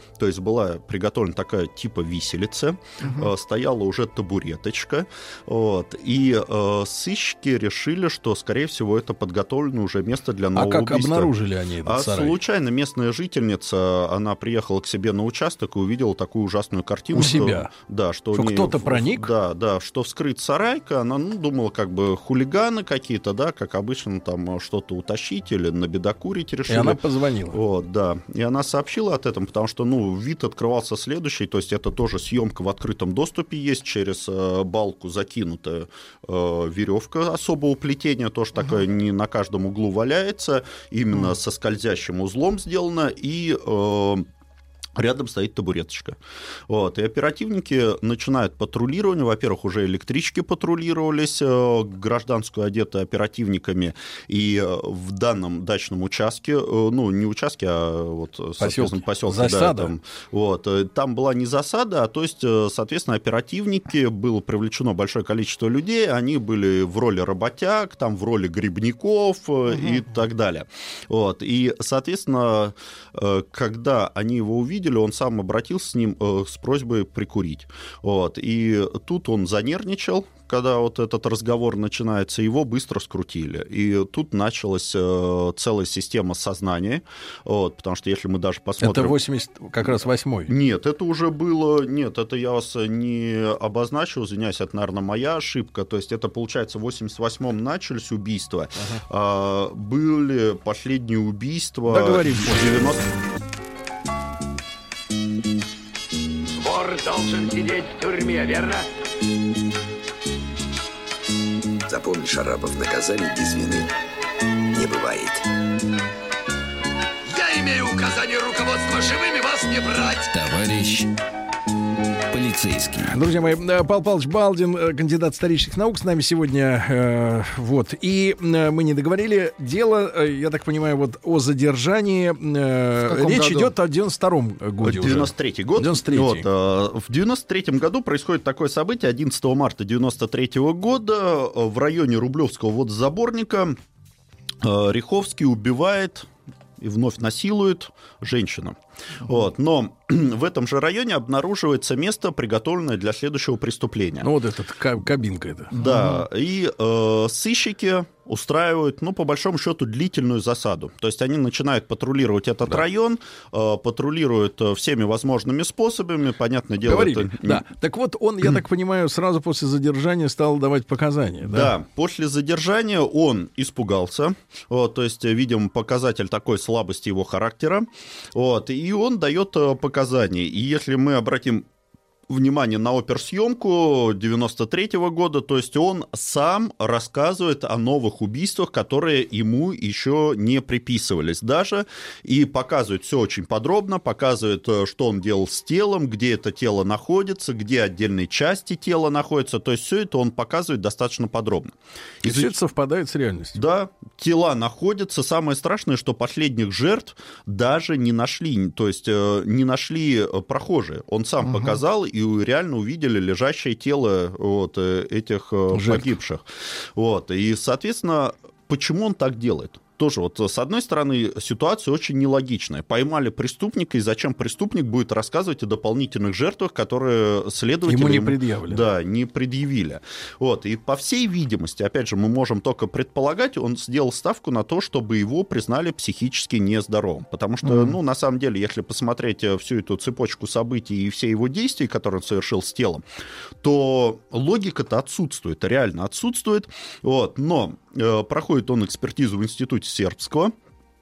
то есть была приготовлена такая типа виселица, угу. стояла уже табуреточка, вот, и э, сыщики решили, что, скорее всего, это подготовлено уже место для нового убийства. А как убийства. Обнаружили они этот а сарай? Случайно местная жительница, она приехала к себе на участок и увидела такую ужасную картину. У что, себя? Да, что, что не, кто-то проник? Да, да, что вскрыт сарайка, она ну, думала, как бы хулиганы какие-то, да, как обычно там что-то утащить или набедокурить решили. И она позвонила. Вот, да, и она сообщила от этом, потому что, ну, вид открывался следующий, то есть это тоже съемка в открытом доступе есть, через э, балку закинутая э, веревка особого плетения, тоже uh-huh. такая не на каждом углу валяется, именно uh-huh. со скользящим узлом сделано, и э, рядом стоит табуреточка. Вот. И оперативники начинают патрулирование. Во-первых, уже электрички патрулировались, гражданскую одетые оперативниками. И в данном дачном участке, ну, не участке, а вот, соответственно, поселке. Засада. Да, там, вот, там была не засада, а то есть, соответственно, оперативники, было привлечено большое количество людей, они были в роли работяг, там в роли грибников угу. и так далее. Вот. И, соответственно, когда они его увидели, он сам обратился с ним э, с просьбой прикурить. Вот. И тут он занервничал, когда вот этот разговор начинается, его быстро скрутили. И тут началась э, целая система сознания, вот, потому что если мы даже посмотрим... Это восемьдесят, как раз восьмой? Нет, это уже было... Нет, это я вас не обозначил, извиняюсь, это, наверное, моя ошибка. То есть это, получается, в восемьдесят восьмом начались убийства. Ага. А, были последние убийства... Договорим. девяносто... Вор должен сидеть в тюрьме, верно? Запомни, Шарапов, наказаний без вины не бывает. Я имею указание руководства живыми вас не брать. Товарищ полицейский. Друзья мои, Павел Павлович Балдин, кандидат исторических наук, с нами сегодня. Э, вот. И э, мы не договорили. Дело, э, я так понимаю, вот о задержании. Э, речь году? идет о девяносто втором годе. девяносто третий год. девяносто третий. Вот, э, в девяносто третьем году происходит такое событие. одиннадцатого марта девяносто третьего года в районе Рублевского водозаборника э, Риховский убивает и вновь насилует женщину. Вот. Но в этом же районе обнаруживается место, приготовленное для следующего преступления. Ну вот эта кабинка это. Да, угу. и э, сыщики устраивают, ну, по большому счету, длительную засаду. То есть они начинают патрулировать этот да. район, э, патрулируют всеми возможными способами, понятное дело. Говорили, это... да. Так вот, он, я так понимаю, сразу после задержания стал давать показания. Да, да. После задержания он испугался, вот, то есть, видим, показатель такой слабости его характера, вот, и он дает показания. И если мы обратим внимание на оперсъемку девяносто третьего года, то есть он сам рассказывает о новых убийствах, которые ему еще не приписывались даже, и показывает все очень подробно, показывает, что он делал с телом, где это тело находится, где отдельные части тела находятся, то есть все это он показывает достаточно подробно. И все это совпадает с реальностью. Да, тела находятся, самое страшное, что последних жертв даже не нашли, то есть не нашли прохожие, он сам угу. показал, и реально увидели лежащее тело вот, этих Жертв. погибших. Вот. И, соответственно, почему он так делает? Тоже вот с одной стороны ситуация очень нелогичная. Поймали преступника, и зачем преступник будет рассказывать о дополнительных жертвах, которые следователи ему не предъявили. Да, не предъявили. Вот. И по всей видимости, опять же, мы можем только предполагать, он сделал ставку на то, чтобы его признали психически нездоровым. Потому что, mm-hmm. ну, на самом деле, если посмотреть всю эту цепочку событий и все его действия, которые он совершил с телом, то логика-то отсутствует, реально отсутствует. Вот. Но э, проходит он экспертизу в институте Сербского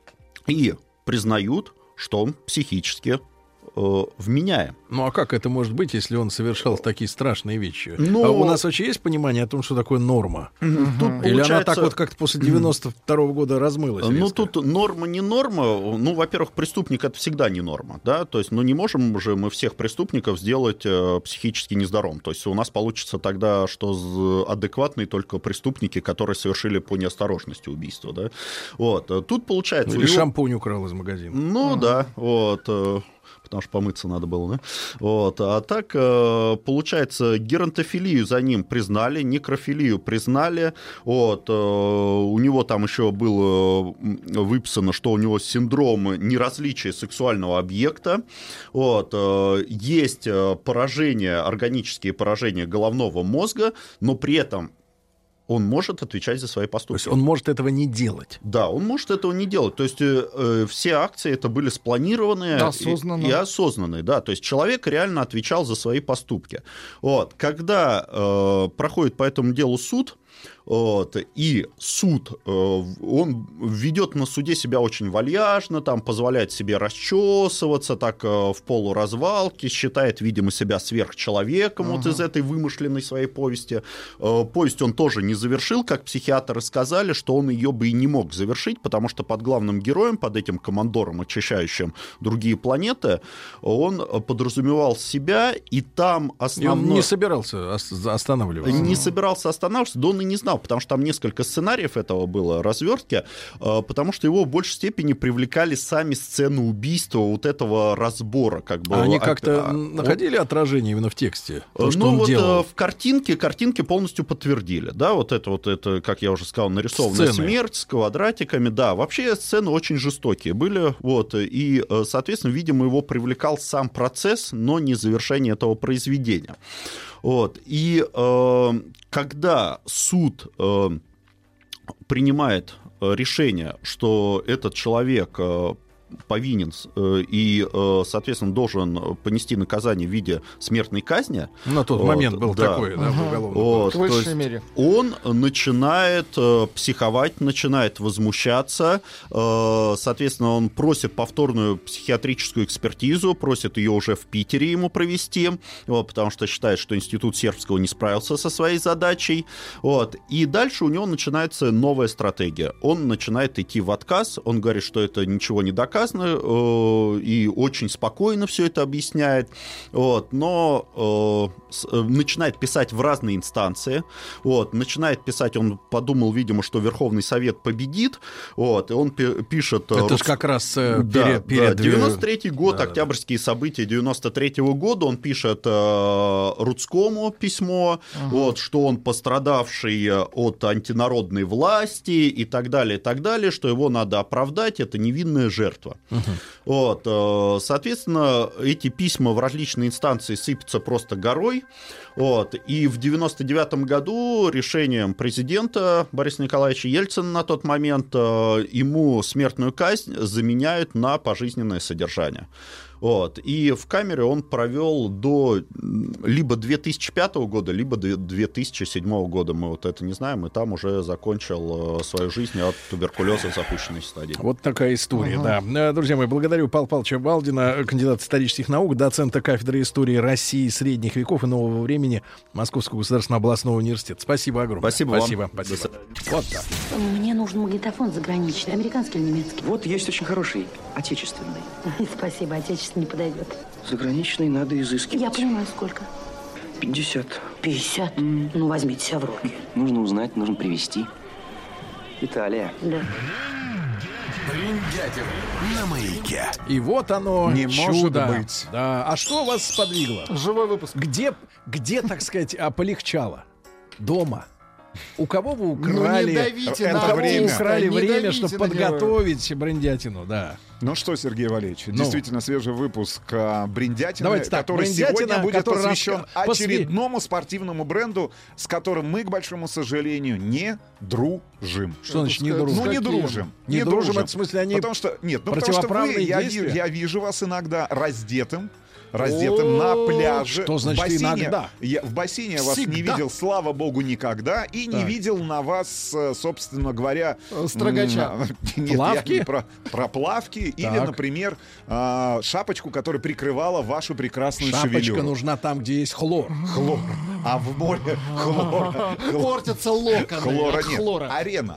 и признают, что он психически э, вменяем. Ну а как это может быть, если он совершал такие страшные вещи? Но... А у нас вообще есть понимание о том, что такое норма? Тут Или получается... она так вот как-то после девяносто второго года размылась? Ну резко? тут норма не норма. Ну, во-первых, преступник — это всегда не норма, да, то есть, ну не можем же мы всех преступников сделать э, психически нездоровым. То есть у нас получится тогда, что адекватные только преступники, которые совершили по неосторожности убийство, да. Вот. Тут получается... Или него... шампунь украл из магазина. Ну mm-hmm. да, вот... потому что помыться надо было, да? Вот. А так, получается, геронтофилию за ним признали, некрофилию признали. Вот. У него там еще было выписано, что у него синдром неразличия сексуального объекта. Вот. Есть поражения, органические поражения головного мозга, но при этом он может отвечать за свои поступки. То есть он может этого не делать. Да, он может этого не делать. То есть э, все акции это были спланированные осознанно. И, и осознанные. Да. То есть человек реально отвечал за свои поступки. Вот. Когда э, проходит по этому делу суд, вот, и суд, он ведет на суде себя очень вальяжно, там, позволяет себе расчесываться так в полуразвалке, считает, видимо, себя сверхчеловеком uh-huh. вот из этой вымышленной своей повести. Повесть он тоже не завершил, как психиатры сказали, что он ее бы и не мог завершить, потому что под главным героем, под этим командором, очищающим другие планеты, он подразумевал себя, и там основной... И он не собирался останавливаться. Не собирался останавливаться, да он и не знал, потому что там несколько сценариев этого было, развертки, потому что его в большей степени привлекали сами сцены убийства, вот этого разбора. Как бы. А они как-то а, находили вот, отражение именно в тексте? То, что ну он вот делал? В картинке, картинки полностью подтвердили, да, вот это вот, это, как я уже сказал, нарисованная сцены. Смерть с квадратиками, да, вообще сцены очень жестокие были, вот, и, соответственно, видимо, его привлекал сам процесс, но не завершение этого произведения. Вот, и э, когда суд э, принимает решение, что этот человек э, повинен э, и, э, соответственно, должен понести наказание в виде смертной казни. На тот вот, момент был да, такой, да, в уголовном вот, в высшей мере. Он начинает э, психовать, начинает возмущаться, э, соответственно, он просит повторную психиатрическую экспертизу, просит ее уже в Питере ему провести, вот, потому что считает, что Институт Сербского не справился со своей задачей. Вот, и дальше у него начинается новая стратегия. Он начинает идти в отказ, он говорит, что это ничего не доказано, и очень спокойно все это объясняет, вот, но э, начинает писать в разные инстанции, вот, начинает писать, он подумал, видимо, что Верховный Совет победит, вот, и он пишет... Это же как раз э, да, перед... перед... Да, девяносто третий год, да, октябрьские да. события девяносто третьего года, он пишет э, Рудскому письмо, ага. вот, что он пострадавший от антинародной власти и так далее, и так далее, что его надо оправдать, это невинная жертва. Uh-huh. Вот, соответственно, эти письма в различные инстанции сыпятся просто горой. Вот, и в девяносто девятом году решением президента Бориса Николаевича Ельцина на тот момент ему смертную казнь заменяют на пожизненное содержание. Вот. И в камере он провел до либо две тысячи пятого года, либо две тысячи седьмого года. Мы вот это не знаем, и там уже закончил свою жизнь от туберкулеза в запущенной стадии. Вот такая история, ага. да. Друзья мои, благодарю Павла Павловича Балдина, кандидата исторических наук, доцента кафедры истории России средних веков и нового времени Московского государственного областного университета. Спасибо огромное. Спасибо, Спасибо вам. Спасибо. Вот так. Мне нужен магнитофон заграничный, американский или немецкий? Вот есть очень хороший, отечественный. Спасибо, отечественный не подойдет. Заграничный надо изыскивать. Я понимаю, сколько? пятьдесят. пятьдесят? Mm. Ну, возьмите себя в руки. Нужно узнать, нужно привезти. Италия. Да. Бриндятин на маяке. И вот оно, не чудо. Может быть. Да. А что вас сподвигло? Живой выпуск. Где, где, так сказать, полегчало? Дома. У кого вы украли, ну, не давите у на кого время, вы украли не время, чтобы подготовить него. Бриндятину, да. Ну что, Сергей Валерьевич, ну. действительно свежий выпуск а, Бриндятины, Давайте так, который Бриндятина, сегодня будет который посвящен раска... очередному посвя... спортивному бренду, с которым мы, к большому сожалению, не дружим. Что значит не дружим? Ну не дружим. Не, не дружим, это в смысле они потому что, нет, ну потому что вы, я, я вижу вас иногда раздетым, раздетым на пляже. Что значит в бассейне, иногда? Я, в бассейне я вас Всегда. не видел, слава богу, никогда. И так. не видел на вас, собственно говоря... Строгача. Нет, плавки? Я не про, про плавки. Так. Или, например, шапочку, которая прикрывала вашу прекрасную Шапочка шевелюру. Шапочка нужна там, где есть хлор. Хлор. А в море хлора. Портятся локоны. Хлора нет. Арена.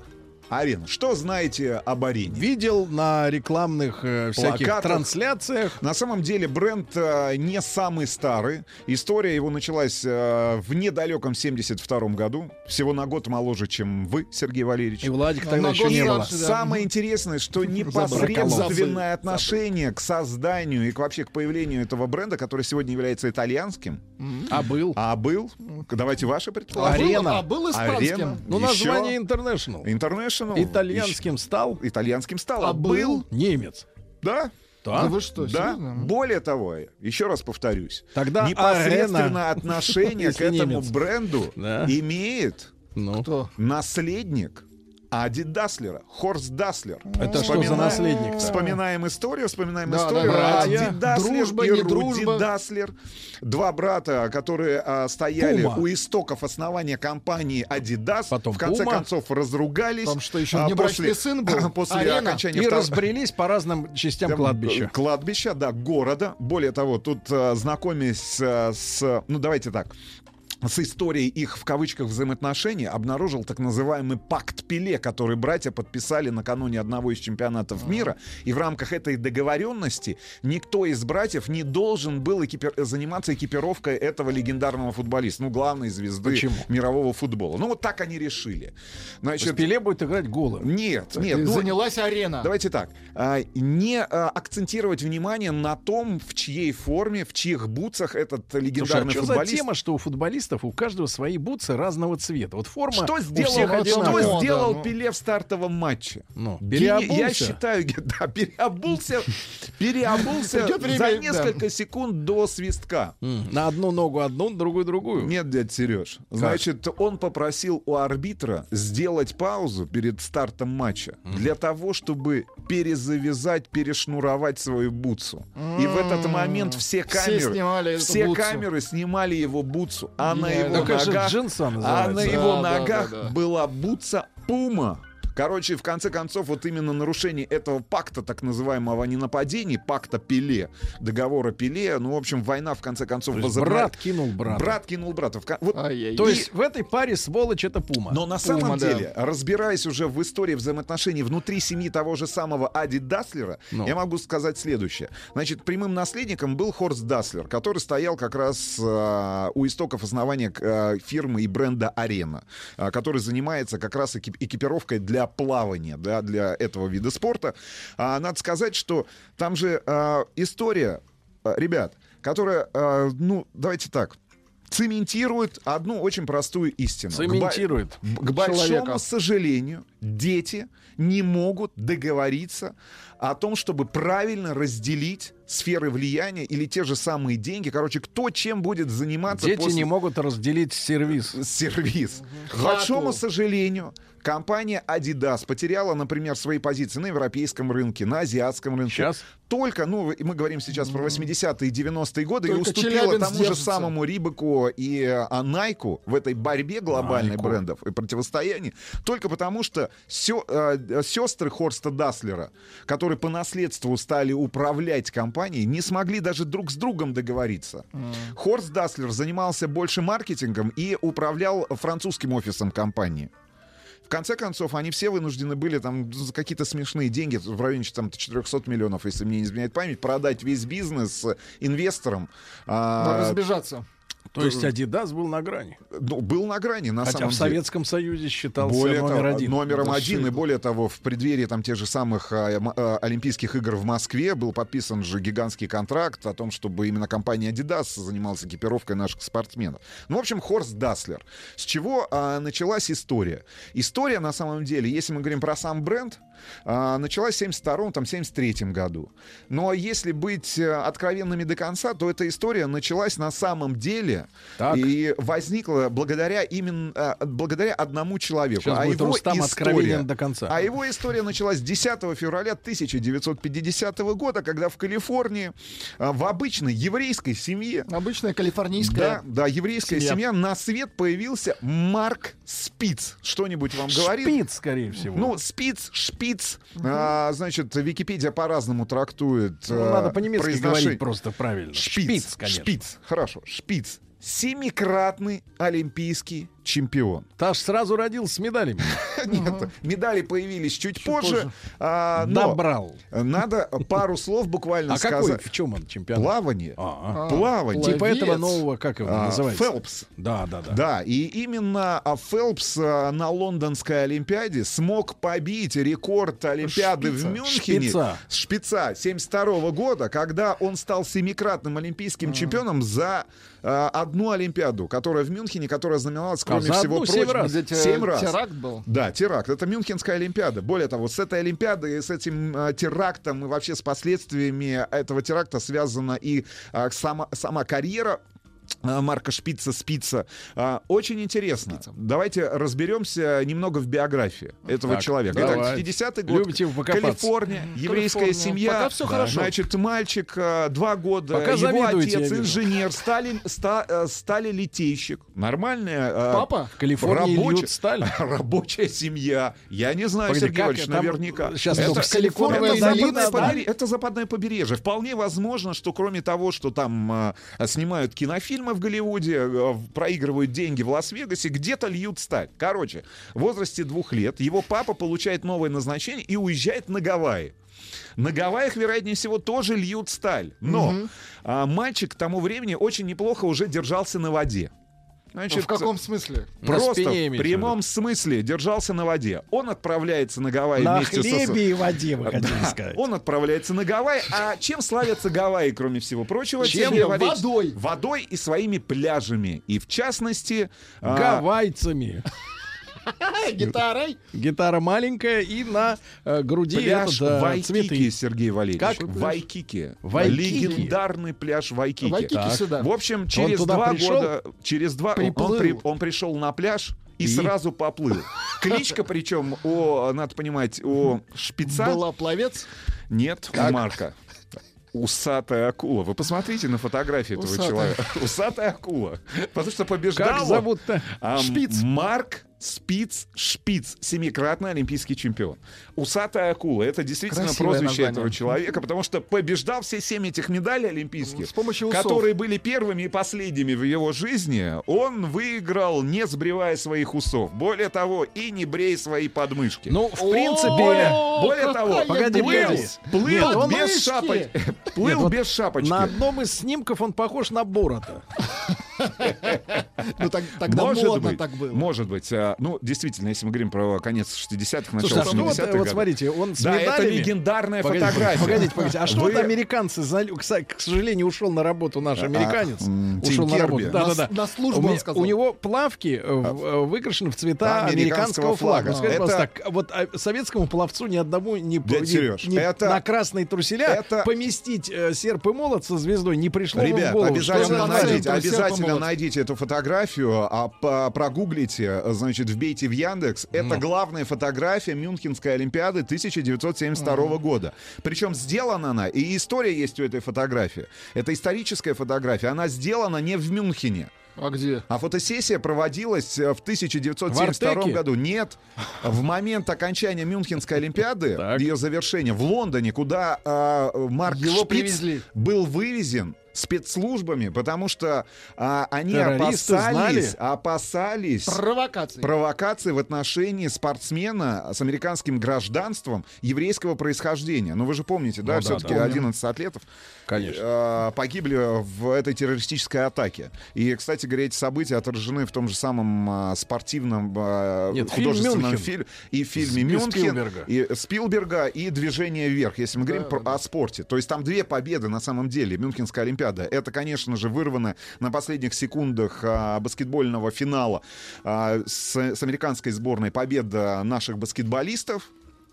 Арена. Что знаете об Арене? Видел на рекламных э, всяких Плакатах. трансляциях. На самом деле бренд э, не самый старый. История его началась э, в недалеком семьдесят втором году. Всего на год моложе, чем вы, Сергей Валерьевич. И Владик тогда На еще год не было. старше, да. Самое интересное, что непосредственное отношение к созданию и к, вообще к появлению этого бренда, который сегодня является итальянским. А был? А был? Давайте ваши предположения. Арена. А был испанским? Арена. Ну, Еще. название International. International. Итальянским стал. Итальянским стал. А был? Немец. Да? Да. Да вы что, Да. серьезно? Более того, еще раз повторюсь, Тогда непосредственное Арена, отношение к если этому немец. бренду Да. имеет Ну. Кто? наследник Ади Даслера, Хорст Даслер. Это что за наследник-то? Вспоминаем историю, вспоминаем Да, историю. да, Ади братья. Даслер Дружба, и не Руди дружба. Даслер. Два брата, которые а, стояли Пума. у истоков основания компании Adidas, Потом в конце Пума. концов разругались. Там что, еще а, внебрачный после- сын был? После Арена? окончания И втор- разбрелись по разным частям Да, кладбища. Кладбища, да, города. Более того, тут э, знакомясь э, с... Ну, давайте так. С историей их, в кавычках, взаимоотношений обнаружил так называемый пакт Пеле, который братья подписали накануне одного из чемпионатов мира. И в рамках этой договоренности никто из братьев не должен был экипи- заниматься экипировкой этого легендарного футболиста. Ну, главной звезды Почему? мирового футбола. Ну, вот так они решили. То есть Значит, Пеле будет играть голым. нет, нет. И ну, занялась Арена. Давайте так. а, Не а, акцентировать внимание на том, в чьей форме, в чьих бутсах этот Слушай, а легендарный что за футболист. тема, что у футболистов у каждого свои бутсы разного цвета? Вот форма Что у сделал, всех что одинаковая. сделал ну. Пеле в стартовом матче? Ну, Гени- переобулся? Я считаю, ге- да, переобулся, переобулся Придет время, за да. несколько секунд до свистка. М, На одну ногу одну, на другую другую. Нет, дядь Сереж. Значит, он попросил у арбитра сделать паузу перед стартом матча для того, чтобы перезавязать, перешнуровать свою бутсу. И в этот момент все Все камеры, снимали эту все бутсу. камеры снимали его бутсу, а на Гениально. его Так это же ногах, джинса а называется. на его Да, да, ногах да, да. была бутса Пума. Короче, в конце концов, вот именно нарушение этого пакта, так называемого, а не нападений, пакта Пеле, договора Пеле, ну, в общем, война, в конце концов, То есть возобновилась. брат кинул брата. Брат кинул брата. В кон- вот Ай-яй-яй. То И- есть в этой паре сволочь это Пума. но на Пума, самом да. деле, разбираясь уже в истории взаимоотношений внутри семьи того же самого Ади Даслера, Ну. я могу сказать следующее. Значит, прямым наследником был Хорст Даслер, который стоял как раз э, у истоков основания э, фирмы и бренда Арена, э, который занимается как раз экип- экипировкой для плавания, да, для этого вида спорта. А, надо сказать, что там же э, история, э, ребят, которая, э, ну, давайте так, цементирует одну очень простую истину. Цементирует К, бо- к большому человека. сожалению, дети не могут договориться о том, чтобы правильно разделить сферы влияния или те же самые деньги. Короче, кто чем будет заниматься Дети после... не могут разделить сервис. сервис. К Хату. большому сожалению, компания Adidas потеряла, например, свои позиции на европейском рынке, на азиатском рынке. Сейчас? Только, ну, мы говорим сейчас про восьмидесятые и девяностые годы, Только и уступила Челябинск тому же держится. самому Рибаку и а, Найку в этой борьбе глобальной Найку. брендов и противостоянии, только потому что сё- э, сестры Хорста Даслера, которые по наследству стали управлять компанией, не смогли даже друг с другом договориться. Хорст Даслер занимался больше маркетингом и управлял французским офисом компании. В конце концов, они все вынуждены были там за какие-то смешные деньги, в районе там, четыреста миллионов, если мне не изменяет память, продать весь бизнес инвесторам. А, Надо разбежаться. То есть Adidas был на грани. ну, был на грани, на Хотя самом в деле. Советском Союзе считался Более номер того, один. номером Да один, что и это? более того, в преддверии там тех же самых а, м- а, Олимпийских игр в Москве был подписан же гигантский контракт о том, чтобы именно компания Adidas занималась экипировкой наших спортсменов. Ну, в общем, Хорст Даслер. С чего а, началась история? История, на самом деле, если мы говорим про сам бренд, а, началась в семьдесят втором, там, семьдесят третьем году. Но если быть э, откровенными до конца, то эта история началась на самом деле Так. и возникла благодаря именно а, благодаря одному человеку. Сейчас а будет его Рустам история, откровенен до конца. а его история началась десятого февраля тысяча девятьсот пятидесятого года, когда в Калифорнии а, в обычной еврейской семье, Обычная калифорнийская да, да, еврейская семья. семья, на свет появился Марк Спиц. Что-нибудь вам говорит? Шпиц, скорее всего. Ну, Спиц, Шпиц. А, значит, Википедия по-разному трактует. Ну, а, надо по-немецки произношение. говорить просто правильно. Шпиц, Шпиц, конечно. Шпиц, хорошо, Шпиц. Семикратный олимпийский чемпион. Таш сразу родился с медалями. Нет, медали появились чуть, Чуть позже. позже. а, но Добрал. Надо пару слов буквально А какой, сказать. в чем он чемпионат? Плавание. А, Плавание. Типа этого нового, как его А, называется? Фелпс. Да, да, да. Да, и именно а, Фелпс а, на Лондонской Олимпиаде смог побить рекорд Олимпиады Шпица. в Мюнхене. Шпица. Шпица семьдесят второго года, когда он стал семикратным олимпийским А. чемпионом за а, одну Олимпиаду, которая в Мюнхене, которая знаменалась, кроме за всего одну семь прочего, раз. семь Где те- раз. теракт был? Да, теракт. Это Мюнхенская Олимпиада. Более того, с этой Олимпиадой, с этим а, терактом и вообще с последствиями этого теракта связана и а, сама, сама карьера а, Марка Шпица, Спица. А, Очень интересно. Давайте разберемся немного в биографии этого Так, человека. давай. Итак, пятидесятый год. Любите покопаться. Калифорния, еврейская Калифорния. семья. Пока всё хорошо. Значит, мальчик, а, два года, Пока его завидуете, я отец вижу. инженер, стали, ста- а, стали литейщик. Нормальная а, Папа? В Калифорнии рабочая- льют сталь. рабочая семья. Я не знаю, Погоди, Сергей как Иванович, там наверняка. сейчас это, только в Калифорнии это льют западное сталь? побережье, это западное побережье. Вполне возможно, что кроме того, что там а, снимают кинофильмы в Голливуде, а, проигрывают деньги в Лас-Вегасе, где-то льют сталь. Короче, в возрасте двух лет его папа получает новое назначение и уезжает на Гавайи. На Гавайях, вероятнее всего, тоже льют сталь. Но Мгм. а, мальчик к тому времени очень неплохо уже держался на воде. Значит, В каком смысле? На Просто спине в имеется в прямом смысле держался на воде. Он отправляется на Гавайи На вместе со... хлебе и воде, вы хотели Да, сказать. он отправляется на Гавайи. А чем славятся Гавайи, кроме всего прочего? Чем? Сергей Валерьевич? Водой. Водой и своими пляжами. И в частности... а, Гавайцами. Гитарой? Гитара маленькая и на э, груди Пляж это, да, Вайкики, цветы. Сергей Валерьевич. Как пляж? Вайкики. Вайкики. Легендарный пляж Вайкики. Вайкики Так. сюда. В общем, через туда два пришел? года, через два, он, Приплыл. при- он пришел на пляж и, И? сразу поплыл. Кличка, причем, у, надо понимать, у шпица Была пловец? нет, у Марка. Усатая акула. Вы посмотрите на фотографии этого Усатая. человека. Усатая акула. Потому что побеждал Как он, зовут-то? а, Шпиц. Марк Спиц Шпиц, семикратный олимпийский чемпион. Усатая акула. Это действительно Красивое прозвище название. этого человека, потому что побеждал все семь этих медалей олимпийских, С помощью усов. которые были первыми и последними в его жизни. Он выиграл, не сбривая своих усов. Более того, и не брея свои подмышки. Ну, в принципе... более, более какая того, Погоди, плыл, погоди. плыл Нет, он- без Подмышки. шапочки. Нет, Плыл вот без шапочки. На одном из снимков он похож на Борота. Ну, так- тогда Может модно быть, так было. может быть. А, Ну, действительно, если мы говорим про конец шестидесятых, начало Слушайте, а что вот, семидесятых вот годов. смотрите, он с Да, это медалями... легендарная Погодите, фотография. Погодите, погодите, а что Вы- вот американцы, за- кстати, к сожалению, ушел на работу наш американец, м, Тим ушел на работу, Керби. да, да, да. На- на службу, у, он меня- сказал. у него плавки э, в- э, выкрашены в цвета Американского американского флага. флага. Скажите, Это- пожалуйста, так, вот а, советскому пловцу ни одному не, Дядя не- Серёж, не- это- на красные труселя это- поместить э, серп и молот со звездой не пришло бы в Ребят, голову. обязательно Что за найдите, центр, обязательно серп и молот. найдите эту фотографию, а по- прогуглите, значит, вбейте в Яндекс. Это главная фотография Мюнхенской Олимпиады тысяча девятьсот семьдесят второго года. Причем сделана она, и история есть у этой фотографии. Это историческая фотография, она сделана не в Мюнхене. А где? А фотосессия проводилась э, в тысяча девятьсот семьдесят втором В Артеке? году. Нет, в момент окончания Мюнхенской Олимпиады, Так. ее завершения, в Лондоне, куда э, Марк Его Шпиц привезли. был вывезен спецслужбами, потому что а, они Террористы опасались, знали? опасались Провокации. провокации в отношении спортсмена с американским гражданством еврейского происхождения. Ну, вы же помните, да, Ну да, все-таки да. одиннадцать атлетов Конечно. э, погибли в этой террористической атаке. И, кстати говоря, эти события отражены в том же самом э, спортивном э, Нет, фильм художественном «Мюнхен». фильме и в фильме Спи- «Мюнхен», Спилберга. и Спилберга, и «Движение вверх», если мы говорим про- о спорте. То есть там две победы на самом деле. Мюнхенская Олимпиада. Это, конечно же, вырвано на последних секундах а, баскетбольного финала а, с, с американской сборной победа наших баскетболистов.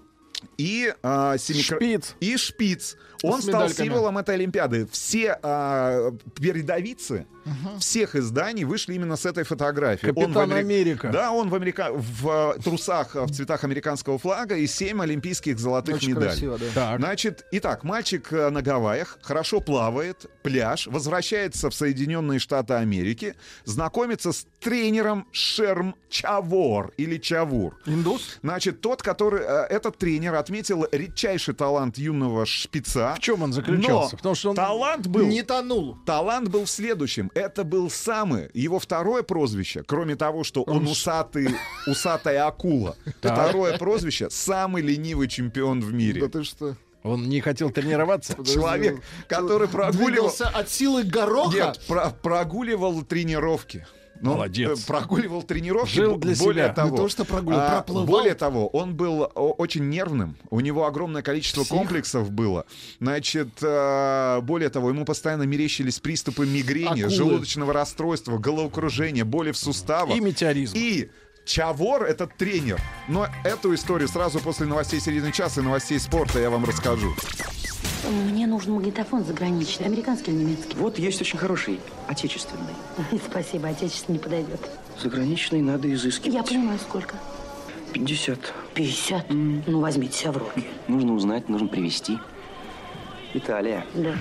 И, а, семикра- Шпиц. и Шпиц. Он С стал медальками. символом этой Олимпиады. Все а, передовицы всех изданий вышли именно с этой фотографией. Он в Капитан Амери- Америка. Да, он в, Америка... в э, трусах э, в цветах американского флага и семь олимпийских золотых Очень медалей. красиво, да. Так. Значит, итак, мальчик э, на Гавайях, хорошо плавает, пляж, возвращается в Соединенные Штаты Америки, знакомится с тренером Шерм Чавор или Чавур. Индус? Значит, тот, который, э, этот тренер отметил редчайший талант юного шпица Да. В чем он заключался? Но Потому что он талант был... Не тонул. Талант был в следующем. Это был самый... Его второе прозвище, кроме того, что он усатый, усатая акула. Второе прозвище — самый ленивый чемпион в мире. Да ты что? Он не хотел тренироваться? Человек, который прогуливал... Двигался от силы гороха? Нет, про- прогуливал тренировки. Ну, Молодец. э, Прогуливал тренировки. Жил б- для более себя. Того, Не то, что прогуливал, а, проплывал. более того, он был о, очень нервным. У него огромное количество Псих. комплексов было. Значит, э, более того, ему постоянно мерещились приступы мигрени, Акулы. желудочного расстройства, головокружения, боли в суставах. И метеоризм. И Чавор — это тренер. Но эту историю сразу после новостей середины часа и новостей спорта я вам расскажу. Мне нужен магнитофон заграничный, американский или немецкий? Вот есть очень хороший, отечественный. Спасибо, отечественный не подойдет. Заграничный надо изыскивать. Я понимаю, сколько? пятьдесят. пятьдесят? Ну, возьмите себя в руки. Нужно узнать, нужно привезти. Италия. Да.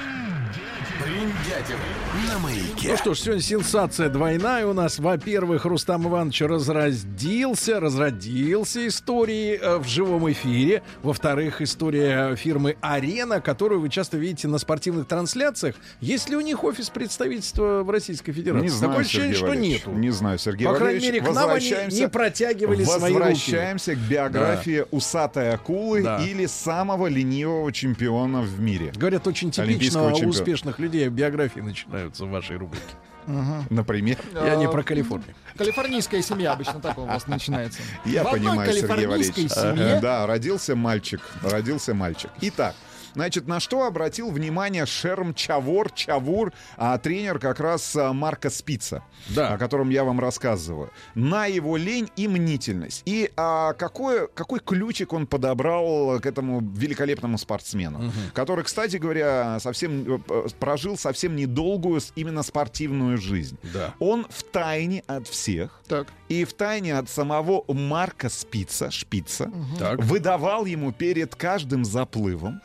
На маяке. Ну что ж, сегодня сенсация двойная у нас. Во-первых, Рустам Иванович разродился, разродился историей э, в живом эфире. Во-вторых, история фирмы «Арена», которую вы часто видите на спортивных трансляциях. Есть ли у них офис представительства в Российской Федерации? Не знаю, Такое ощущение, Сергей что Валерьевич. нету. Не знаю, Сергей По крайней Валерьевич. мере, к нам они Возвращаемся- не протягивали свои руки. Возвращаемся к биографии усатой акулы Да. или самого ленивого чемпиона в мире. Говорят, очень типично Олимпийского у чемпиона. успешных людей биографии начинаются в вашей рубрике. Например. Я не про Калифорнию. Калифорнийская семья обычно так у вас начинается. Я В одной понимаю, Сергей калифорнийской Валерьевич. семье Ага, Да, родился мальчик. Родился мальчик. Итак, значит, на что обратил внимание Шерм Чавор, Чавур, а, тренер как раз а, Марка Спица, Да. о котором я вам рассказываю. На его лень и мнительность. И а, какой, какой ключик он подобрал к этому великолепному спортсмену, который, кстати говоря, совсем э, прожил совсем недолгую с- именно спортивную жизнь. Да. Он втайне от всех Так. и втайне от самого Марка Спица, Шпица, Так. выдавал ему перед каждым заплывом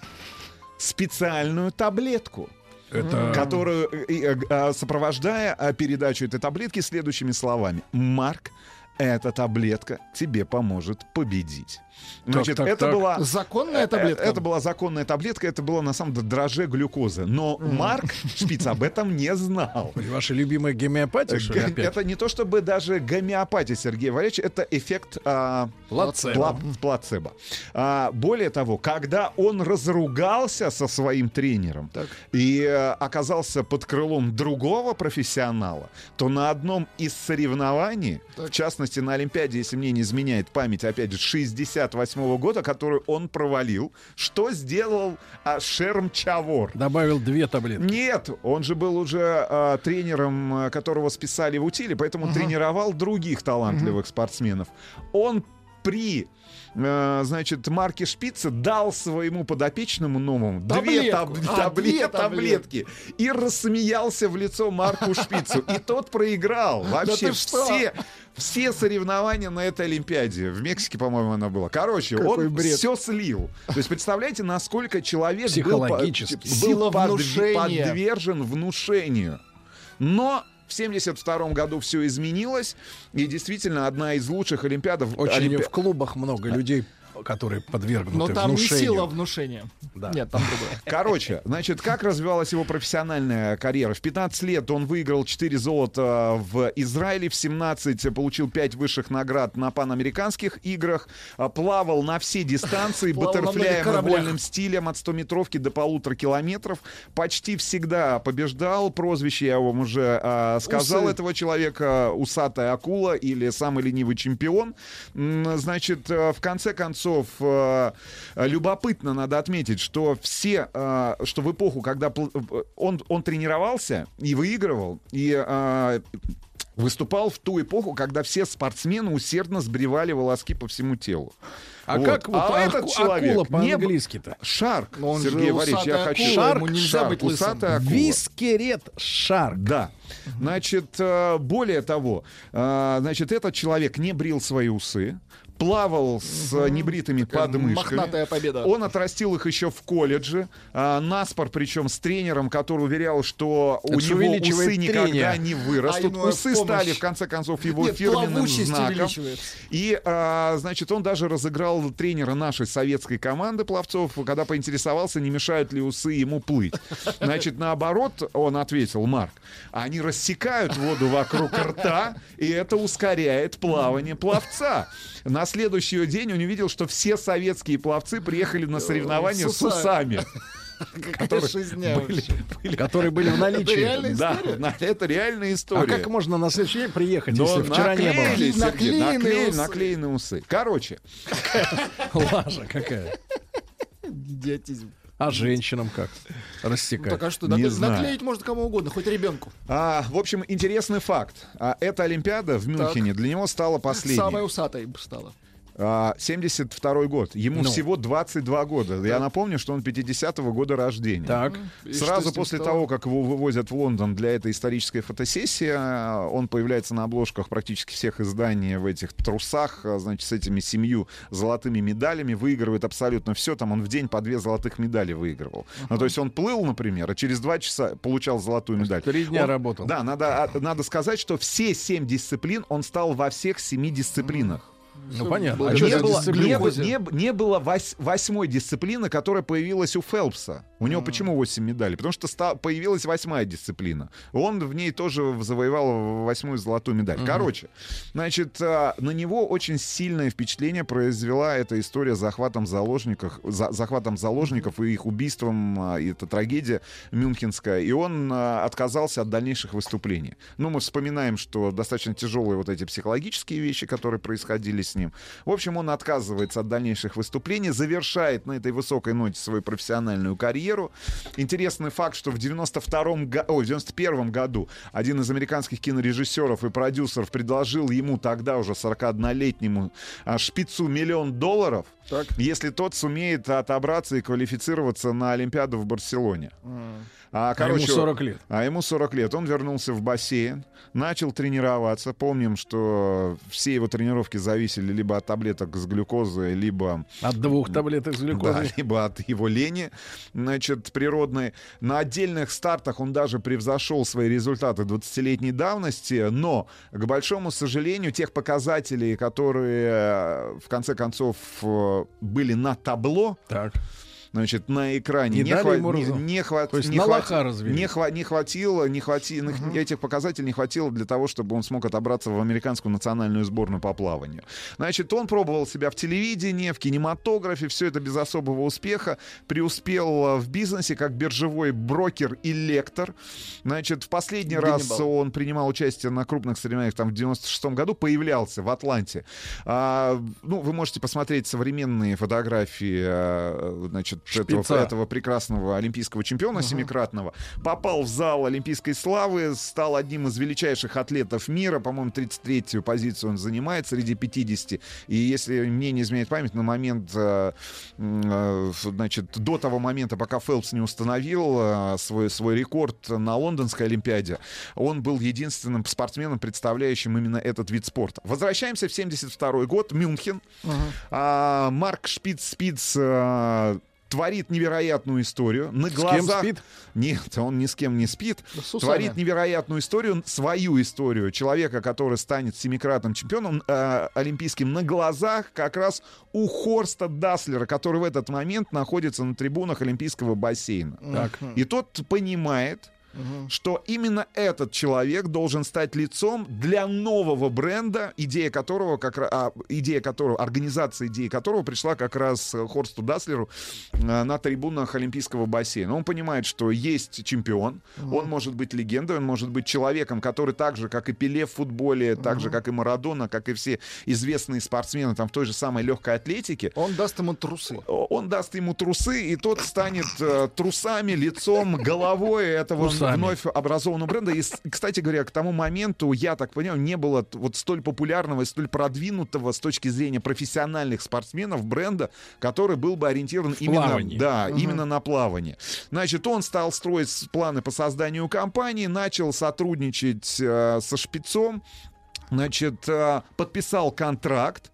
специальную таблетку. Это- Которую, э, э, э, сопровождая э, передачу этой таблетки следующими словами: Марк, эта таблетка тебе поможет победить. Значит, так, это так. была Законная э, таблетка? Это была законная таблетка, это было на самом деле дрожже глюкозы. Но Марк Шпиц об этом не знал. Ваша любимая гомеопатия, что ли, Г- опять? Это не то чтобы даже гомеопатия, Сергей Валерьевич, это эффект а, Плацебо. пла- плацебо. А, более того, когда он разругался со своим тренером и э, оказался под крылом другого профессионала, то на одном из соревнований, в частности на Олимпиаде, если мне не изменяет память, опять же, шестьдесят восьмого года, которую он провалил, что сделал а, Шерм Чавор? Добавил две таблетки. Нет, он же был уже а, тренером, а, которого списали в утиле, поэтому тренировал других талантливых спортсменов. Он при, э, значит, Марке Шпице дал своему подопечному новому две, таб- Таблетку. А, табле- две таблетки и рассмеялся в лицо Марку Шпицу. И тот проиграл вообще ты что? все, все соревнования на этой Олимпиаде. В Мексике, по-моему, она была. Короче, Какой он бред. все слил. То есть, представляете, насколько человек был, по- Психологически. был Сила подв- внушения. подвержен внушению. Но в семьдесят втором году все изменилось, и действительно одна из лучших Олимпиадов... Очень Олимпи- в клубах много людей, которые подвергнуты Но там внушению. не сила внушения. Да. Нет, там другое. Короче, значит, как развивалась его профессиональная карьера? В пятнадцать лет он выиграл четыре золота в Израиле, в семнадцать получил пять высших наград на панамериканских играх, а, плавал на все дистанции, Плавал на многих баттерфляем и кораблях. вольным стилем от стометровки до полутора километров. Почти всегда побеждал. Прозвище я вам уже а, сказал Усы. этого человека: усатая акула или самый ленивый чемпион. М, Значит, а, в конце концов, а, любопытно надо отметить, что все, а, что в эпоху, когда пл- он, он тренировался и выигрывал, и а, выступал в ту эпоху, когда все спортсмены усердно сбривали волоски по всему телу. А Вот. как вот а аку- этот человек акула не б- по-английски-то? Шарк, Но он же Сергей Валерьевич, я усатая хочу... акула, ему нельзя Шарк, быть лысым. усатая акула. Вискерет шарк. Да. Значит, э, более того, э, значит, этот человек не брил свои усы, плавал с э, небритыми подмышками. Мохнатая победа. Он отрастил их еще в колледже, э, наспор, причем с тренером, который уверял, что у Это ж него увеличивает усы никогда трение. не А вырастут. иную Усы помощь. стали, в конце концов, его Нет, фирменным плавучесть знаком. увеличивает. И, э, значит, он даже разыграл застал тренера нашей советской команды пловцов, когда поинтересовался, не мешают ли усы ему плыть. Значит, наоборот, он ответил: Марк, они рассекают воду вокруг рта, и это ускоряет плавание пловца. На следующий день он увидел, что все советские пловцы приехали на соревнования с усами. Какая шизня вообще. Которые были в наличии. Это реальная Да, история? на- это реальная история. А как можно на следующий день приехать, Но если вчера не наклеили, было? Сергей, Наклеенные наклеили- усы. наклеенные усы. Короче, Лажа какая. Идиотизм. А женщинам как? Ну, Рассекать. так а что, Не накле- знаю. наклеить можно кому угодно, хоть ребенку. а, в общем, интересный факт. А, эта Олимпиада в Мюнхене для него стала последней. Самая усатая стала. А, семьдесят второй год. Ему Ну. всего двадцать два года. Я напомню, что он пятидесятого года рождения. Так. И Сразу что с ним после стало? того, как его вывозят в Лондон для этой исторической фотосессии, а, он появляется на обложках практически всех изданий в этих трусах, а, значит, с этими семью золотыми медалями, выигрывает абсолютно все. Там он в день по две золотых медали выигрывал. Ну, то есть он плыл, например, и через два часа получал золотую медаль. Три дня Он- работал. Да, надо, а, надо сказать, что все семь дисциплин он стал во всех семи дисциплинах. Ну понятно. А Не что за было, дисциплина? не, было- не, б- не было вось- восьмой дисциплины, которая появилась у Фелпса. У него почему восемь медалей? Потому что ста- появилась восьмая дисциплина. Он в ней тоже завоевал восьмую золотую медаль. Мгм. Короче, значит, а, на него очень сильное впечатление произвела эта история с захватом заложников, за- захватом заложников и их убийством. а, и это трагедия мюнхенская. И он а, отказался от дальнейших выступлений. Ну, мы вспоминаем, что достаточно тяжелые вот эти психологические вещи, которые происходили с ним. В общем, он отказывается от дальнейших выступлений, завершает на этой высокой ноте свою профессиональную карьеру. Интересный факт, что в девяносто втором го- ой, в девяносто первом году один из американских кинорежиссеров и продюсеров предложил ему, тогда уже сорокаоднолетнему а, шпицу, миллион долларов, если тот сумеет отобраться и квалифицироваться на Олимпиаду в Барселоне. А, ему сорок лет. А ему сорок лет. Он вернулся в бассейн, начал тренироваться. Помним, что все его тренировки зависели либо от таблеток с глюкозой, либо... От двух таблеток с глюкозой. Да, либо от его лени, значит, природной. На отдельных стартах он даже превзошел свои результаты двадцатилетней давности, но, к большому сожалению, тех показателей, которые, э, в конце концов, э, были на табло, так. значит, на экране Не не, дали хва- ему не, разум? не хва- То есть не на хват- лоха развели? не хва- не хватило, не хватило, этих показателей не хватило для того, чтобы он смог отобраться в американскую национальную сборную по плаванию. Значит, он пробовал себя в телевидении, в кинематографе, все это без особого успеха, преуспел в бизнесе как биржевой брокер и лектор. Значит, в последний раз Геннибал. он принимал участие на крупных соревнованиях там в девяносто шестом году, появлялся в Атланте. А, ну, вы можете посмотреть современные фотографии, а, значит, этого, Шпица. этого прекрасного олимпийского чемпиона семикратного. Попал в зал Олимпийской славы, стал одним из величайших атлетов мира. По-моему, тридцать третью позицию он занимает среди пятидесяти. И если мне не изменяет память, на момент, э, э, значит, до того момента, пока Фелпс не установил э, свой, свой рекорд на Лондонской Олимпиаде, он был единственным спортсменом, представляющим именно этот вид спорта. Возвращаемся в семьдесят второй год, Мюнхен. А, Марк Шпиц-Спиц э, творит невероятную историю. На С кем глазах... спит? Нет, он ни с кем не спит. с усами. Творит невероятную историю, свою историю человека, который станет семикратным чемпионом э, олимпийским на глазах как раз у Хорста Даслера, который в этот момент находится на трибунах Олимпийского бассейна. Так. И тот понимает, что именно этот человек должен стать лицом для нового бренда, идея которого, как, ра- а, идея которого, организация идеи которого пришла как раз Хорсту Даслеру э, на трибунах Олимпийского бассейна. Он понимает, что есть чемпион, он может быть легендой, он может быть человеком, который так же, как и Пеле в футболе, так же, как и Марадона, как и все известные спортсмены там, в той же самой легкой атлетике, Он даст ему трусы. он даст ему трусы, и тот станет э, трусами, лицом, головой этого Усами. вновь образованного бренда. И, с- кстати говоря, к тому моменту, я так понимаю, не было т- вот столь популярного и столь продвинутого с точки зрения профессиональных спортсменов бренда, который был бы ориентирован именно, плавании. да, Мгм. именно на плавание. Значит, он стал строить с- планы по созданию компании, начал сотрудничать э, со Шпицом. значит, э, подписал контракт.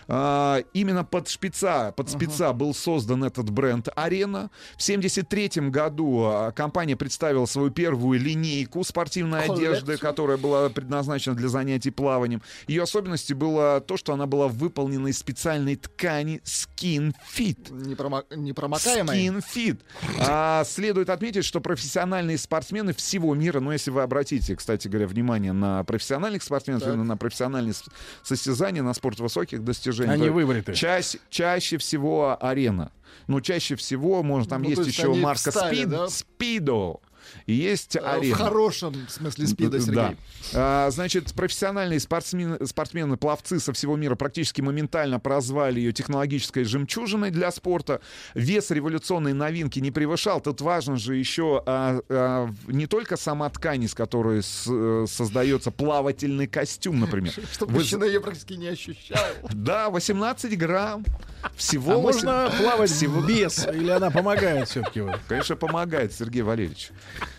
Uh, именно под шпица, под спеца uh-huh. был создан этот бренд «Арена». В семьдесят третьем году uh, компания представила свою первую линейку спортивной Коллекцию. одежды, которая была предназначена для занятий плаванием. Ее особенностью было то, что она была выполнена из специальной ткани Skin Fit. Непромо... Непромокаемая? Skin Fit. uh, следует отметить, что профессиональные спортсмены всего мира, ну, если вы обратите, кстати говоря, внимание на профессиональных спортсменов, так. на профессиональные состязания, на спорт высоких достижений, они выбриты. Чаще, чаще всего «Арена». Ну, чаще всего, может, там ну, есть еще есть марка встали, Speed, да? Спидо. И есть «Арена». В хорошем смысле спида, Сергей. Да. А, значит, профессиональные спортсмены, спортсмены, пловцы со всего мира практически моментально прозвали ее технологической жемчужиной для спорта. Вес революционной новинки не превышал. Тут важно же еще а, а, не только сама ткань, из которой с, создается плавательный костюм, например. Чтобы Вы... мужчина ее практически не ощущал. Да, восемнадцать грамм. Всего а восемь... можно плавать всего... без? Или она помогает все-таки? Конечно, помогает, Сергей Валерьевич.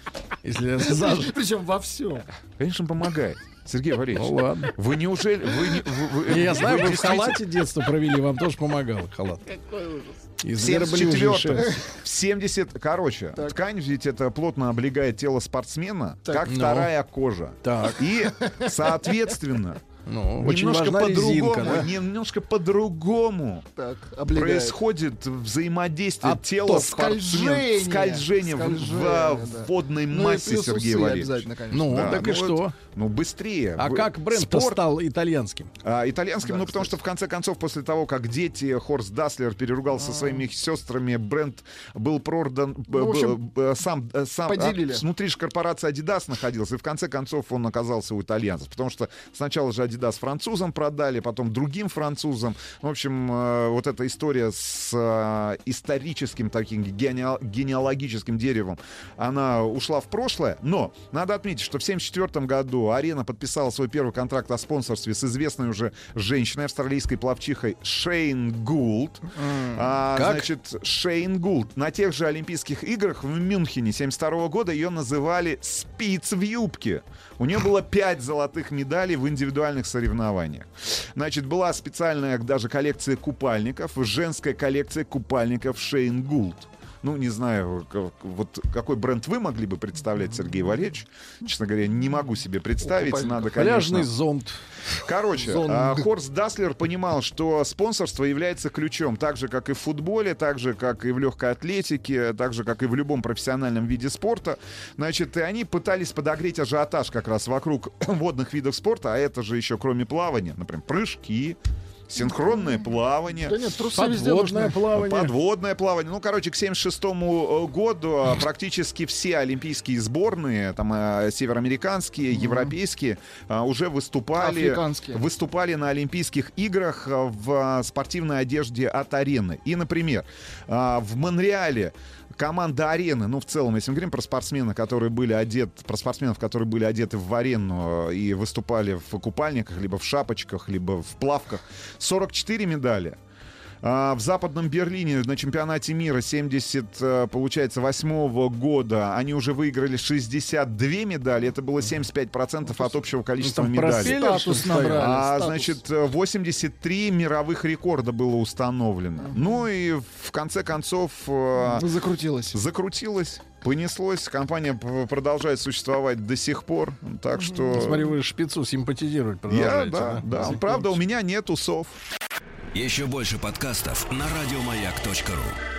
Если Причем во всем. Конечно, помогает. Сергей Валерьевич, ну, ладно. Вы неужели... Вы не, вы, вы, я знаю, вы, вы в халате детство провели, вам тоже помогал халат. Какой ужас. В семьдесят четвёртом, в семьдесят, короче, так. ткань ведь это плотно облегает тело спортсмена, так. как ну. вторая кожа. Так. И, соответственно, ну, немножко по-другому, резинка, да? немножко по-другому так, происходит взаимодействие а тела скольжение, скольжение, скольжение в, да. в водной ну, массе, Сергей Валерьевич. Ну, да, так ну, и что? Вот, ну, быстрее. А Вы... как бренд Спорт... стал итальянским? А, итальянским, да, ну, потому кстати. что, в конце концов, после того, как дети, Хорст Даслер переругался со своими сестрами, бренд был продан, ну, в общем, б, сам, сам а, поделили. внутри же корпорации Adidas находился, и в конце концов он оказался у итальянцев, потому что сначала же Adidas французам продали, потом другим французам. В общем, э, вот эта история с э, историческим таким генеал- генеалогическим деревом, она ушла в прошлое, но надо отметить, что в семьдесят четвёртом году «Арена» подписала свой первый контракт о спонсорстве с известной уже женщиной, австралийской пловчихой Шейн Гулд. Mm. А, значит, Шейн Гулд. На тех же Олимпийских играх в Мюнхене семьдесят второго года ее называли «спиц в юбке». У нее было пять золотых медалей в индивидуальных соревнованиях. Значит, была специальная даже коллекция купальников, женская коллекция купальников Шейн Гулд. Ну, не знаю, как, вот какой бренд вы могли бы представлять, Сергей Валерьевич. Честно говоря, не могу себе представить. Надо, конечно... Пляжный зонт. Короче, а, Хорст Даслер понимал, что спонсорство является ключом, так же, как и в футболе, так же, как и в легкой атлетике, так же, как и в любом профессиональном виде спорта. Значит, и они пытались подогреть ажиотаж как раз вокруг водных видов спорта, а это же еще кроме плавания, например, прыжки, синхронное плавание. Да нет, подводное плавание. Подводное плавание. Ну, короче, к семьдесят шестому году практически все олимпийские сборные, там, североамериканские, mm-hmm. европейские, уже выступали, выступали на Олимпийских играх в спортивной одежде от «Арены». И, например, в Монреале команда «Арены», ну, в целом, если мы говорим про спортсменов, которые были одеты, про спортсменов, которые были одеты в «Арену» и выступали в купальниках, либо в шапочках, либо в плавках, сорок четыре медали. А в Западном Берлине на чемпионате мира семьдесят, получается, восьмого года они уже выиграли шестьдесят две медали. Это было семьдесят пять процентов от общего количества ну, медалей. Статус набрали, а, статус. Значит, восемьдесят три мировых рекорда было установлено. Mm-hmm. Ну и в конце концов... Закрутилось. Закрутилось. Понеслось. Компания продолжает существовать до сих пор. Так что... Смотри, вы шпицу симпатизировать продолжаете. Я, да, да. да. Правда, у меня нет усов. Еще больше подкастов на радиомаяк точка ру.